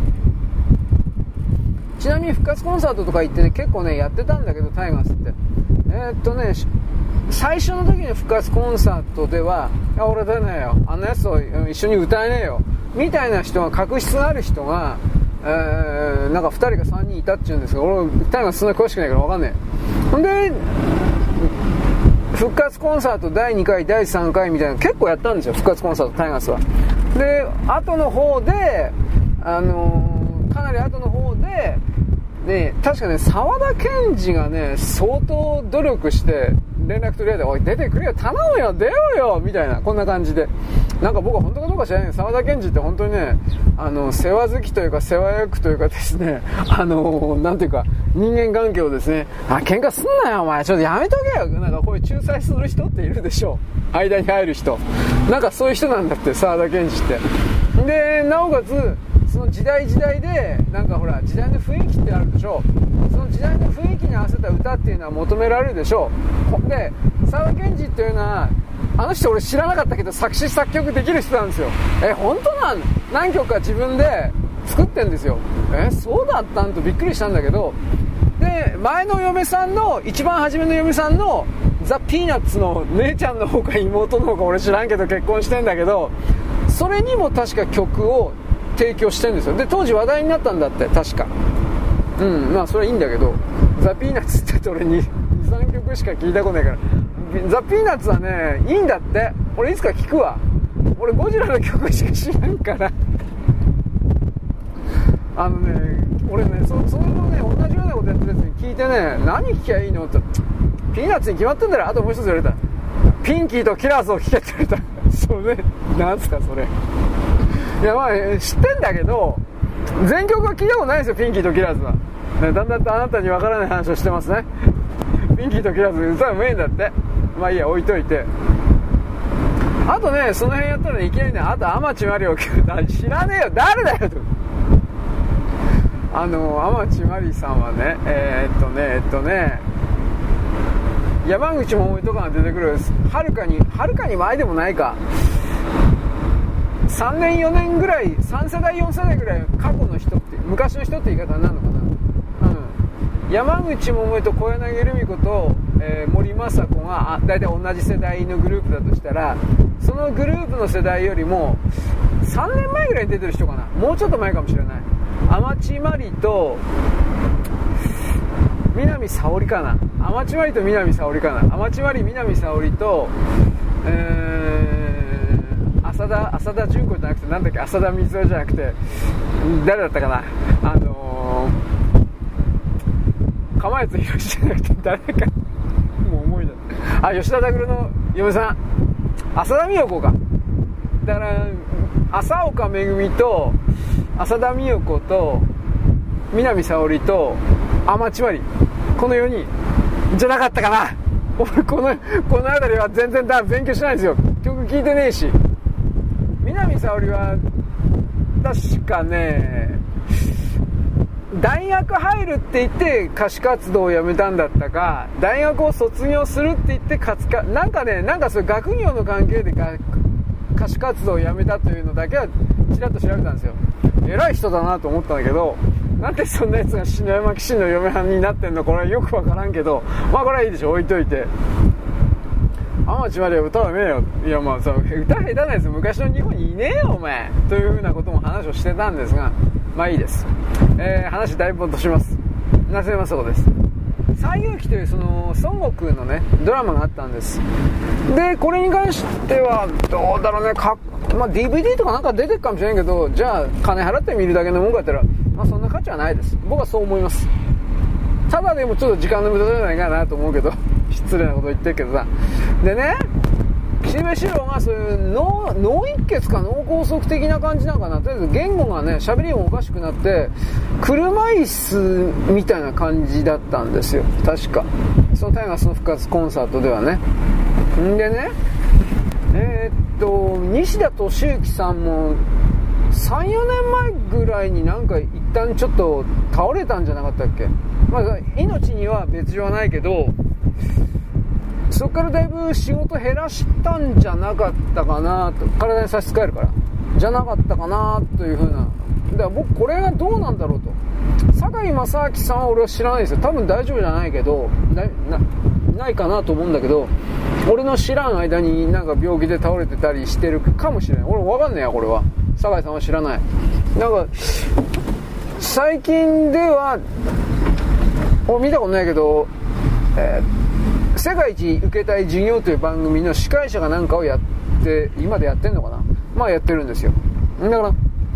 ちなみに復活コンサートとか行ってね、結構ねやってたんだけど、タイガースってえー、っとね最初の時の復活コンサートでは、あ俺出ねえよ、あんなやつと一緒に歌えねえよみたいな人が、確執がある人が、えー、なんかふたりかさんにんいたっていうんですが、俺タイガースそんな詳しくないから分かんねえ。ほんで復活コンサートだいにかいだいさんかいみたいな結構やったんですよ、復活コンサートタイガースは。で後の方で、あのー、かなり後の方でね、確かね沢田研二がね相当努力して連絡取り合って、おい出てくれよ、頼むよ、出ようよみたいな、こんな感じで、なんか僕は本当かどうか知らないけど、沢田研二って本当にね、あの世話好きというか世話役というかですね、あのなんていうか人間関係をですね、あ喧嘩すんなよお前、ちょっとやめとけよ、なんかこういう仲裁する人っているでしょ、間に入る人、なんかそういう人なんだって、沢田研二って。でなおかつその時代時代でなんかほら時代の雰囲気ってあるでしょ、その時代の雰囲気に合わせた歌っていうのは求められるでしょう。で沢田研二っていうのは、あの人俺知らなかったけど作詞作曲できる人なんですよ。え本当なん、何曲か自分で作ってんですよ。えそうだったんとびっくりしたんだけど、で前の嫁さんの一番初めの嫁さんのザ・ピーナッツの姉ちゃんの方か妹の方か俺知らんけど結婚してんだけど、それにも確か曲を提供してるんですよ。で当時話題になったんだって確か。うんまあそれはいいんだけど、ザ・ピーナッツって言って俺 にさんきょくしか聞いたことないから、ザ・ピーナッツはねいいんだって。俺いつか聞くわ。俺ゴジラの曲しか知らんからあのね俺ね そ, それもね同じようなことやってるやつに聞いてね、何聞きゃいいのって、ピーナッツに決まってんだろ、あともう一つ言われた、ピンキーとキラーズを聴けって言われたそれなんすかそれ。いやまあ知ってんだけど全曲は聞いたことないですよ、ピンキーとキラーズは。だんだんとあなたにわからない話をしてますね。ピンキーとキラーズ歌うめえんだって。まあいいや置いといて、あとねその辺やったら、ね、いきなりね、あと天地真理を知らねえよ誰だよとあの天地真理さんはねえー、っとねえっとね山口百恵とかが出てくる、はるかにはるかに前でもないか、さんねんよねんぐらい、さんせだいよんせだいぐらい過去の人って昔の人って言い方になるのかな、うん、山口百恵と小柳ルミ子と、えー、森昌子がだいたい同じ世代のグループだとしたら、そのグループの世代よりもさんねんまえぐらいに出てる人かな、もうちょっと前かもしれない。天地真理と南沙織かな、天地真理と南沙織かな、天地真理南沙織と、えー、浅田浅田純子じゃなくてなんだっけ、浅田光雄じゃなくて誰だったかな、あのー、釜谷宏じゃなくて誰かもう思い出あ吉田拓郎の嫁さん浅田美代子か、だから浅岡めぐみと浅田美代子と南沙織と天地真理、このよにんじゃなかったかな。俺このこの辺りは全然だ勉強しないんですよ、曲聴いてねえし。南沙織は確かね大学入るって言って歌手活動をやめたんだったか、大学を卒業するって言ってかつかなんかねなんかそういう学業の関係で歌手活動をやめたというのだけはちらっと調べたんですよ。偉い人だなと思ったんだけど、なんでそんなやつが篠山紀信の嫁はんになってんの、これはよくわからんけど、まあこれはいいでしょ、置いといて。天地真理は歌はねえよ、いやまあさ歌下手なやつ昔の日本にいねえよお前というふうなことも話をしてたんですが、まあいいです、えー、話大根とします。夏目雅子です。 西遊記というその孫悟空のねドラマがあったんです。でこれに関してはどうだろうね、か、まあ、ディーブイディー とかなんか出てるかもしれないけど、じゃあ金払って見るだけのもんかったら、まあ、そんな価値はないです。僕はそう思います。ただでもちょっと時間の無駄じゃないかなと思うけど失礼なこと言ってるけどさ。でね、岸辺四郎がそういう脳、脳一血か脳梗塞的な感じなのかな、とりあえず言語がね喋りもおかしくなって車椅子みたいな感じだったんですよ、確かそのタイガースの復活コンサートではね。んでね、えー、っと西田敏行さんもさん、よねんまえぐらいになんか一旦ちょっと倒れたんじゃなかったっけ。まあ命には別状はないけど、そこからだいぶ仕事減らしたんじゃなかったかなと、体に差し支えるからじゃなかったかなというふうな。だから僕これがどうなんだろうと。堺正明さんは俺は知らないですよ、多分大丈夫じゃないけど な, な, ないかなと思うんだけど、俺の知らん間になんか病気で倒れてたりしてるかもしれない。俺分かんねえやこれは。堺さんは知らない。なんか最近では俺見たことないけど、えー、世界一受けたい授業という番組の司会者がなんかをやって今でやってんのかな、まあやってるんですよ。だから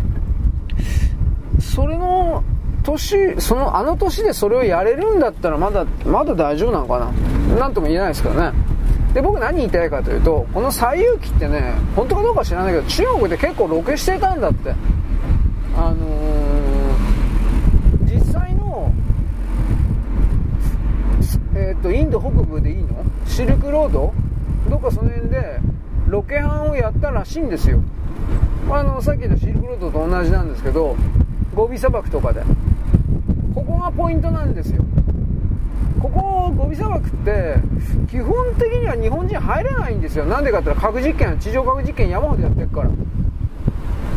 それの年、そのあの年でそれをやれるんだったらまだまだ大丈夫なのかな、なんとも言えないですからね。で僕何言いたいかというと、この西遊記ってね本当かどうか知らないけど中国で結構ロケしてたんだって。あのー、実際のえー、とインド北部でいいのシルクロードどっかその辺でロケハンをやったらしいんですよ。あのさっき言ったシルクロードと同じなんですけど、ゴビ砂漠とかでここがポイントなんですよ。ここゴビ砂漠って基本的には日本人入れないんですよ。なんでかって言ったら核実験、地上核実験山ほどやってるから、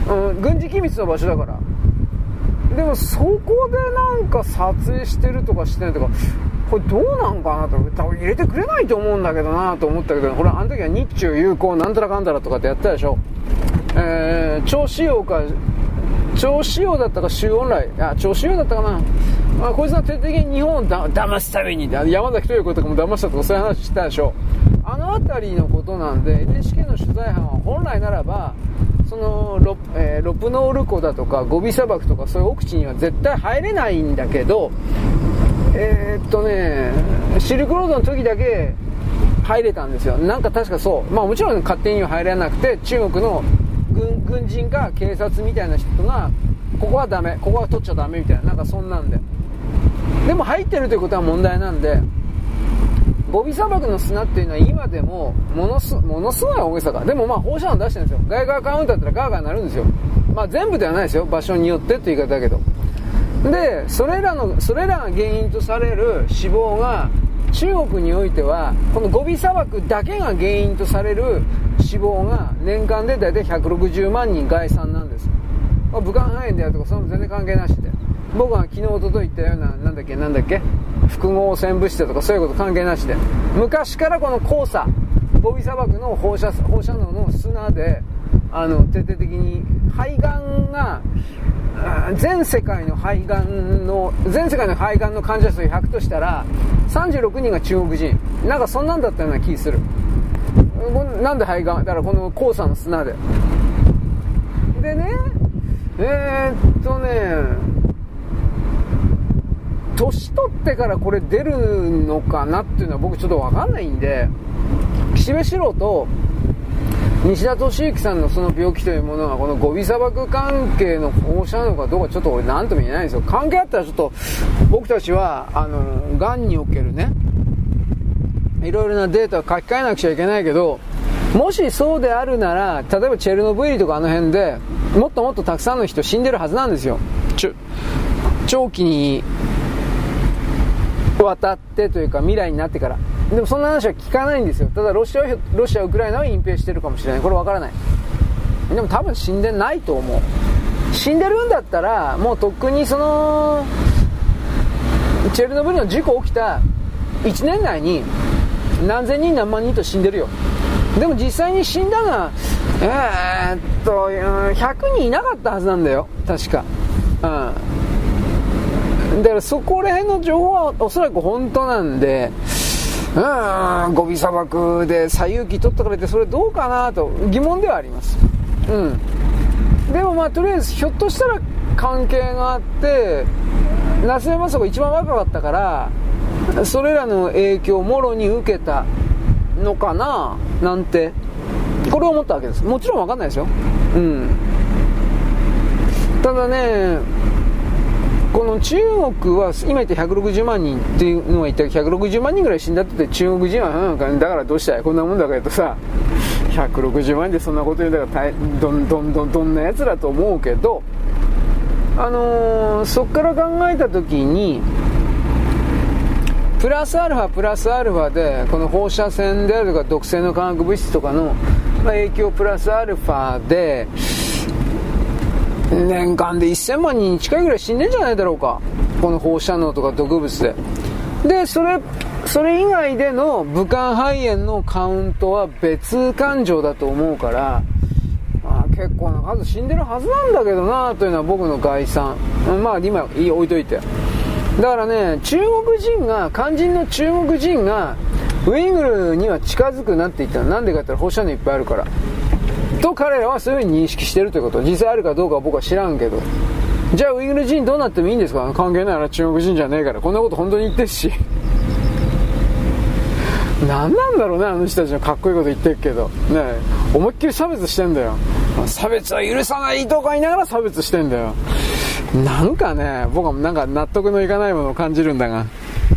うん、軍事機密の場所だから。でもそこでなんか撮影してるとかしてないとか、これどうなんかなと、多分入れてくれないと思うんだけどなと思ったけど、ほらあの時は日中友好なんたらかんたらとかってやったでしょ。えー、超使用か超使用だったか周恩来、あ超使用だったかな、まあ、こいつは徹底的に日本をだ騙すために山崎豊子とかも騙したとかそういう話したでしょ。あの辺りのことなんで エヌエイチケー の取材班は本来ならばその ロ,、えー、ロプノール湖だとかゴビ砂漠とかそういう奥地には絶対入れないんだけど、えー、っとねシルクロードの時だけ入れたんですよ。なんか確かそう、まあもちろん勝手には入れなくて中国の 軍, 軍人か警察みたいな人がここはダメここは取っちゃダメみたいな、なんかそんなんで、でも入ってるということは問題なんで、ゴビ砂漠の砂っていうのは今でももの す, ものすごい大げさか、でもまあ放射能出してるんですよ。ガイガーカウンターだったらガーガーなるんですよ。まあ全部ではないですよ、場所によってという言い方だけど。でそれらのそれらが原因とされる死亡が中国においてはこのゴビ砂漠だけが原因とされる死亡が年間でだいたいひゃくろくじゅうまんにん概算なんです。武漢肺炎であるとかその全然関係なしで、僕が昨日おととい言ったようななんだっけなんだっけ複合汚染物質だとかそういうこと関係なしで、昔からこの黄砂ゴビ砂漠の放射放射能の砂であの徹底的に肺がんが全世界の肺がんの全世界の肺がんの患者数ひゃくとしたらさんじゅうろくにんが中国人、なんかそんなんだったような気する。なんで肺がんだからこの黄砂の砂ででね、えー、っとね年取ってからこれ出るのかなっていうのは僕ちょっと分かんないんで、岸辺四郎と西田敏行さんのその病気というものがこのゴビ砂漠関係の放射能かどうかちょっと俺何とも言えないんですよ。関係あったらちょっと僕たちはあのがんにおけるねいろいろなデータを書き換えなくちゃいけないけど、もしそうであるなら例えばチェルノブイリとかあの辺でもっともっとたくさんの人死んでるはずなんですよ。ちょ長期に渡ってというか未来になってから。でもそんな話は聞かないんですよ。ただロシアロシアウクライナは隠蔽してるかもしれない、これわからない。でも多分死んでないと思う。死んでるんだったらもうとっくにそのチェルノブイリの事故起きたいちねん内に何千人何万人と死んでるよ。でも実際に死んだのはえー、っとひゃくにんいなかったはずなんだよ確か、うん、 だからそこら辺の情報はおそらく本当なんで、うーん、ゴビ砂漠で西遊記取ったからってそれどうかなと疑問ではあります。うん。でもまあとりあえずひょっとしたら関係があって、那須山荘が一番若かったからそれらの影響をもろに受けたのかななんてこれを思ったわけです。もちろん分かんないですよ。うん。ただね、この中国は今言ったひゃくろくじゅうまんにんっていうのが言ったらひゃくろくじゅうまんにんぐらい死んだって言って、中国人はなんかだからどうしたいこんなもんだけどさ、ひゃくろくじゅうまんでそんなこと言うんだからどんどんどんどんなやつだと思うけど、あのー、そっから考えた時にプラスアルファプラスアルファでこの放射線であるとか毒性の化学物質とかの、まあ、影響プラスアルファで年間でせんまんにん近いぐらい死んでんじゃないだろうか、この放射能とか毒物で。でそれそれ以外での武漢肺炎のカウントは別感情だと思うから、まあ、結構な数死んでるはずなんだけどなというのは僕の概算。まあ今いい置いといて、だからね、中国人が肝心の中国人がウイグルには近づくなって言ったのはなんでかって言ったら放射能いっぱいあるからと彼らはそういうふうに認識してるということ。実際あるかどうかは僕は知らんけど、じゃあウイグル人どうなってもいいんですか、関係ないな、中国人じゃねえから。こんなこと本当に言ってるし何なんだろうね、あの人たちのかっこいいこと言ってるけどね、思いっきり差別してんだよ。差別は許さないとか言いながら差別してんだよ。なんかね、僕はなんか納得のいかないものを感じるんだが。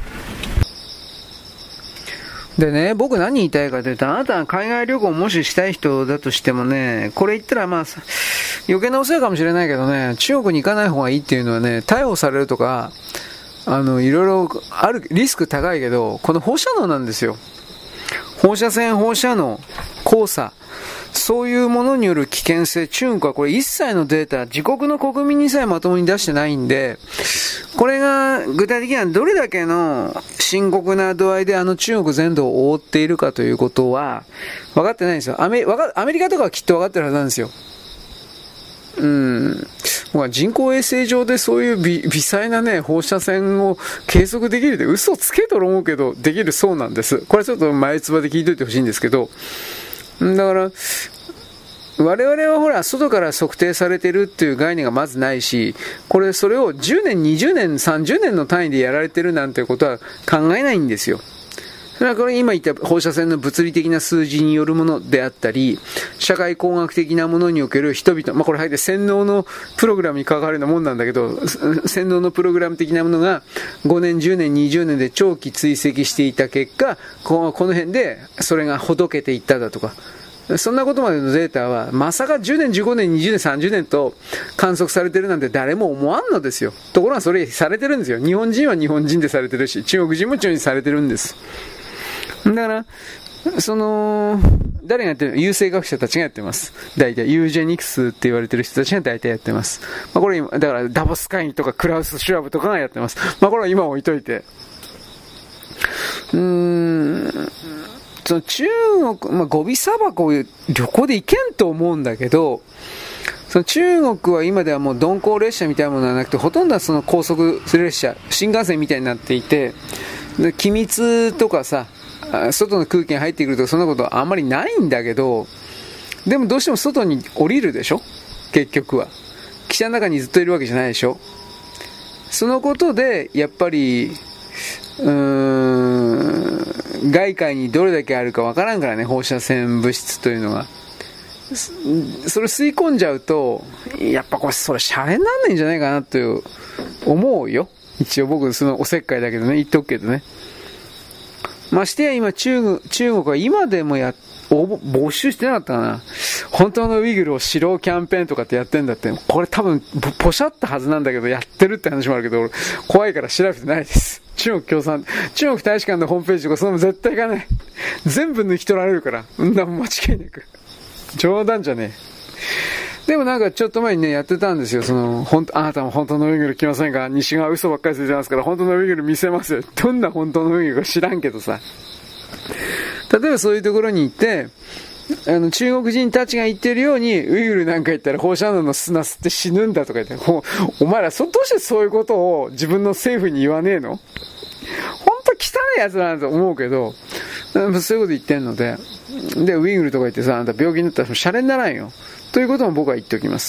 でね、僕何言いたいかというと、あなたが海外旅行もししたい人だとしてもね、これ言ったらまあ余計なお世話かもしれないけどね、中国に行かない方がいいっていうのはね、逮捕されるとかあのいろいろあるリスク高いけど、この放射能なんですよ。放射線、放射能、黄砂、そういうものによる危険性、中国はこれ一切のデータ、自国の国民にさえまともに出してないんで、これが具体的にはどれだけの深刻な度合いであの中国全土を覆っているかということは分かってないんですよ。アメ、わか、アメリカとかはきっと分かってるはずなんですよ。うん。人工衛星上でそういう微、微細なね、放射線を計測できるって嘘つけと思うけど、できるそうなんです。これちょっと前つばで聞いといてほしいんですけど、だから、我々はほら、外から測定されてるっていう概念がまずないし、これ、それをじゅうねん、にじゅうねん、さんじゅうねんの単位でやられてるなんてことは考えないんですよ。それはこれ今言った放射線の物理的な数字によるものであったり、社会工学的なものにおける人々、まあこれ入って洗脳のプログラムに関わるようなもんなんだけど、洗脳のプログラム的なものがごねん、じゅうねん、にじゅうねんで長期追跡していた結果、この辺でそれがほどけていっただとか、そんなことまでのデータはまさかじゅうねん、じゅうごねん、にじゅうねん、さんじゅうねんと観測されてるなんて誰も思わんのですよ。ところがそれされてるんですよ。日本人は日本人でされてるし、中国人も中国人されてるんです。だから、その、誰がやってるの？優生学者たちがやってます。大体、ユージェニクスって言われてる人たちが大体やってます。まあこれ今、だからダボス会議とかクラウス・シュワブとかがやってます。まあこれは今置いといて。うーん、その中国、まあゴビ砂漠を旅行で行けんと思うんだけど、その中国は今ではもう鈍行列車みたいなものはなくて、ほとんどはその高速列車、新幹線みたいになっていて、で機密とかさ、外の空気が入ってくるとかそんなことはあんまりないんだけど、でもどうしても外に降りるでしょ、結局は。汽車の中にずっといるわけじゃないでしょ。そのことでやっぱりうーん、外界にどれだけあるかわからんからね、放射線物質というのが。それ吸い込んじゃうとやっぱこれそれシャレになんないんじゃないかなという思うよ。一応僕そのおせっかいだけどね、言っとくけどね。ましてや今中国、中国は今でもや応募募集してなかったかな、本当のウイグルを知ろうキャンペーンとかってやってんだって。これ多分ポシャったはずなんだけど、やってるって話もあるけど、俺怖いから調べてないです。中国共産中国大使館のホームページとかそのまま絶対行かない。全部抜き取られるから、そんな間違いなく冗談じゃねえ。でもなんかちょっと前にねやってたんですよ。その本当あなたも本当のウイグル来ませんか、西側嘘ばっかりついてますから本当のウイグル見せますよ。どんな本当のウイグルか知らんけどさ、例えばそういうところに行ってあの中国人たちが言ってるように、ウイグルなんか言ったら放射能の砂吸って死ぬんだとか言って、お, お前らそどうしてそういうことを自分の政府に言わねえの？本当汚いやつなんだと思うけど、そういうこと言ってんので、でウイグルとか言ってさ、あんた病気になったらシャレにならんよということも僕は言っておきます。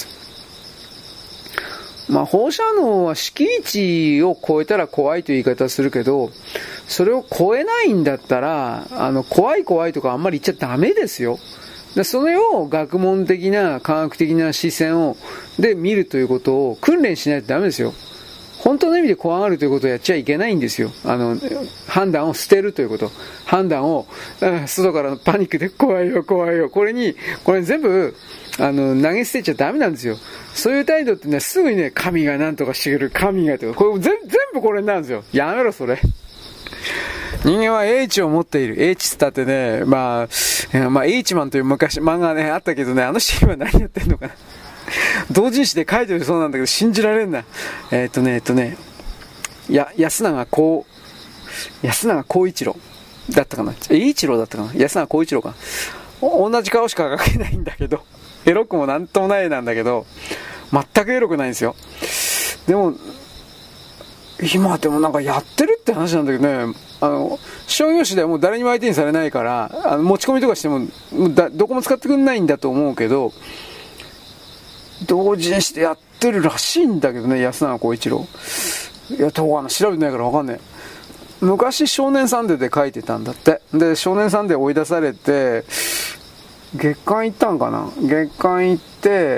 まあ、放射能は敷地を超えたら怖いという言い方をするけど、それを超えないんだったら、あの、怖い怖いとかあんまり言っちゃダメですよ。でそれを学問的な科学的な視線をで見るということを訓練しないとダメですよ。本当の意味で怖がるということをやっちゃいけないんですよ。あの、判断を捨てるということ。判断を、外からのパニックで怖いよ怖いよ。これに、これ全部、あの、投げ捨てちゃダメなんですよ。そういう態度ってね、すぐにね、神が何とかしてくれる、神がとか、これ全全部これになるんですよ。やめろ、それ。人間は英知を持っている。英知ってってね、まあ、まあ、H マンという昔漫画ね、あったけどね、あの人今何やってんのかな。同人誌で書いてるそうなんだけど、信じられんな。えー、っとね、えっとね、や、安永こう、安永光一郎だったかな。え、一郎だったかな。安永光一郎かな。同じ顔しか描けないんだけど、エロくもなんともないなんだけど、全くエロくないんですよ。でも、今でもなんかやってるって話なんだけどね、あの、商業誌ではもう誰にも相手にされないから、あの持ち込みとかしても、もうだどこも使ってくんないんだと思うけど、同時してやってるらしいんだけどね、安永光一郎。いや、どうかな、調べてないからわかんない。昔少年サンデーで書いてたんだって。で、少年サンデー追い出されて、月刊行ったんかな、月刊行って、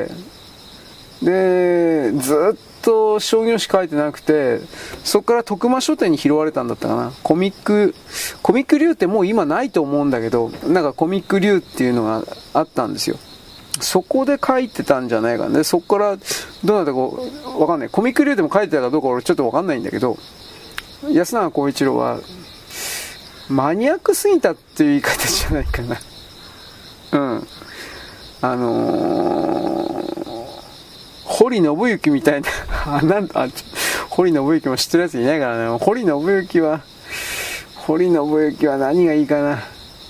で、ずっと商業誌書いてなくて、そこから徳間書店に拾われたんだったかな。コミック、コミック流ってもう今ないと思うんだけど、なんかコミック流っていうのがあったんですよ。そこで書いてたんじゃないかな。で、そこからどうなったかわかんない。コミック流でも書いてたかどうか俺ちょっとわかんないんだけど、安永光一郎はマニアックすぎたっていう言い方じゃないかな。うん。あのー、堀信行みたいな、あ、なんあ、堀信行も知ってるやついないからね。堀信行は、堀信行は何がいいかな。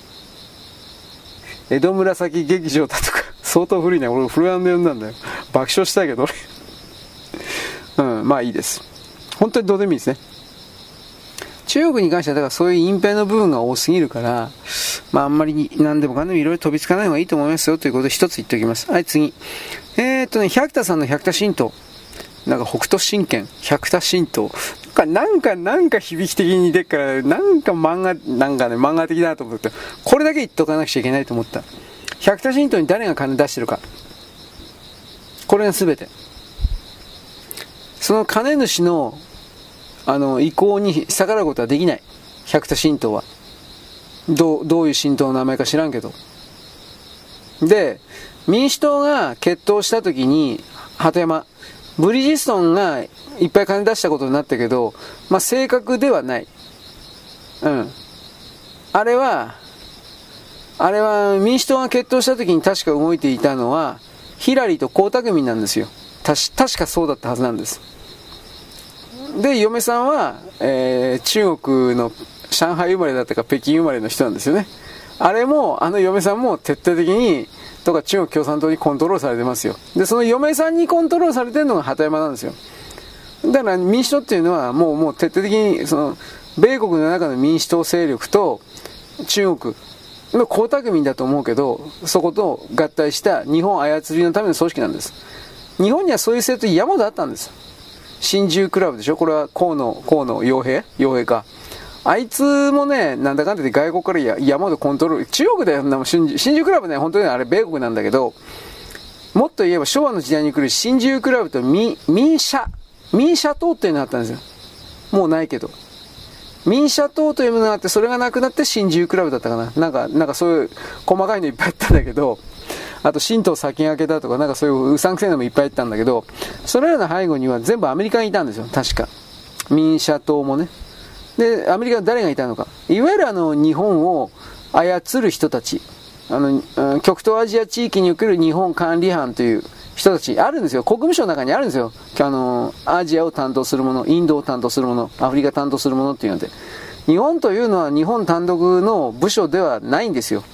江戸紫劇場だとか、相当古いね。俺、フルアンで呼んだんだよ。爆笑したけど、俺。うん、まあいいです。本当にどうでもいいですね。中国に関しては、だからそういう隠蔽の部分が多すぎるから、まああんまり何でもかんでもいろいろ飛びつかない方がいいと思いますよということで一つ言っておきます。はい、次。えーっとね、百田さんの百田神道。なんか北斗神拳、百田神道。なんか、なんか響き的に似てっから、なんか漫画、なんかね、漫画的だと思って、これだけ言っとかなくちゃいけないと思った。百田神道に誰が金出してるか。これが全て。その金主の、あの、意向に逆らうことはできない。百田神道は。どう、どういう神道の名前か知らんけど。で、民主党が決闘したときに、鳩山、ブリヂストンがいっぱい金出したことになったけど、まあ、正確ではない。うん。あれは、あれは民主党が決闘したときに確か動いていたのは、ヒラリーと江沢民なんですよ。たし、確かそうだったはずなんです。で、嫁さんは、えー、中国の上海生まれだったか北京生まれの人なんですよね。あれも、あの嫁さんも徹底的に、とか中国共産党にコントロールされてますよ。で、その嫁さんにコントロールされてるのが鳩山なんですよ。だから民主党っていうのはもう、もう徹底的に、その、米国の中の民主党勢力と中国の江沢民だと思うけど、そこと合体した日本操りのための組織なんです。日本にはそういう政党山ほどあったんです。新自由クラブでしょ、これは河野、河野洋平洋平か。あいつもね、なんだかんだで外国から山ほどコントロール、中国で新自由クラブね、本当にあれ米国なんだけど、もっと言えば昭和の時代に来る新自由クラブと民、民社、民社党っていうのがあったんですよ。もうないけど。民社党というものがあって、それがなくなって新自由クラブだったかな。なんか、なんかそういう細かいのいっぱいあったんだけど、あと新党先駆けだとか、なんかそういううさんくせえのもいっぱいあったんだけど、それらの背後には全部アメリカにいたんですよ、確か。民社党もね。で、アメリカは誰がいたのか。いわゆるあの、日本を操る人たち。あの、極東アジア地域における日本管理班という人たち、あるんですよ。国務省の中にあるんですよ。あの、アジアを担当するもの、インドを担当するもの、アフリカ担当するものっていうので。日本というのは日本単独の部署ではないんですよ。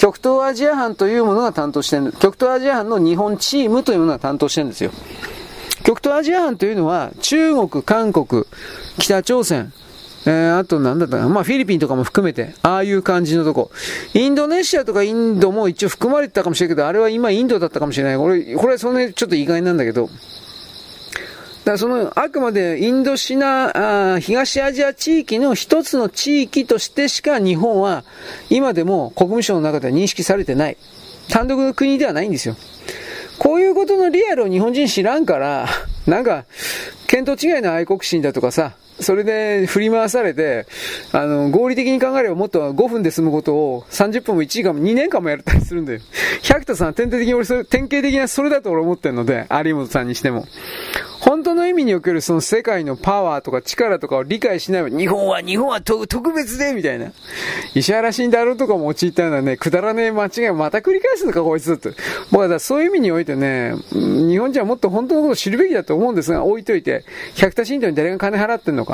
極東アジア班というものが担当してる。極東アジア班の日本チームというものが担当してるんですよ。極東アジア班というのは、中国、韓国、北朝鮮、えー、あとなんだったかな、まあフィリピンとかも含めて、ああいう感じのとこ。インドネシアとかインドも一応含まれてたかもしれないけど、あれは今インドだったかもしれない。これ、これはその辺ちょっと意外なんだけど、だからその、あくまでインドシナ、あ東アジア地域の一つの地域としてしか日本は今でも国務省の中では認識されてない。単独の国ではないんですよ。こういうことのリアルを日本人知らんから、なんか、見当違いの愛国心だとかさ、それで振り回されて、あの、合理的に考えればもっとごふんで済むことをさんじゅっぷんもいちじかんもにねんかんもやったりするんだよ。百田さんは典型的に俺それ、典型的なそれだと俺思ってるので、有本さんにしても。本当の意味におけるその世界のパワーとか力とかを理解しない日本は、日本は特別でみたいな。石原慎太郎とかも陥ったようなね、くだらねえ間違いをまた繰り返すのかこいつって。僕はだそういう意味においてね、日本人はもっと本当のことを知るべきだと思うんですが、置いといて、百田新党に誰が金払ってんのか。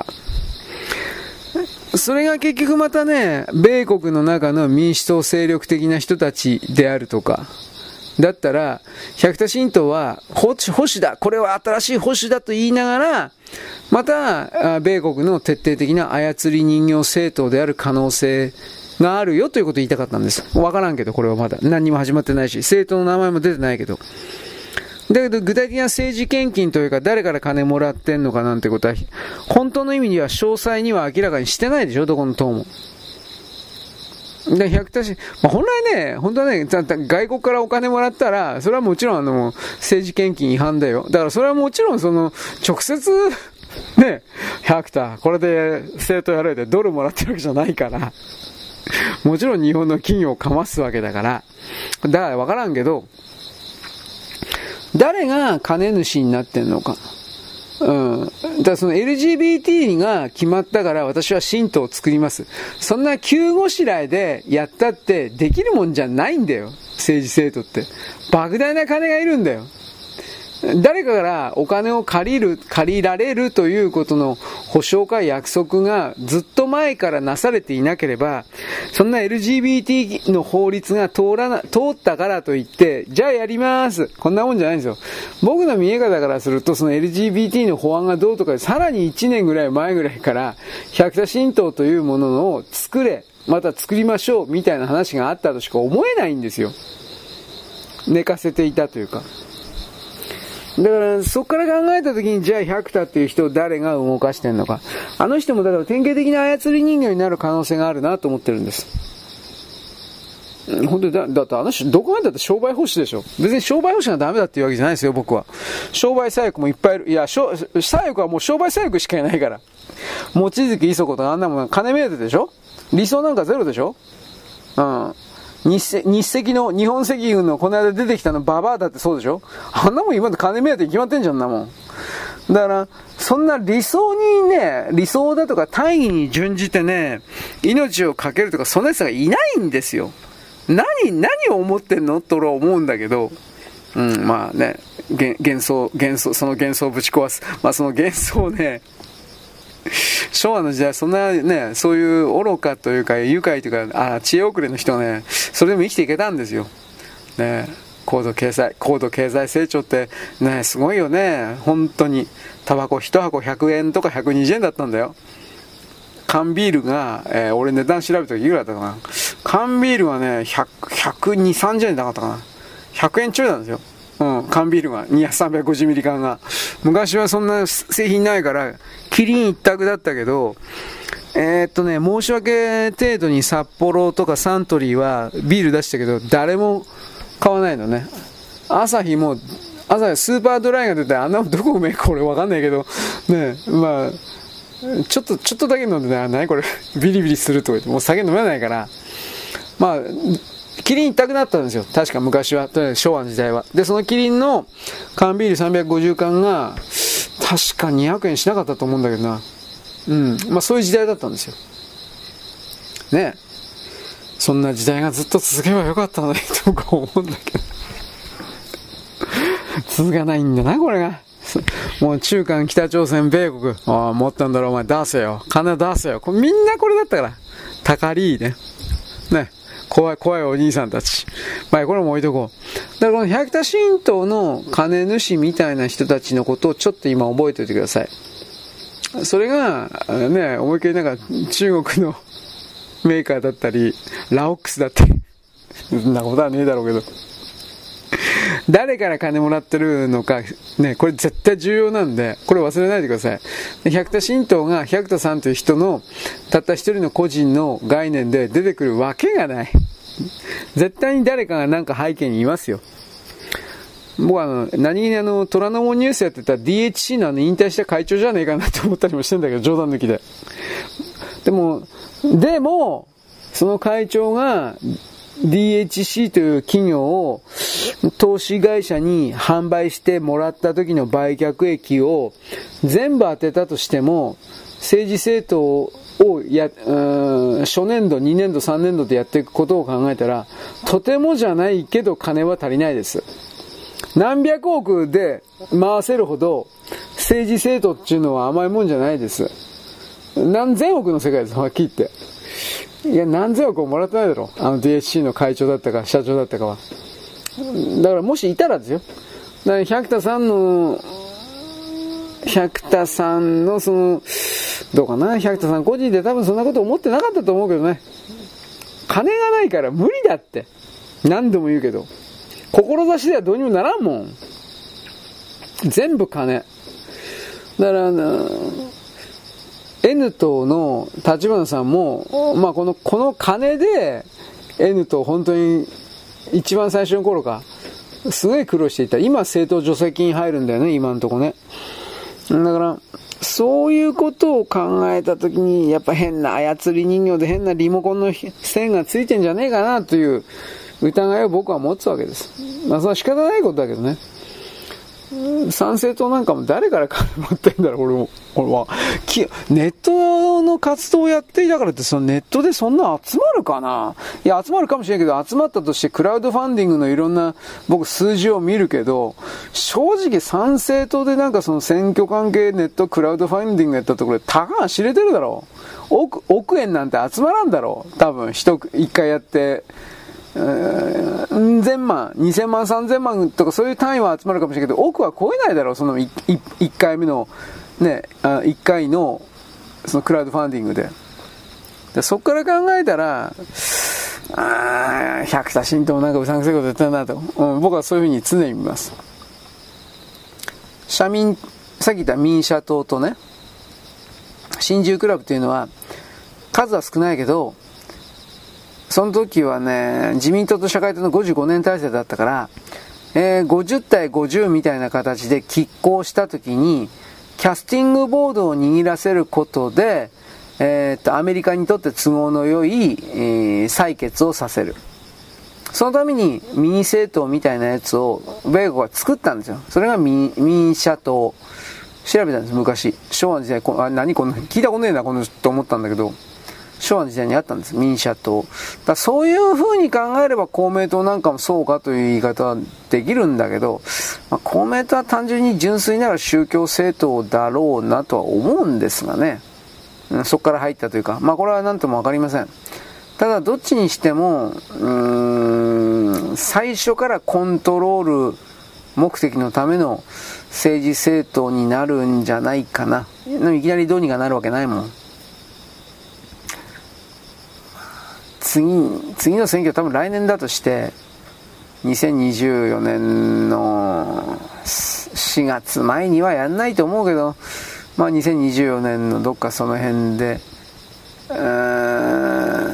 それが結局またね、米国の中の民主党勢力的な人たちであるとか、だったら、百田新党は保守、保守だ、これは新しい保守だと言いながら、また、米国の徹底的な操り人形政党である可能性があるよということを言いたかったんです。わからんけど、これはまだ。何にも始まってないし、政党の名前も出てないけど。だけど、具体的な政治献金というか、誰から金もらってんのかなんてことは、本当の意味には詳細には明らかにしてないでしょ、どこの党も。で、百田氏、まあ、本来ね、本当はね、外国からお金もらったら、それはもちろんあの、政治献金違反だよ。だからそれはもちろんその、直接、ね、百田、これで政党やられてドルもらってるわけじゃないから、もちろん日本の企業をかますわけだから、だからわからんけど、誰が金主になってんのか。うん。だからその エルジービーティー が決まったから私は新党を作ります。そんな急ごしらえでやったってできるもんじゃないんだよ。政治政党って。莫大な金がいるんだよ。誰かからお金を借りる、借りられるということの保証か約束がずっと前からなされていなければ、そんな エルジービーティー の法律が通らな、通ったからといって、じゃあやります。こんなもんじゃないんですよ。僕の見え方からすると、その エルジービーティー の法案がどうとか、さらにいちねんぐらい前ぐらいから、百田新党というものを作れ、また作りましょう、みたいな話があったとしか思えないんですよ。寝かせていたというか。だから、そこから考えたときに、じゃあ百田っていう人を誰が動かしてんのか。あの人もだから典型的な操り人形になる可能性があるなと思ってるんです。本当にだ、だってあの人、どこまでだって商売保守でしょ。別に商売保守がダメだっていうわけじゃないですよ、僕は。商売左翼もいっぱいいる。いや、左翼はもう商売左翼しかいないから。望月磯子とかあんなもん金目当てでしょ。理想なんかゼロでしょ。うん。日, 日赤の、日本赤軍のこの間出てきたのババアだってそうでしょ。あんなもん今まで金目当てに決まってんじゃんなもん。だから、そんな理想にね、理想だとか大義に準じてね、命をかけるとかそんな奴がいないんですよ。何、何を思ってんのと俺は思うんだけど、うん、まあね、幻想、幻想、その幻想をぶち壊す。まあその幻想をね、昭和の時代そんなね、そういう愚かというか愉快というか、あ、知恵遅れの人はね、それでも生きていけたんですよ。ね、高度経済、高度経済成長ってね、すごいよね。本当に。タバコ一箱ひゃくえんとかひゃくにじゅうえんだったんだよ。缶ビールが、えー、俺値段調べた時いくらだったかな。缶ビールはね、ひゃく、ひゃくにじゅう、さんじゅうえんだかったかな。ひゃくえんちょいなんですよ。うん、缶ビールがにひゃく、さんびゃくごじゅうミリ缶が。昔はそんな製品ないからキリン一択だったけど、えー、っとね申し訳程度に札幌とかサントリーはビール出したけど誰も買わないのね。アサヒも朝スーパードライが出てあんなどこうめえか俺わかんないけどね、まあちょっとちょっとだけ飲んでね、何これビリビリするとか言ってもう酒飲めないから、まあキリン一択だったんですよ。確か昔は。昭和の時代は。で、そのキリンの缶ビールさんびゃくごじゅうかんが、確かにひゃくえんしなかったと思うんだけどな。うん。まあそういう時代だったんですよ。ね。そんな時代がずっと続けばよかったのに、とか思うんだけど。続かないんだな、これが。もう中韓、北朝鮮、米国。ああ、持ったんだろ、お前出せよ。金出せよ。これみんなこれだったから。たかりね。ね。 怖い怖いお兄さんたち。まあこれも置いとこう。だからこの百田新党の金主みたいな人たちのことをちょっと今覚えておいてください。それがね、思いっきりなんか中国のメーカーだったりラオックスだったりそんなことはねえだろうけど、誰から金もらってるのかね、これ絶対重要なんで、これ忘れないでください。百田新党が百田さんという人のたった一人の個人の概念で出てくるわけがない。絶対に誰かがなんか背景にいますよ。僕はあの何気にあの虎ノ門ニュースやってた ディーエイチシー のあの引退した会長じゃねえかなと思ったりもしてるんだけど、冗談抜きで。でもでもその会長が ディーエイチシー という企業を投資会社に販売してもらった時の売却益を全部当てたとしても、政治政党をや、うん、初年度、にねんど、さんねんどでやっていくことを考えたら、とてもじゃないけど金は足りないです。何百億で回せるほど政治政党っていうのは甘いもんじゃないです。何千億の世界です、はっきり言って。いや、何千億ももらってないだろう。あの ディーエイチシー の会長だったか、社長だったかは。だからもしいたらですよ。だから百田さんの、百田さんのその、どうかな、百田さん個人で多分そんなこと思ってなかったと思うけどね。金がないから無理だって。何度も言うけど。志ではどうにもならんもん。全部金。だから、N 党の立花さんも、まあこの、この金で N 党本当に一番最初の頃か、すごい苦労していた。今政党助成金入るんだよね、今のとこね。だから、そういうことを考えたときに、やっぱ変な操り人形で変なリモコンの線がついてんじゃねえかなという疑いを僕は持つわけです。まあそれは仕方ないことだけどね。参政党なんかも誰から金持ってんだろう、俺も。俺は。ネットの活動をやっていたからって、そのネットでそんな集まるかな？いや、集まるかもしれないけど、集まったとしてクラウドファンディングのいろんな、僕数字を見るけど、正直参政党でなんかその選挙関係ネットクラウドファンディングやったところで、たかが知れてるだろう。億、億円なんて集まらんだろう。多分、一、一回やって、うん千万、二千万、三千万とかそういう単位は集まるかもしれないけど、億は超えないだろう、その一回目の、ね、一回の、そのクラウドファンディングで。でそこから考えたら、あ百田新党なんかうさんくさいことやったなと、うん、僕はそういうふうに常に見ます。社民、さっき言った民社党とね、新自由クラブというのは、数は少ないけど、その時はね、自民党と社会党のごじゅうごねん体制だったから、えー、ごじゅう対ごじゅうみたいな形で拮抗した時に、キャスティングボードを握らせることで、えー、っと、アメリカにとって都合の良い、えー、採決をさせる。そのために民政党みたいなやつを、米国は作ったんですよ。それが民、民社党。調べたんです、昔。昭和の時代、こあ何こんな、聞いたことねえな、このと思ったんだけど、昭和の時代にあったんです、民社党。だそういう風に考えれば公明党なんかもそうかという言い方はできるんだけど、まあ、公明党は単純に純粋なら宗教政党だろうなとは思うんですがね。うん、そこから入ったというか、まあこれは何ともわかりません。ただどっちにしても、うーん、最初からコントロール目的のための政治政党になるんじゃないかな。いきなりどうにかなるわけないもん。次、次の選挙多分来年だとして、にせんにじゅうよねんのしがつまえにはやんないと思うけど、まあにせんにじゅうよねんのどっかその辺で、うー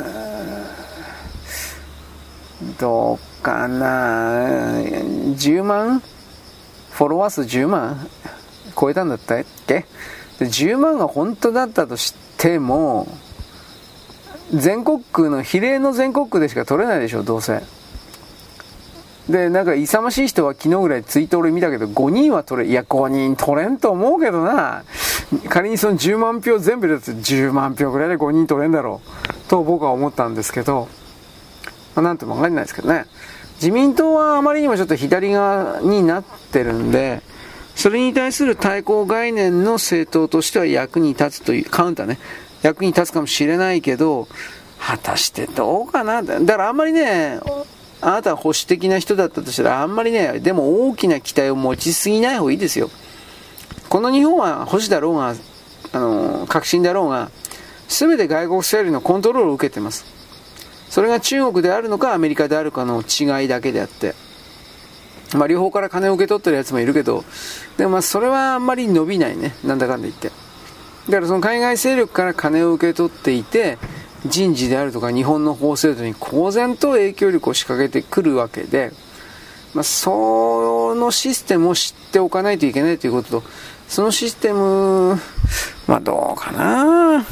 ん、どうかな、じゅうまんフォロワー数じゅうまん超えたんだったっけ？でじゅうまんが本当だったとしても、全国区の比例の全国区でしか取れないでしょ、どうせ。でなんか勇ましい人は昨日ぐらいツイート俺見たけど、ごにんは取れ、いやごにん取れんと思うけどな。仮にそのじゅうまんひょう全部でじゅうまんひょうぐらいでごにん取れんだろうと僕は思ったんですけど、まあ、なんとも分かんないですけどね。自民党はあまりにもちょっと左側になってるんで、それに対する対抗概念の政党としては役に立つというカウンターね、役に立つかもしれないけど、 果たしてどうかな。だからあんまりね、あなたが保守的な人だったとしたら、あんまりね、でも大きな期待を持ちすぎない方がいいですよ。この日本は保守だろうが、あの、革新だろうが、すべて外国勢力のコントロールを受けています。それが中国であるのかアメリカであるかの違いだけであって、まあ両方から金を受け取ってるやつもいるけど、でもまあそれはあんまり伸びないね。なんだかんだ言って。だからその海外勢力から金を受け取っていて、人事であるとか日本の法制度に公然と影響力を仕掛けてくるわけで、まあそのシステムを知っておかないといけないということと、そのシステム、まあどうかな。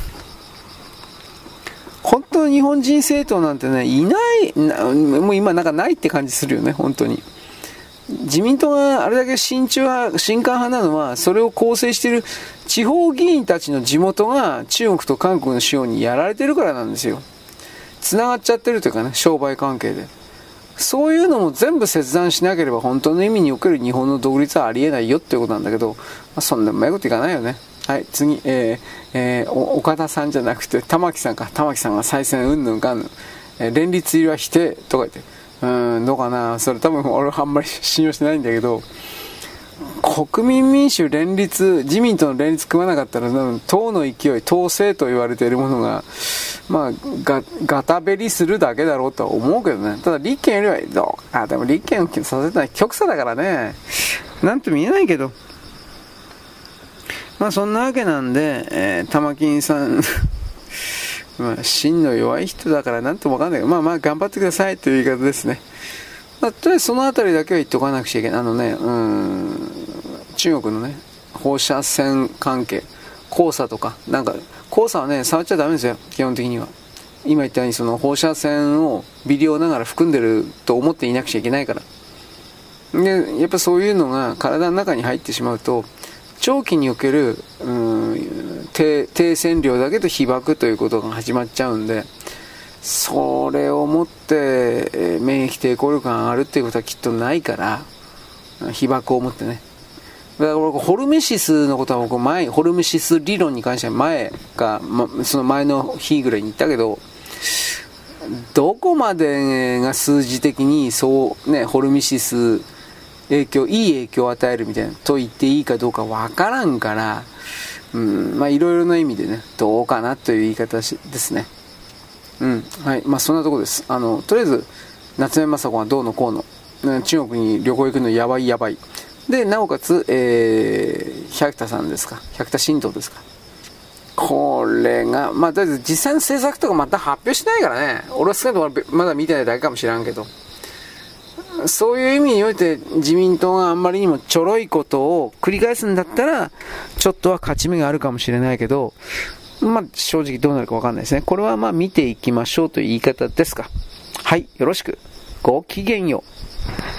本当に日本人政党なんてね、いない、もう今なんかないって感じするよね、本当に。自民党があれだけ親中派、親韓派なのは、それを構成している地方議員たちの地元が中国と韓国の資本にやられてるからなんですよ。繋がっちゃってるというかね、商売関係で。そういうのも全部切断しなければ本当の意味における日本の独立はありえないよっていうことなんだけど、まあ、そんなうまいこといかないよね。はい、次、えーえー、岡田さんじゃなくて玉木さんか。玉木さんが再選うんぬんかんぬん、えー、連立入りは否定とか言って、うーんどうかな、それ多分俺はあんまり信用してないんだけど、国民民主連立、自民党の連立組まなかったら党の勢い、党勢と言われているものがまあガガタベリするだけだろうとは思うけどね。ただ立憲よりはどうあでも立憲をさせたい極左だからね、なんとも言えないけど、まあそんなわけなんで、えー、玉金さんまあ芯の弱い人だからなんともわかんないけど、まあまあ頑張ってくださいという言い方ですね。まあ、とりあえずそのあたりだけは言っておかなくちゃいけない。あのね、うーん中国のね放射線関係、黄砂とかなんか黄砂はね触っちゃダメですよ基本的には。今言ったようにその放射線を微量ながら含んでると思っていなくちゃいけないから。でやっぱそういうのが体の中に入ってしまうと。長期におけるうーん 低, 低線量だけど被爆ということが始まっちゃうんで、それをもって、えー、免疫抵抗力が上がるっていうことはきっとないから、被爆をもってね。だから僕ホルメシスのことは僕前ホルメシス理論に関しては前か、ま、その前の日ぐらいに言ったけど、どこまでが数字的にそうねホルメシス影響、いい影響を与えるみたいなと言っていいかどうかわからんから、うん、まあいろいろな意味でね、どうかなという言い方ですね。うん、はい、まあそんなとこです。あの、とりあえず、夏目雅子がどうのこうの、中国に旅行行くのやばいやばい。で、なおかつ、えー、百田さんですか、百田新党ですか。これが、まあとりあえず実際の政策とかまた発表しないからね、俺は少なくともまだ見てないだけかもしれんけど、そういう意味において自民党があんまりにもちょろいことを繰り返すんだったらちょっとは勝ち目があるかもしれないけど、まあ正直どうなるか分かんないですね。これはまあ見ていきましょうという言い方ですか。はい、よろしく。ごきげんよう。